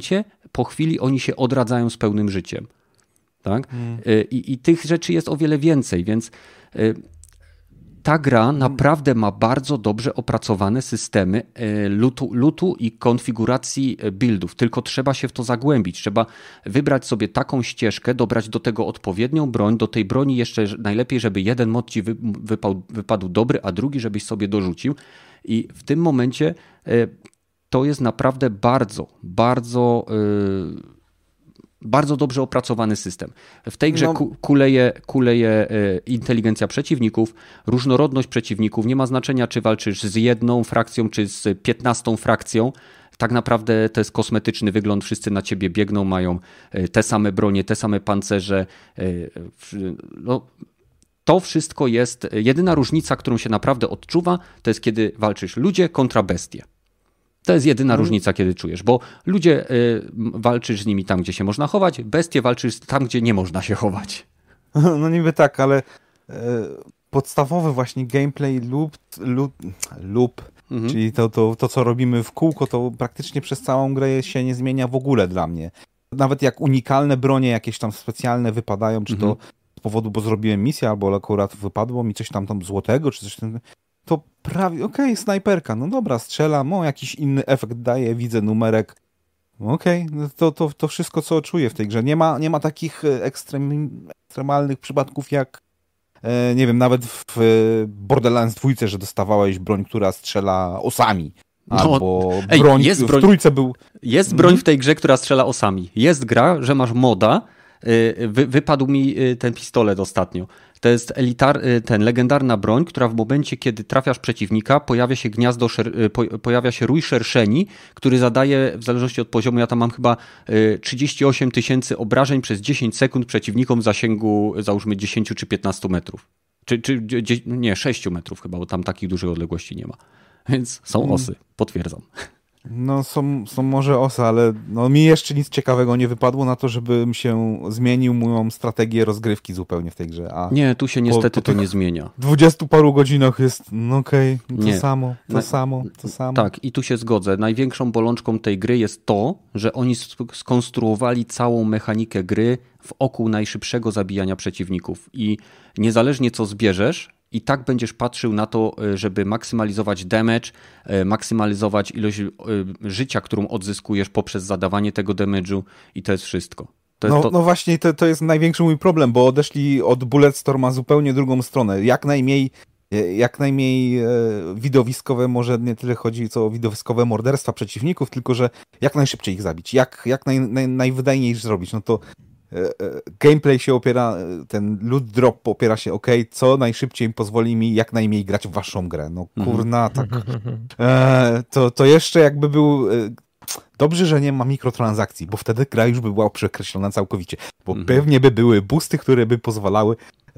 po chwili oni się odradzają z pełnym życiem. Tak? I tych rzeczy jest o wiele więcej, więc ta gra naprawdę ma bardzo dobrze opracowane systemy lootu i konfiguracji buildów, tylko trzeba się w to zagłębić, trzeba wybrać sobie taką ścieżkę, dobrać do tego odpowiednią broń, do tej broni jeszcze najlepiej, żeby jeden mod ci wypadł dobry, a drugi żebyś sobie dorzucił i w tym momencie to jest naprawdę bardzo dobrze opracowany system. W tej grze kuleje inteligencja przeciwników, różnorodność przeciwników. Nie ma znaczenia, czy walczysz z jedną frakcją, czy z 15 frakcją. Tak naprawdę to jest kosmetyczny wygląd. Wszyscy na ciebie biegną, mają te same bronie, te same pancerze. To wszystko jest... Jedyna różnica, którą się naprawdę odczuwa, to jest kiedy walczysz ludzie kontra bestie. To jest jedyna różnica, kiedy czujesz, bo ludzie walczysz z nimi tam, gdzie się można chować, bestie walczysz tam, gdzie nie można się chować. No niby tak, ale podstawowy właśnie gameplay loop czyli to, co robimy w kółko, to praktycznie przez całą grę się nie zmienia w ogóle dla mnie. Nawet jak unikalne bronie jakieś tam specjalne wypadają, czy to z powodu, bo zrobiłem misję, albo akurat wypadło mi coś tam złotego, czy coś tam... To prawie, snajperka, no dobra, strzelam, jakiś inny efekt daje, widzę numerek, to wszystko, co czuję w tej grze. Nie ma takich ekstremalnych przypadków jak, nie wiem, nawet w Borderlands 2, że dostawałeś broń, która strzela osami. Albo broń, w trójce był... Jest broń w tej grze, która strzela osami. Jest gra, że masz moda, wypadł mi ten pistolet ostatnio. To jest legendarna broń, która w momencie, kiedy trafiasz przeciwnika, pojawia się rój szerszeni, który zadaje, w zależności od poziomu, ja tam mam chyba 38 000 obrażeń przez 10 sekund przeciwnikom w zasięgu, załóżmy 10 czy 15 metrów. Nie, 6 metrów chyba, bo tam takich dużych odległości nie ma. Więc są osy, potwierdzam. No są może osy, ale mi jeszcze nic ciekawego nie wypadło na to, żebym się zmienił moją strategię rozgrywki zupełnie w tej grze. A nie, tu się niestety to nie zmienia. 20 paru godzinach jest, to samo. Tak, i tu się zgodzę. Największą bolączką tej gry jest to, że oni skonstruowali całą mechanikę gry wokół najszybszego zabijania przeciwników i niezależnie co zbierzesz, i tak będziesz patrzył na to, żeby maksymalizować damage, maksymalizować ilość życia, którą odzyskujesz poprzez zadawanie tego damage'u i to jest wszystko. No właśnie, to jest największy mój problem, bo odeszli od Bulletstorma zupełnie drugą stronę. Jak najmniej widowiskowe, może nie tyle chodzi co o widowiskowe morderstwa przeciwników, tylko że jak najszybciej ich zabić, jak najwydajniej zrobić. No to gameplay się opiera, ten loot drop opiera się, co najszybciej pozwoli mi jak najmniej grać w waszą grę. No kurna, tak. To jeszcze jakby był... Dobrze, że nie ma mikrotransakcji, bo wtedy gra już by była przekreślona całkowicie. Bo pewnie by były boosty, które by pozwalały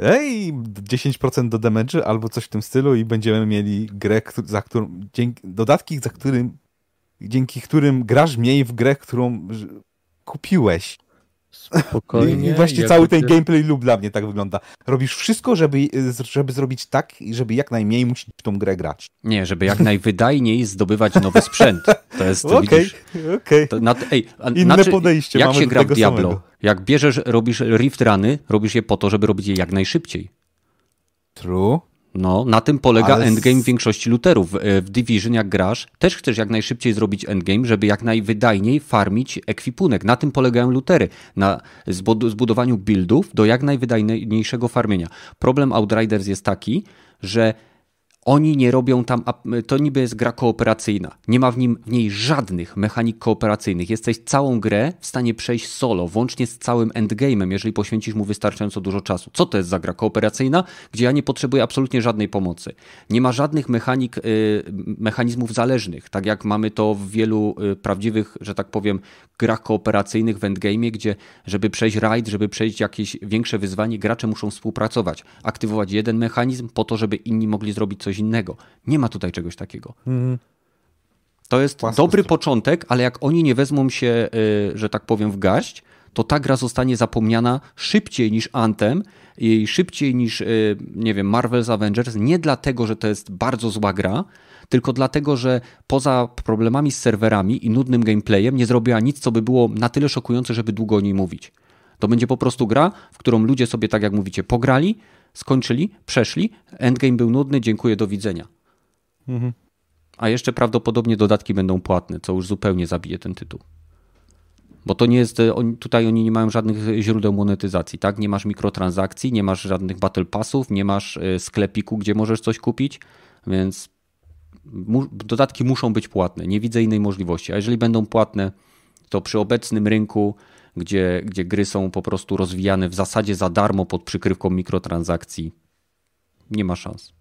10% do damage'u albo coś w tym stylu i będziemy mieli grę, dodatki, dzięki którym grasz mniej w grę, którą kupiłeś. Spokojnie. I właśnie cały ten gameplay loop dla mnie tak wygląda. Robisz wszystko, żeby zrobić tak, żeby jak najmniej musisz w tą grę grać. Nie, żeby jak najwydajniej zdobywać nowy sprzęt. To jest, widzisz... Inne podejście. Jak mamy się gra w Diablo? samego. Jak robisz rift runy, robisz je po to, żeby robić je jak najszybciej. True. No, na tym polega endgame większości looterów. W Division jak grasz, też chcesz jak najszybciej zrobić endgame, żeby jak najwydajniej farmić ekwipunek. Na tym polegają lootery. Na zbudowaniu buildów do jak najwydajniejszego farmienia. Problem Outriders jest taki, że oni nie robią tam, to niby jest gra kooperacyjna. Nie ma w niej żadnych mechanik kooperacyjnych. Jesteś całą grę w stanie przejść solo, włącznie z całym endgame'em, jeżeli poświęcisz mu wystarczająco dużo czasu. Co to jest za gra kooperacyjna, gdzie ja nie potrzebuję absolutnie żadnej pomocy? Nie ma żadnych mechanizmów zależnych, tak jak mamy to w wielu prawdziwych, że tak powiem, grach kooperacyjnych w endgame'ie, gdzie żeby przejść raid, żeby przejść jakieś większe wyzwanie, gracze muszą współpracować, aktywować jeden mechanizm po to, żeby inni mogli zrobić coś innego. Nie ma tutaj czegoś takiego. To jest dobry początek, ale jak oni nie wezmą się, że tak powiem, w garść, to ta gra zostanie zapomniana szybciej niż Anthem i szybciej niż, nie wiem, Marvel's Avengers, nie dlatego, że to jest bardzo zła gra, tylko dlatego, że poza problemami z serwerami i nudnym gameplayem nie zrobiła nic, co by było na tyle szokujące, żeby długo o niej mówić. To będzie po prostu gra, w którą ludzie sobie, tak jak mówicie, pograli, skończyli, przeszli, endgame był nudny, dziękuję, do widzenia. Mhm. A jeszcze prawdopodobnie dodatki będą płatne, co już zupełnie zabije ten tytuł. Bo to nie jest, tutaj oni nie mają żadnych źródeł monetyzacji, tak? Nie masz mikrotransakcji, nie masz żadnych battle passów, nie masz sklepiku, gdzie możesz coś kupić, więc dodatki muszą być płatne. Nie widzę innej możliwości. A jeżeli będą płatne, to przy obecnym rynku, gdzie gry są po prostu rozwijane w zasadzie za darmo pod przykrywką mikrotransakcji, nie ma szans.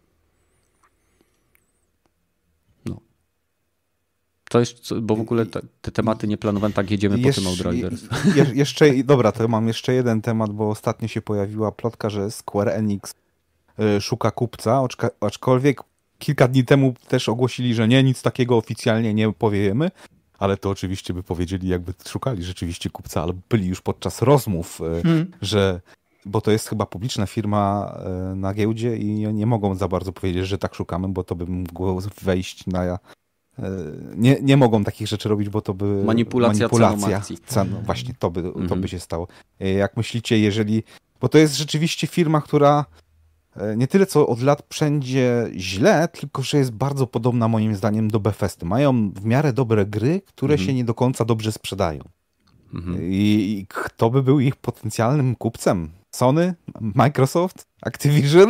No. To jest, bo w ogóle te tematy nie planowałem, tak jedziemy po tym Outriders. Dobra, to mam jeszcze jeden temat, bo ostatnio się pojawiła plotka, że Square Enix szuka kupca, aczkolwiek kilka dni temu też ogłosili, że nie, nic takiego oficjalnie nie powiemy, ale to oczywiście by powiedzieli, jakby szukali rzeczywiście kupca, ale byli już podczas rozmów, że, bo to jest chyba publiczna firma na giełdzie i nie mogą za bardzo powiedzieć, że tak szukamy, bo to by mogło wejść na... Nie mogą takich rzeczy robić, bo to by... Manipulacja ceną akcji. Właśnie, to by się stało. Jak myślicie, jeżeli... Bo to jest rzeczywiście firma, która nie tyle co od lat wszędzie źle, tylko że jest bardzo podobna moim zdaniem do Bethesdy. Mają w miarę dobre gry, które się nie do końca dobrze sprzedają. I kto by był ich potencjalnym kupcem? Sony? Microsoft? Activision?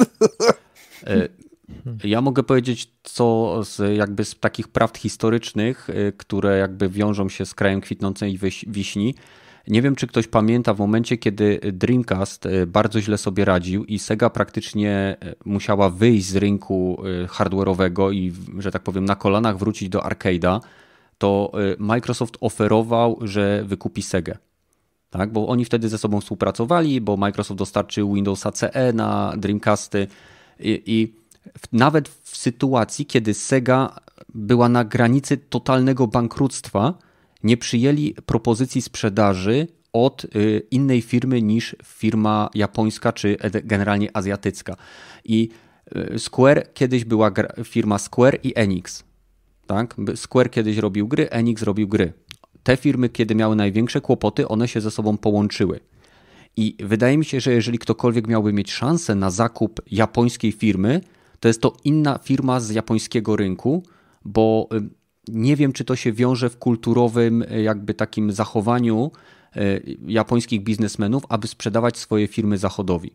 Ja mogę powiedzieć, co z takich prawd historycznych, które jakby wiążą się z krajem kwitnącej wiśni. Nie wiem, czy ktoś pamięta w momencie, kiedy Dreamcast bardzo źle sobie radził i Sega praktycznie musiała wyjść z rynku hardware'owego i, że tak powiem, na kolanach wrócić do arcade'a, to Microsoft oferował, że wykupi Segę. Tak? Bo oni wtedy ze sobą współpracowali, bo Microsoft dostarczył Windowsa CE na Dreamcasty i nawet w sytuacji, kiedy Sega była na granicy totalnego bankructwa, nie przyjęli propozycji sprzedaży od innej firmy niż firma japońska czy generalnie azjatycka. I Square kiedyś była firma Square i Enix. Tak? Square kiedyś robił gry, Enix robił gry. Te firmy, kiedy miały największe kłopoty, one się ze sobą połączyły. I wydaje mi się, że jeżeli ktokolwiek miałby mieć szansę na zakup japońskiej firmy, to jest to inna firma z japońskiego rynku, bo nie wiem, czy to się wiąże w kulturowym jakby takim zachowaniu japońskich biznesmenów, aby sprzedawać swoje firmy Zachodowi.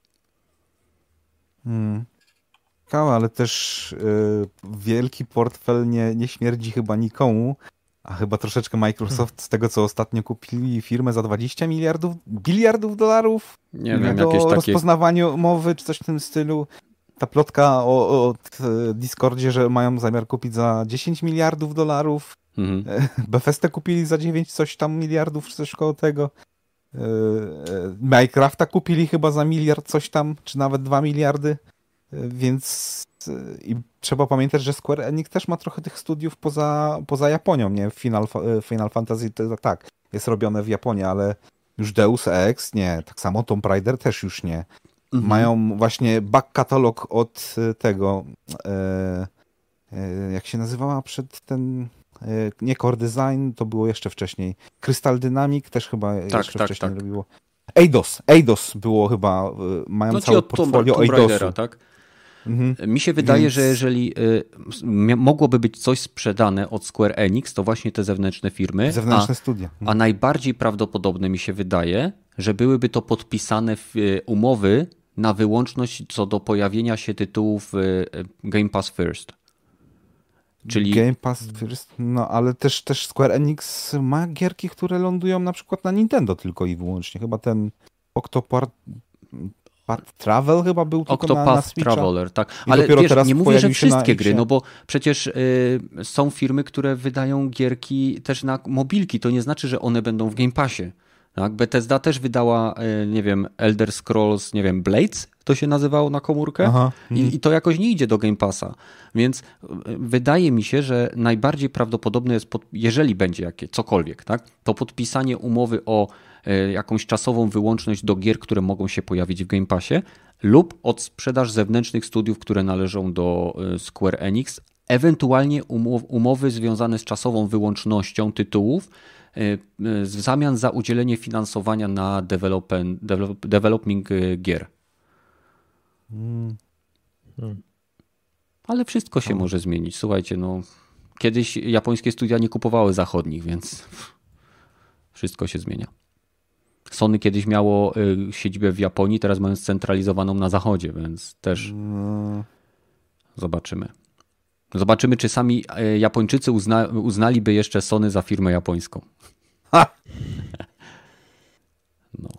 Ale też wielki portfel nie śmierdzi chyba nikomu, a chyba troszeczkę Microsoft z tego, co ostatnio kupili firmę za 20 biliardów dolarów. Nie wiem, jakieś takie... rozpoznawaniu mowy czy coś w tym stylu. Ta plotka o Discordzie, że mają zamiar kupić za 10 miliardów dolarów. Bethesdę kupili za 9 coś tam miliardów, czy coś koło tego. Minecrafta kupili chyba za miliard coś tam, czy nawet 2 miliardy. Więc i trzeba pamiętać, że Square Enix też ma trochę tych studiów poza Japonią, nie? Final Fantasy to tak, jest robione w Japonii, ale już Deus Ex nie, tak samo Tomb Raider też już nie. Mają właśnie back katalog od tego, jak się nazywała przed ten, nie Core Design, to było jeszcze wcześniej. Crystal Dynamics też chyba jeszcze wcześniej robiło. Eidos było chyba, mają całe portfolio Tomb Raidera, tak? Mi się wydaje, że jeżeli mogłoby być coś sprzedane od Square Enix, to właśnie te zewnętrzne firmy. Zewnętrzne studia. A najbardziej prawdopodobne mi się wydaje, że byłyby to podpisane umowy na wyłączność co do pojawienia się tytułów Game Pass First. Czyli... Game Pass First, no ale też Square Enix ma gierki, które lądują na przykład na Nintendo tylko i wyłącznie. Chyba ten Octopath Travel chyba był tylko na Switcha. Traveler, tak. Ale wiesz, nie mówię, że wszystkie gry, no bo przecież są firmy, które wydają gierki też na mobilki. To nie znaczy, że one będą w Game Passie. Tak? Bethesda też wydała, nie wiem, Elder Scrolls, nie wiem, Blades to się nazywało na komórkę i to jakoś nie idzie do Game Passa. Więc wydaje mi się, że najbardziej prawdopodobne jest, jeżeli będzie cokolwiek, tak, to podpisanie umowy o jakąś czasową wyłączność do gier, które mogą się pojawić w Game Passie, lub odsprzedaż zewnętrznych studiów, które należą do Square Enix, ewentualnie umowy związane z czasową wyłącznością tytułów w zamian za udzielenie finansowania na developing gier. Ale wszystko się może zmienić. Słuchajcie, no kiedyś japońskie studia nie kupowały zachodnich, więc wszystko się zmienia. Sony kiedyś miało siedzibę w Japonii, teraz mają scentralizowaną na zachodzie, więc też zobaczymy. Zobaczymy, czy sami Japończycy uznaliby jeszcze Sony za firmę japońską. Ha! No.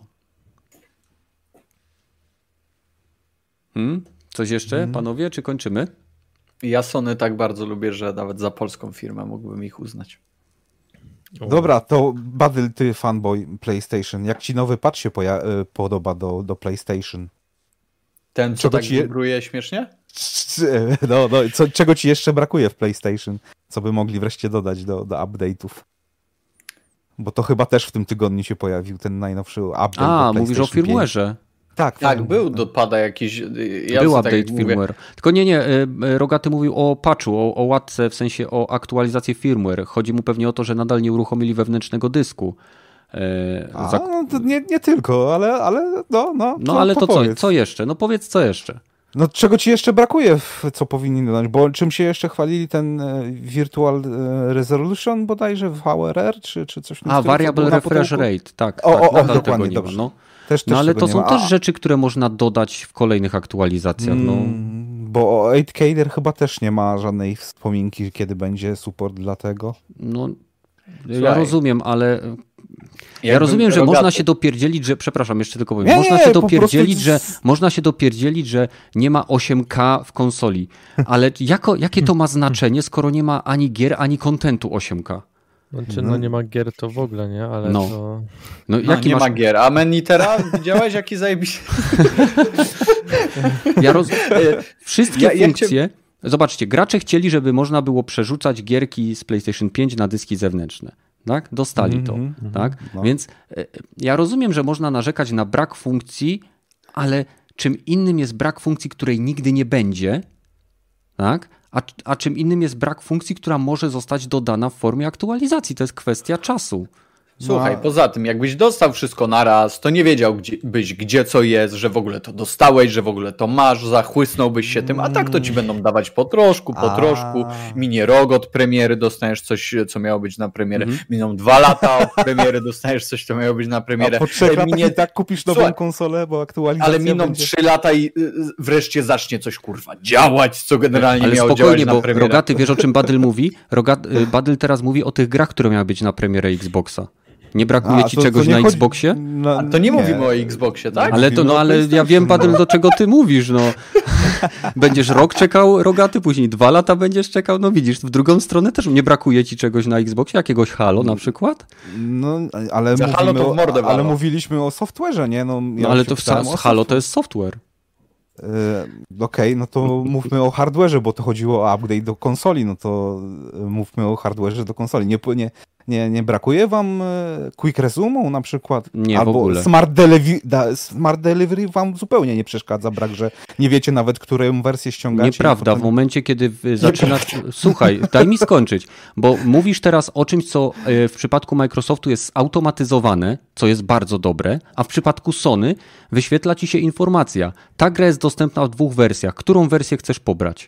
Coś jeszcze, panowie, czy kończymy? Ja Sony tak bardzo lubię, że nawet za polską firmę mógłbym ich uznać. Dobra, to Badyl, ty fanboy PlayStation. Jak ci nowy patch się podoba do PlayStation? Ten, co tak wibruje śmiesznie? No, czego ci jeszcze brakuje w PlayStation? Co by mogli wreszcie dodać do update'ów? Bo to chyba też w tym tygodniu się pojawił ten najnowszy update. Mówisz o firmware'ze. Tak, był dopada jakiś... Był update firmware. Tylko nie, Rogaty mówił o patchu, o łatce, w sensie o aktualizację firmware. Chodzi mu pewnie o to, że nadal nie uruchomili wewnętrznego dysku. No to nie tylko, ale no. No ale to co jeszcze? No powiedz co jeszcze. No czego ci jeszcze brakuje, co powinni dodać? Bo czym się jeszcze chwalili ten Virtual Resolution bodajże, VRR, czy coś takiego? Variable Refresh Rate, tak. Dokładnie, dobrze. No. Ale to są też rzeczy, które można dodać w kolejnych aktualizacjach. Bo o 8K chyba też nie ma żadnej wspominki, kiedy będzie support dla tego. No, ja rozumiem, ale... Ja rozumiem, że można się dopierdzielić, że... Przepraszam, jeszcze tylko powiem. Można się dopierdzielić, że nie ma 8K w konsoli. Ale jakie to ma znaczenie, skoro nie ma ani gier, ani kontentu 8K? Znaczy, nie ma gier to w ogóle, nie? Ale to... nie ma gier. A Menitera widziałeś, jaki zajebisty? Wszystkie funkcje... Zobaczcie, gracze chcieli, żeby można było przerzucać gierki z PlayStation 5 na dyski zewnętrzne. Tak? Dostali to. Tak? No. Więc ja rozumiem, że można narzekać na brak funkcji, ale czym innym jest brak funkcji, której nigdy nie będzie, tak? A czym innym jest brak funkcji, która może zostać dodana w formie aktualizacji. To jest kwestia czasu. Słuchaj, poza tym, jakbyś dostał wszystko naraz, to nie wiedziałbyś, gdzie co jest, że w ogóle to dostałeś, że w ogóle to masz, zachłysnąłbyś się tym, a tak to ci będą dawać po troszku. Minie rok od premiery, dostaniesz coś, co miało być na premierę. Miną 2 lata od premiery, dostaniesz coś, co miało być na premierę. A po 3 latach i tak kupisz nową konsolę, bo aktualizacja ale miną 3 lata i wreszcie zacznie coś, działać, co generalnie miało działać na premierę. Rogaty, wiesz o czym Badyl mówi? Badyl teraz mówi o tych grach, które miały być na premierę Xboxa. Nie brakuje ci czegoś na Xboxie? To nie mówimy o Xboxie, tak? Ale ja wiem, Badyl, do czego ty mówisz. No. Będziesz rok czekał, Rogaty, później 2 lata będziesz czekał. No widzisz, w drugą stronę też nie brakuje ci czegoś na Xboxie? Jakiegoś Halo na przykład? No, ale mówiliśmy o software'ze, nie? Ale to Halo to jest software. Okej, no to mówmy o hardware'ze, bo to chodziło o update do konsoli, no to mówmy o hardware'ze do konsoli. Nie brakuje wam Quick Resume na przykład? Nie, albo w ogóle. Smart Delivery wam zupełnie nie przeszkadza, brak, że nie wiecie nawet, którą wersję ściągacie. Nieprawda, w momencie, kiedy zaczynasz... Słuchaj, daj mi skończyć, bo mówisz teraz o czymś, co w przypadku Microsoftu jest zautomatyzowane, co jest bardzo dobre, a w przypadku Sony wyświetla ci się informacja. Ta gra jest dostępna w 2 wersjach. Którą wersję chcesz pobrać?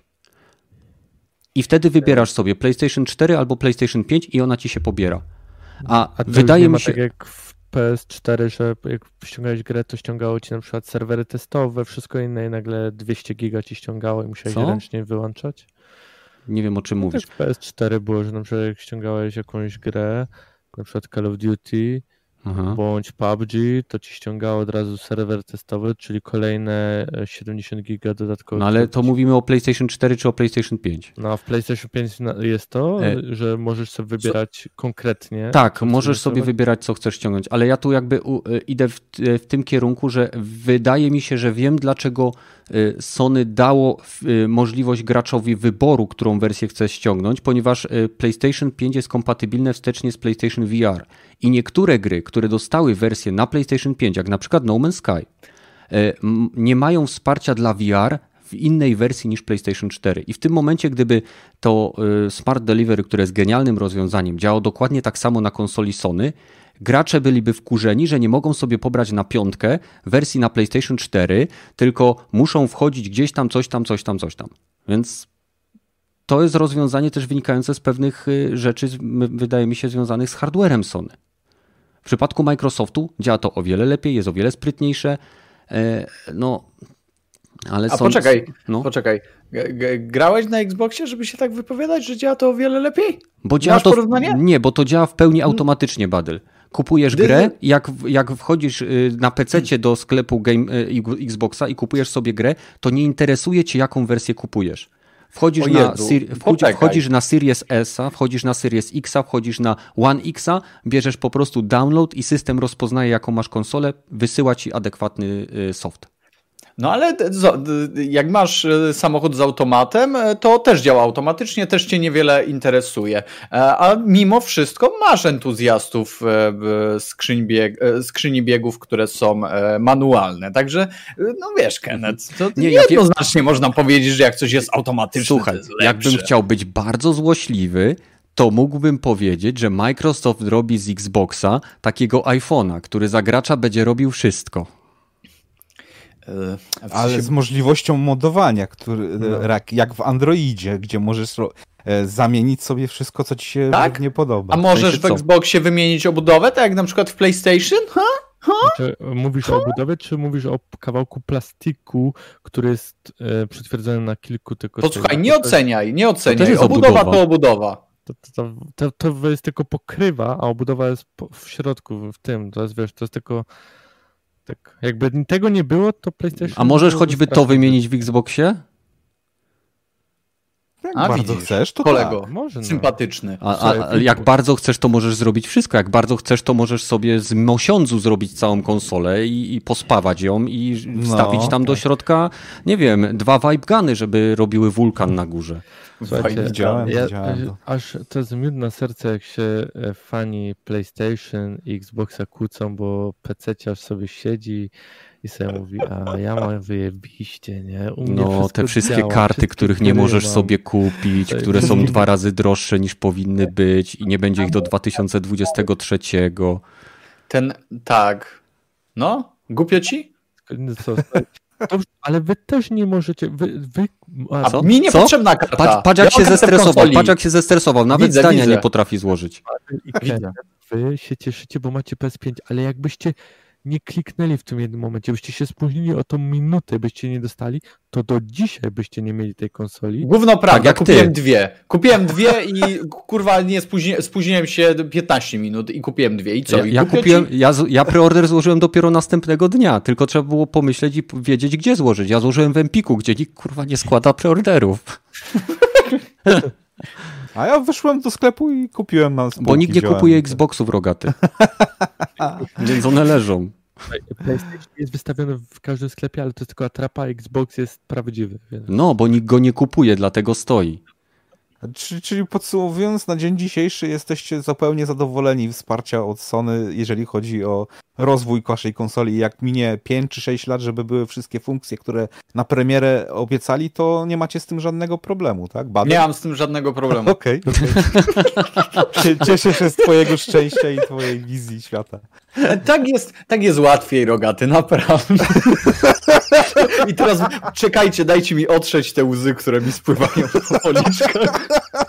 I wtedy wybierasz sobie PlayStation 4 albo PlayStation 5 i ona ci się pobiera. A wydaje mi się... tak jak w PS4, że jak ściągałeś grę, to ściągało ci na przykład serwery testowe, wszystko inne i nagle 200 giga ci ściągało i musiałeś ręcznie wyłączać. Nie wiem, o czym mówisz. Tak w PS4 było, że na przykład jak ściągałeś jakąś grę, na przykład Call of Duty, bądź PUBG, to ci ściągało od razu serwer testowy, czyli kolejne 70 giga dodatkowych. No ale to mówimy o PlayStation 4 czy o PlayStation 5? No a w PlayStation 5 jest to, że możesz sobie wybierać konkretnie. Tak, możesz sobie wybierać, co chcesz ściągnąć, ale ja tu jakby idę w tym kierunku, że wydaje mi się, że wiem, dlaczego Sony dało możliwość graczowi wyboru, którą wersję chce ściągnąć, ponieważ PlayStation 5 jest kompatybilne wstecznie z PlayStation VR i niektóre gry, które dostały wersję na PlayStation 5, jak na przykład No Man's Sky, nie mają wsparcia dla VR w innej wersji niż PlayStation 4. I w tym momencie, gdyby to Smart Delivery, które jest genialnym rozwiązaniem, działało dokładnie tak samo na konsoli Sony, gracze byliby wkurzeni, że nie mogą sobie pobrać na 5 wersji na PlayStation 4, tylko muszą wchodzić gdzieś tam, coś tam. Więc to jest rozwiązanie też wynikające z pewnych rzeczy, wydaje mi się, związanych z hardwarem Sony. W przypadku Microsoftu działa to o wiele lepiej, jest o wiele sprytniejsze. Ale poczekaj. Grałeś na Xboxie, żeby się tak wypowiadać, że działa to o wiele lepiej? Bo działa to porównanie? Nie, bo to działa w pełni automatycznie, Badyl. Kupujesz grę, jak wchodzisz na PC-cie do sklepu Xboxa i kupujesz sobie grę, to nie interesuje cię, jaką wersję kupujesz. Wchodzisz na Series S-a, wchodzisz na Series X-a, wchodzisz na One X-a, bierzesz po prostu download i system rozpoznaje, jaką masz konsolę, wysyła ci adekwatny soft. No ale jak masz samochód z automatem, to też działa automatycznie, też cię niewiele interesuje. A mimo wszystko masz entuzjastów skrzyni biegów, które są manualne. Także, no wiesz, Kenneth, to jednoznacznie można powiedzieć, że jak coś jest automatyczne, słuchaj, to jest lepsze. Jakbym chciał być bardzo złośliwy, to mógłbym powiedzieć, że Microsoft robi z Xboxa takiego iPhone'a, który za gracza będzie robił wszystko. Ale z możliwością modowania, jak w Androidzie, gdzie możesz zamienić sobie wszystko, co ci się nie podoba. A możesz w Xboxie wymienić obudowę, tak jak na przykład w PlayStation? Czy mówisz o obudowie, czy mówisz o kawałku plastiku, który jest przytwierdzony na kilku tylko... Posłuchaj, nie oceniaj. Obudowa to obudowa. To jest tylko pokrywa, a obudowa jest w środku, w tym. To jest, wiesz, to jest tylko... Tak, jakby tego nie było, to PlayStation... A możesz choćby to wymienić w Xboxie? Jak bardzo chcesz, to kolego, tak. Może, sympatyczny. A jak bardzo chcesz, to możesz zrobić wszystko. Jak bardzo chcesz, to możesz sobie z mosiądzu zrobić całą konsolę i pospawać ją i wstawić tam do środka, nie wiem, 2 vibe guny, żeby robiły wulkan na górze. Słuchajcie, widziałem. Aż to jest miód na serce, jak się fani PlayStation i Xboxa kłócą, bo PC-ciarz sobie siedzi i sobie mówi, a ja mam wyjebiście, nie? Te wszystkie karty, których nie możesz sobie kupić, które są 2 razy droższe niż powinny być i nie będzie ich do 2023. Głupio ci? Ale wy też nie możecie... Mi niepotrzebna karta. Patrz jak się zestresował. Nawet zdania nie potrafi złożyć. Wy się cieszycie, bo macie PS5, ale jakbyście nie kliknęli w tym jednym momencie, byście się spóźnili o tą minutę, byście nie dostali, to do dzisiaj byście nie mieli tej konsoli. Gówno prawda, Kupiłem dwie i kurwa nie spóźniłem się 15 minut i kupiłem 2 i co? Ja preorder złożyłem dopiero następnego dnia, tylko trzeba było pomyśleć i wiedzieć, gdzie złożyć. Ja złożyłem w Empiku, gdzie nikt kurwa nie składa preorderów. A ja wyszłem do sklepu i kupiłem na spółki. Bo nikt nie kupuje Xboxów, rogaty. Więc one leżą. PlayStation jest wystawiony w każdym sklepie, ale to jest tylko atrapa, Xbox jest prawdziwy. Więc... No, bo nikt go nie kupuje, dlatego stoi. Czyli podsumowując, na dzień dzisiejszy jesteście zupełnie zadowoleni wsparcia od Sony, jeżeli chodzi o rozwój waszej konsoli. Jak minie 5 czy 6 lat, żeby były wszystkie funkcje, które na premierę obiecali, to nie macie z tym żadnego problemu, tak? Nie mam z tym żadnego problemu. Okej. Cieszę się z twojego szczęścia i twojej wizji świata. Tak jest łatwiej, rogaty, naprawdę. I teraz czekajcie, dajcie mi otrzeć te łzy, które mi spływają po policzkach.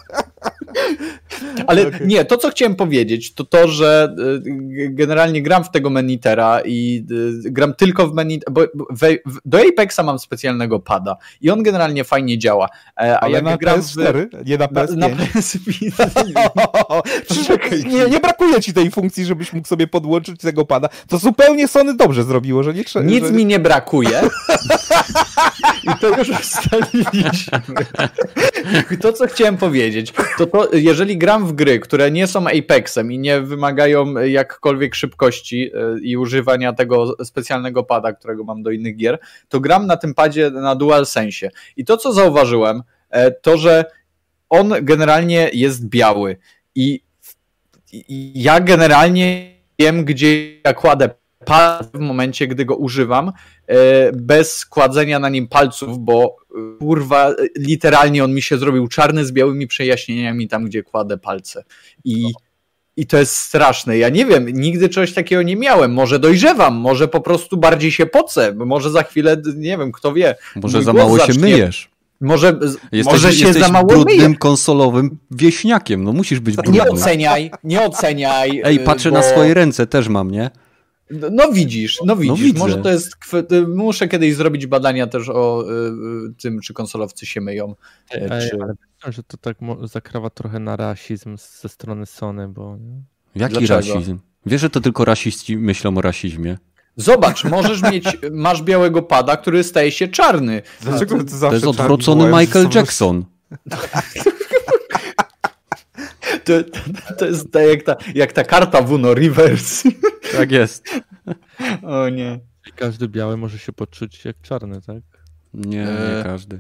Ale nie, to co chciałem powiedzieć, to to, że generalnie gram w tego Manitera i gram tylko w Manitera, bo do Apexa mam specjalnego pada i on generalnie fajnie działa. Ale jak na gram PS4, nie na PS5? Na PS5. Nie brakuje ci tej funkcji, żebyś mógł sobie podłączyć tego pada. To zupełnie Sony dobrze zrobiło, że nie trzeba. Nic mi nie brakuje. I to już ustaliliśmy. To, co chciałem powiedzieć, to jeżeli gram w gry, które nie są Apexem i nie wymagają jakkolwiek szybkości i używania tego specjalnego pada, którego mam do innych gier, to gram na tym padzie na DualSense. I to, co zauważyłem, to, że on generalnie jest biały i ja generalnie wiem, gdzie ja kładę pad w momencie, gdy go używam, bez kładzenia na nim palców, bo kurwa, literalnie on mi się zrobił czarny z białymi przejaśnieniami tam, gdzie kładę palce. I to jest straszne. Ja nie wiem, nigdy czegoś takiego nie miałem. Może dojrzewam, może po prostu bardziej się pocę, może za chwilę, nie wiem, kto wie. Może za mało się myjesz. Może jesteś za mało brudnym, myję. konsolowym wieśniakiem. No musisz być brudny. Nie oceniaj. Ej, patrzę na swoje ręce, też mam, nie? No widzisz. Widzę. Może to jest... Muszę kiedyś zrobić badania też o tym, czy konsolowcy się myją. Ale myślę, że to tak zakrawa trochę na rasizm ze strony Sony, bo... Jaki Dlaczego? rasizm? Wiesz, że to tylko rasiści myślą o rasizmie? Zobacz, masz białego pada, który staje się czarny. Dlaczego to zawsze To jest odwrócony Michael Jackson. To jest jak ta karta w Uno Reverse. Tak jest. O nie. Każdy biały może się poczuć jak czarny, tak? Nie każdy.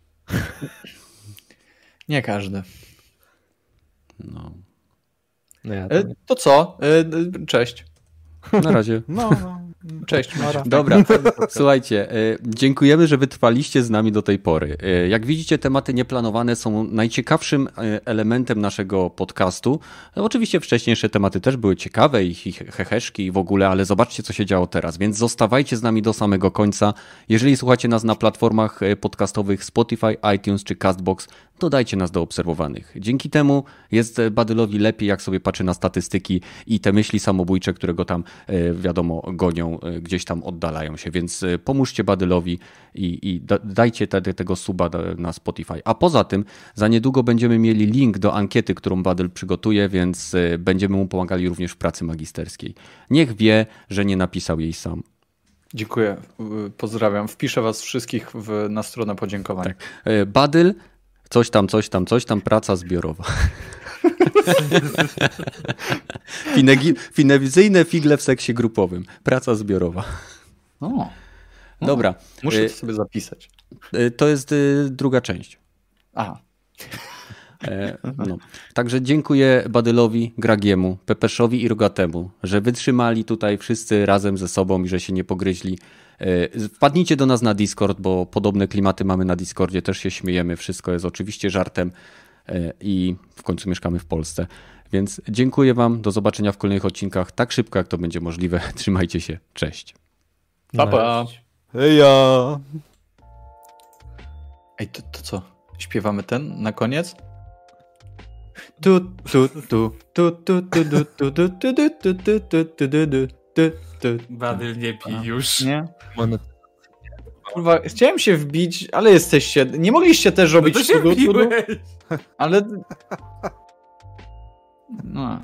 Nie każdy. No. To co? Cześć. Na razie. Cześć. Mara. Dobra, słuchajcie, dziękujemy, że wytrwaliście z nami do tej pory. Jak widzicie, tematy nieplanowane są najciekawszym elementem naszego podcastu. Oczywiście wcześniejsze tematy też były ciekawe i heheszki i w ogóle, ale zobaczcie, co się działo teraz, więc zostawajcie z nami do samego końca. Jeżeli słuchacie nas na platformach podcastowych Spotify, iTunes czy Castbox, dodajcie nas do obserwowanych. Dzięki temu jest Badylowi lepiej, jak sobie patrzy na statystyki i te myśli samobójcze, które go tam, wiadomo, gonią, gdzieś tam oddalają się, więc pomóżcie Badylowi i dajcie tego suba na Spotify. A poza tym za niedługo będziemy mieli link do ankiety, którą Badyl przygotuje, więc będziemy mu pomagali również w pracy magisterskiej. Niech wie, że nie napisał jej sam. Dziękuję, pozdrawiam. Wpiszę was wszystkich na stronę podziękowań. Tak. Badyl, coś tam, praca zbiorowa. Finezyjne figle w seksie grupowym. Praca zbiorowa. Dobra. Muszę to sobie zapisać. To jest druga część. Aha. No. Także dziękuję Badylowi, Gragiemu, Pepeszowi i Rogatemu, że wytrzymali tutaj wszyscy razem ze sobą i że się nie pogryźli. Wpadnijcie do nas na Discord, bo podobne klimaty mamy na Discordzie, też się śmiejemy, wszystko jest oczywiście żartem i w końcu mieszkamy w Polsce. Więc dziękuję wam, do zobaczenia w kolejnych odcinkach tak szybko, jak to będzie możliwe. Trzymajcie się, cześć. Pa, pa. Heja! Ej, to co? Śpiewamy ten na koniec? Tu, tu, tu, tu, tu, tu, tu, tu, tu, tu, tu, tu, tu, tu, tu, tu. Badyl, nie pij już. Nie? Kurwa, chciałem się wbić, ale jesteście... Nie mogliście też robić... No to się wbiłeś. Ale... No.